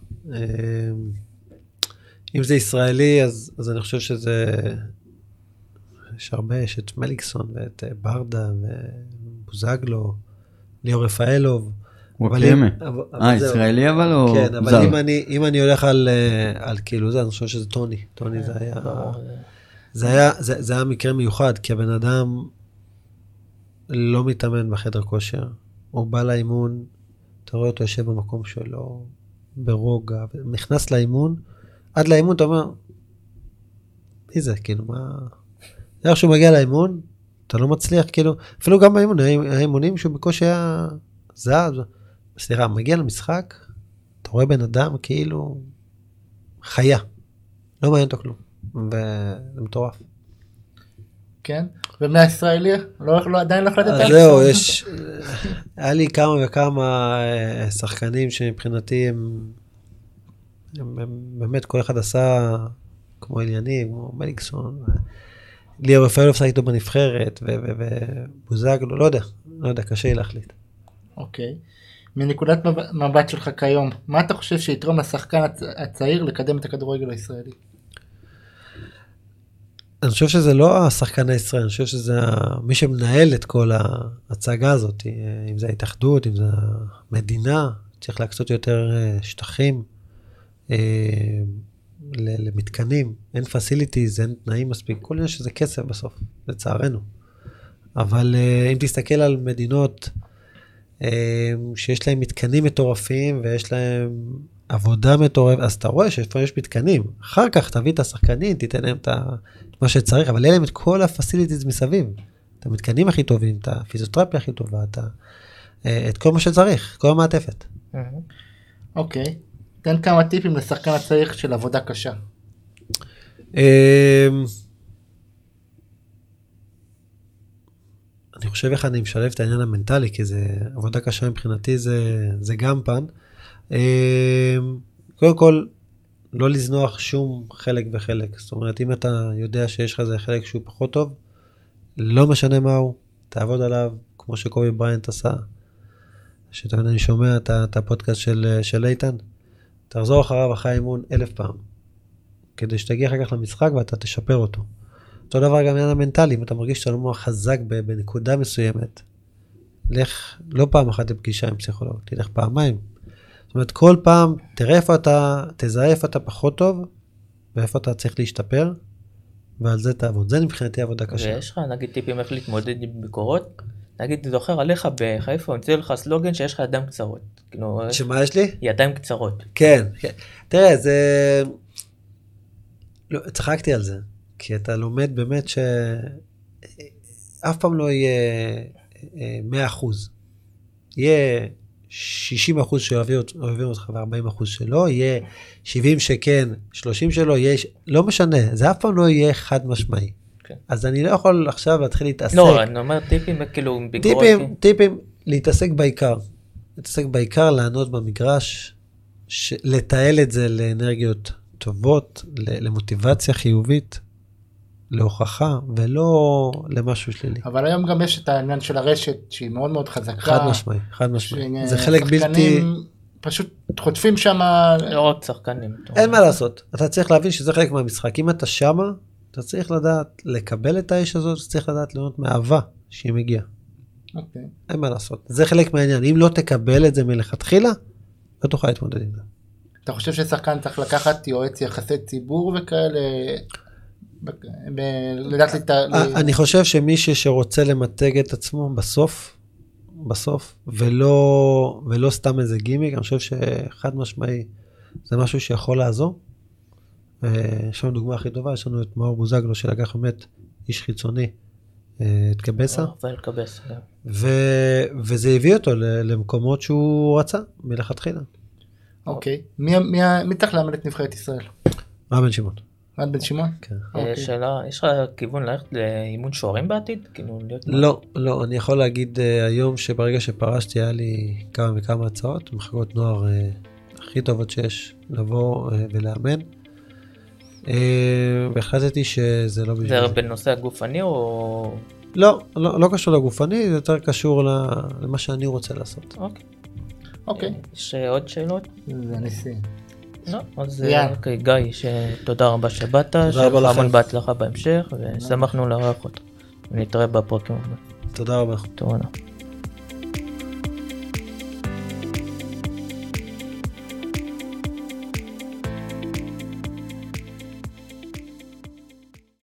אם זה ישראלי, אז, אז אני חושב שזה, יש הרבה, יש את מליקסון ואת ברדה ובוזגלו, ליאור רפאלוב. וואקמה. אה, ישראלי אבל או זר? כן, אבל אם אני, אם אני הולך על, על כאילו זה, אני חושב שזה טוני. טוני זה היה, זה היה, זה, זה היה מקרה מיוחד, כי הבן אדם לא מתאמן בחדר כושר. הוא בא לאימון, אתה רואה אותו יושב במקום שלו, ברוגע, נכנס לאימון, עד לאימון אתה אומר, מי זה, כאילו, מה... איך שהוא מגיע לאימון, אתה לא מצליח, כאילו, אפילו גם באימון, האימונים שהוא בקושי היה זז, סליחה, מגיע למשחק, אתה רואה בן אדם כאילו חיה, לא מעניין אותו כלום, וזה מטורף. כן, ומהישראלי, לא, לא, עדיין לא החלטת את זהו, יש, היה לי כמה וכמה שחקנים שמבחינתי הם, הם, הם באמת כל אחד עשה כמו עניינים, כמו מליקסון, ליאור רפאלוב עשה איתו בנבחרת, ובוזגלו, לא יודע, לא יודע, קשה לי להחליט. אוקיי, מנקודת מבט שלך כיום, מה אתה חושב שיתרום לשחקן הצעיר לקדם את הכדורגל הישראלי? אני חושב שזה לא השחקן הישראלי, אני חושב שזה מי שמנהל את כל ההצגה הזאת, אם זה ההתאחדות, אם זה המדינה, צריך להקצות יותר שטחים למתקנים, אין פסיליטיז, אין תנאים מספיק, כל עניין שזה כסף בסוף, לצערנו. אבל אם תסתכל על מדינות שיש להם מתקנים מטורפים ויש להם עבודה מטורפת, אז אתה רואה שאיפה יש מתקנים. אחר כך תביא את השחקנים, תיתן להם את מה שצריך, אבל אין להם את כל הפסיליטיז מסביב. את המתקנים הכי טובים, את הפיזיותרפיה הכי טובה, את כל מה שצריך, כל המעטפת. אוקיי. תן כמה טיפים לשחקן הצעיר של עבודה קשה. אני חושב איך אני משלב את העניין המנטלי, כי זה עבודה קשה מבחינתי, זה, זה גם פן. קודם כל, לא לזנוח שום חלק וחלק. זאת אומרת, אם אתה יודע שיש לך איזה חלק שהוא פחות טוב, לא משנה מהו, תעבוד עליו, כמו שקובי בריינט עשה. שאתה יודע, אני שומע את, את הפודקאסט של, של איתן, תחזור אחריו אחרי האימון אלף פעם, כדי שתגיע אחר כך למשחק ואתה תשפר אותו. אותו דבר גם עניין המנטלי, אם אתה מרגיש שאתה לא מאוד חזק בנקודה מסוימת, לך לא פעם אחת לפגישה עם פסיכולוג, תלך פעמיים. זאת אומרת, כל פעם תראה איפה אתה, תזהה איפה אתה פחות טוב, ואיפה אתה צריך להשתפר, ועל זה תעבוד. זה מבחינתי עבודה קשה. ויש לך, נגיד, טיפים איך להתמודד עם ביקורות? נגיד, זוכר עליך בחיפה, הוא המציא לך סלוגן שיש לך ידיים קצרות. כאילו, שמה יש לי? ידיים קצרות. כן, כן. תראה, זה... לא, צחקתי על זה, כי אתה לומד באמת שאף פעם לא יהיה מאה אחוז. יהיה שישים אחוז שאוהבים אותך ו-ארבעים אחוז שלא, יהיה שבעים שכן, שלושים שלא, יהיה... לא משנה, זה אף פעם לא יהיה חד משמעי. כן. אז אני לא יכול עכשיו להתחיל להתעסק. לא, אני אומר טיפים כאילו ביקורות. טיפים, טיפים, להתעסק בעיקר. להתעסק בעיקר, לענות במגרש, ש... לתעל את זה לאנרגיות טובות, למוטיבציה חיובית, להוכחה, ולא למשהו שלילי. אבל היום גם יש את העניין של הרשת, שהיא מאוד מאוד חזקה. חד משמעי, חד משמעי. זה חלק בלתי... פשוט חוטפים שם... לא רק שחקנים. אין מה לעשות. אתה צריך להבין שזה חלק מהמשחק. אם אתה שמה, אתה צריך לדעת לקבל את האש הזאת, אתה צריך לדעת ליהנות מאהבה שהיא מגיעה. אוקיי. אין מה לעשות. זה חלק מהעניין. אם לא תקבל את זה מלכתחילה, לא תוכל להתמודד עם זה. אתה חושב ששחקן צריך לקחת יועץ יחסי ציבור וכאלה, לדעת לי... אני חושב שמישהו שרוצה למתג את עצמו בסוף, בסוף, ולא, ולא סתם איזה גימיק, אני חושב שחד משמעי זה משהו שיכול לעזור. יש לנו דוגמה הכי טובה, יש לנו את מאור בוזגלו שלקח באמת איש חיצוני, את קבסה. וזה הביא אותו למקומות שהוא רצה מלכתחילה. אוקיי. מי צריך לאמן את נבחרת ישראל? רן בן שמעון. רן בן שמעון? כן. שאלה, יש לך כיוון ללכת לאימון שוערים בעתיד? לא, לא. אני יכול להגיד היום שברגע שפרשתי היה לי כמה וכמה הצעות, מחלקות נוער הכי טובות שיש לבוא ולאמן. והחלטתי שזה לא בשביל זה. זה בנושא הגופני או... לא, לא קשור לגופני, זה יותר קשור למה שאני רוצה לעשות. אוקיי. אוקיי. יש עוד שאלות? זה ניסי. לא, אז אוקיי, גיא, תודה רבה שבאת, תודה רבה לכם. שהמון בהצלחה בהמשך, ושמחנו לארח אותו. ונתראה בפרקים הבאים. תודה רבה. תודה.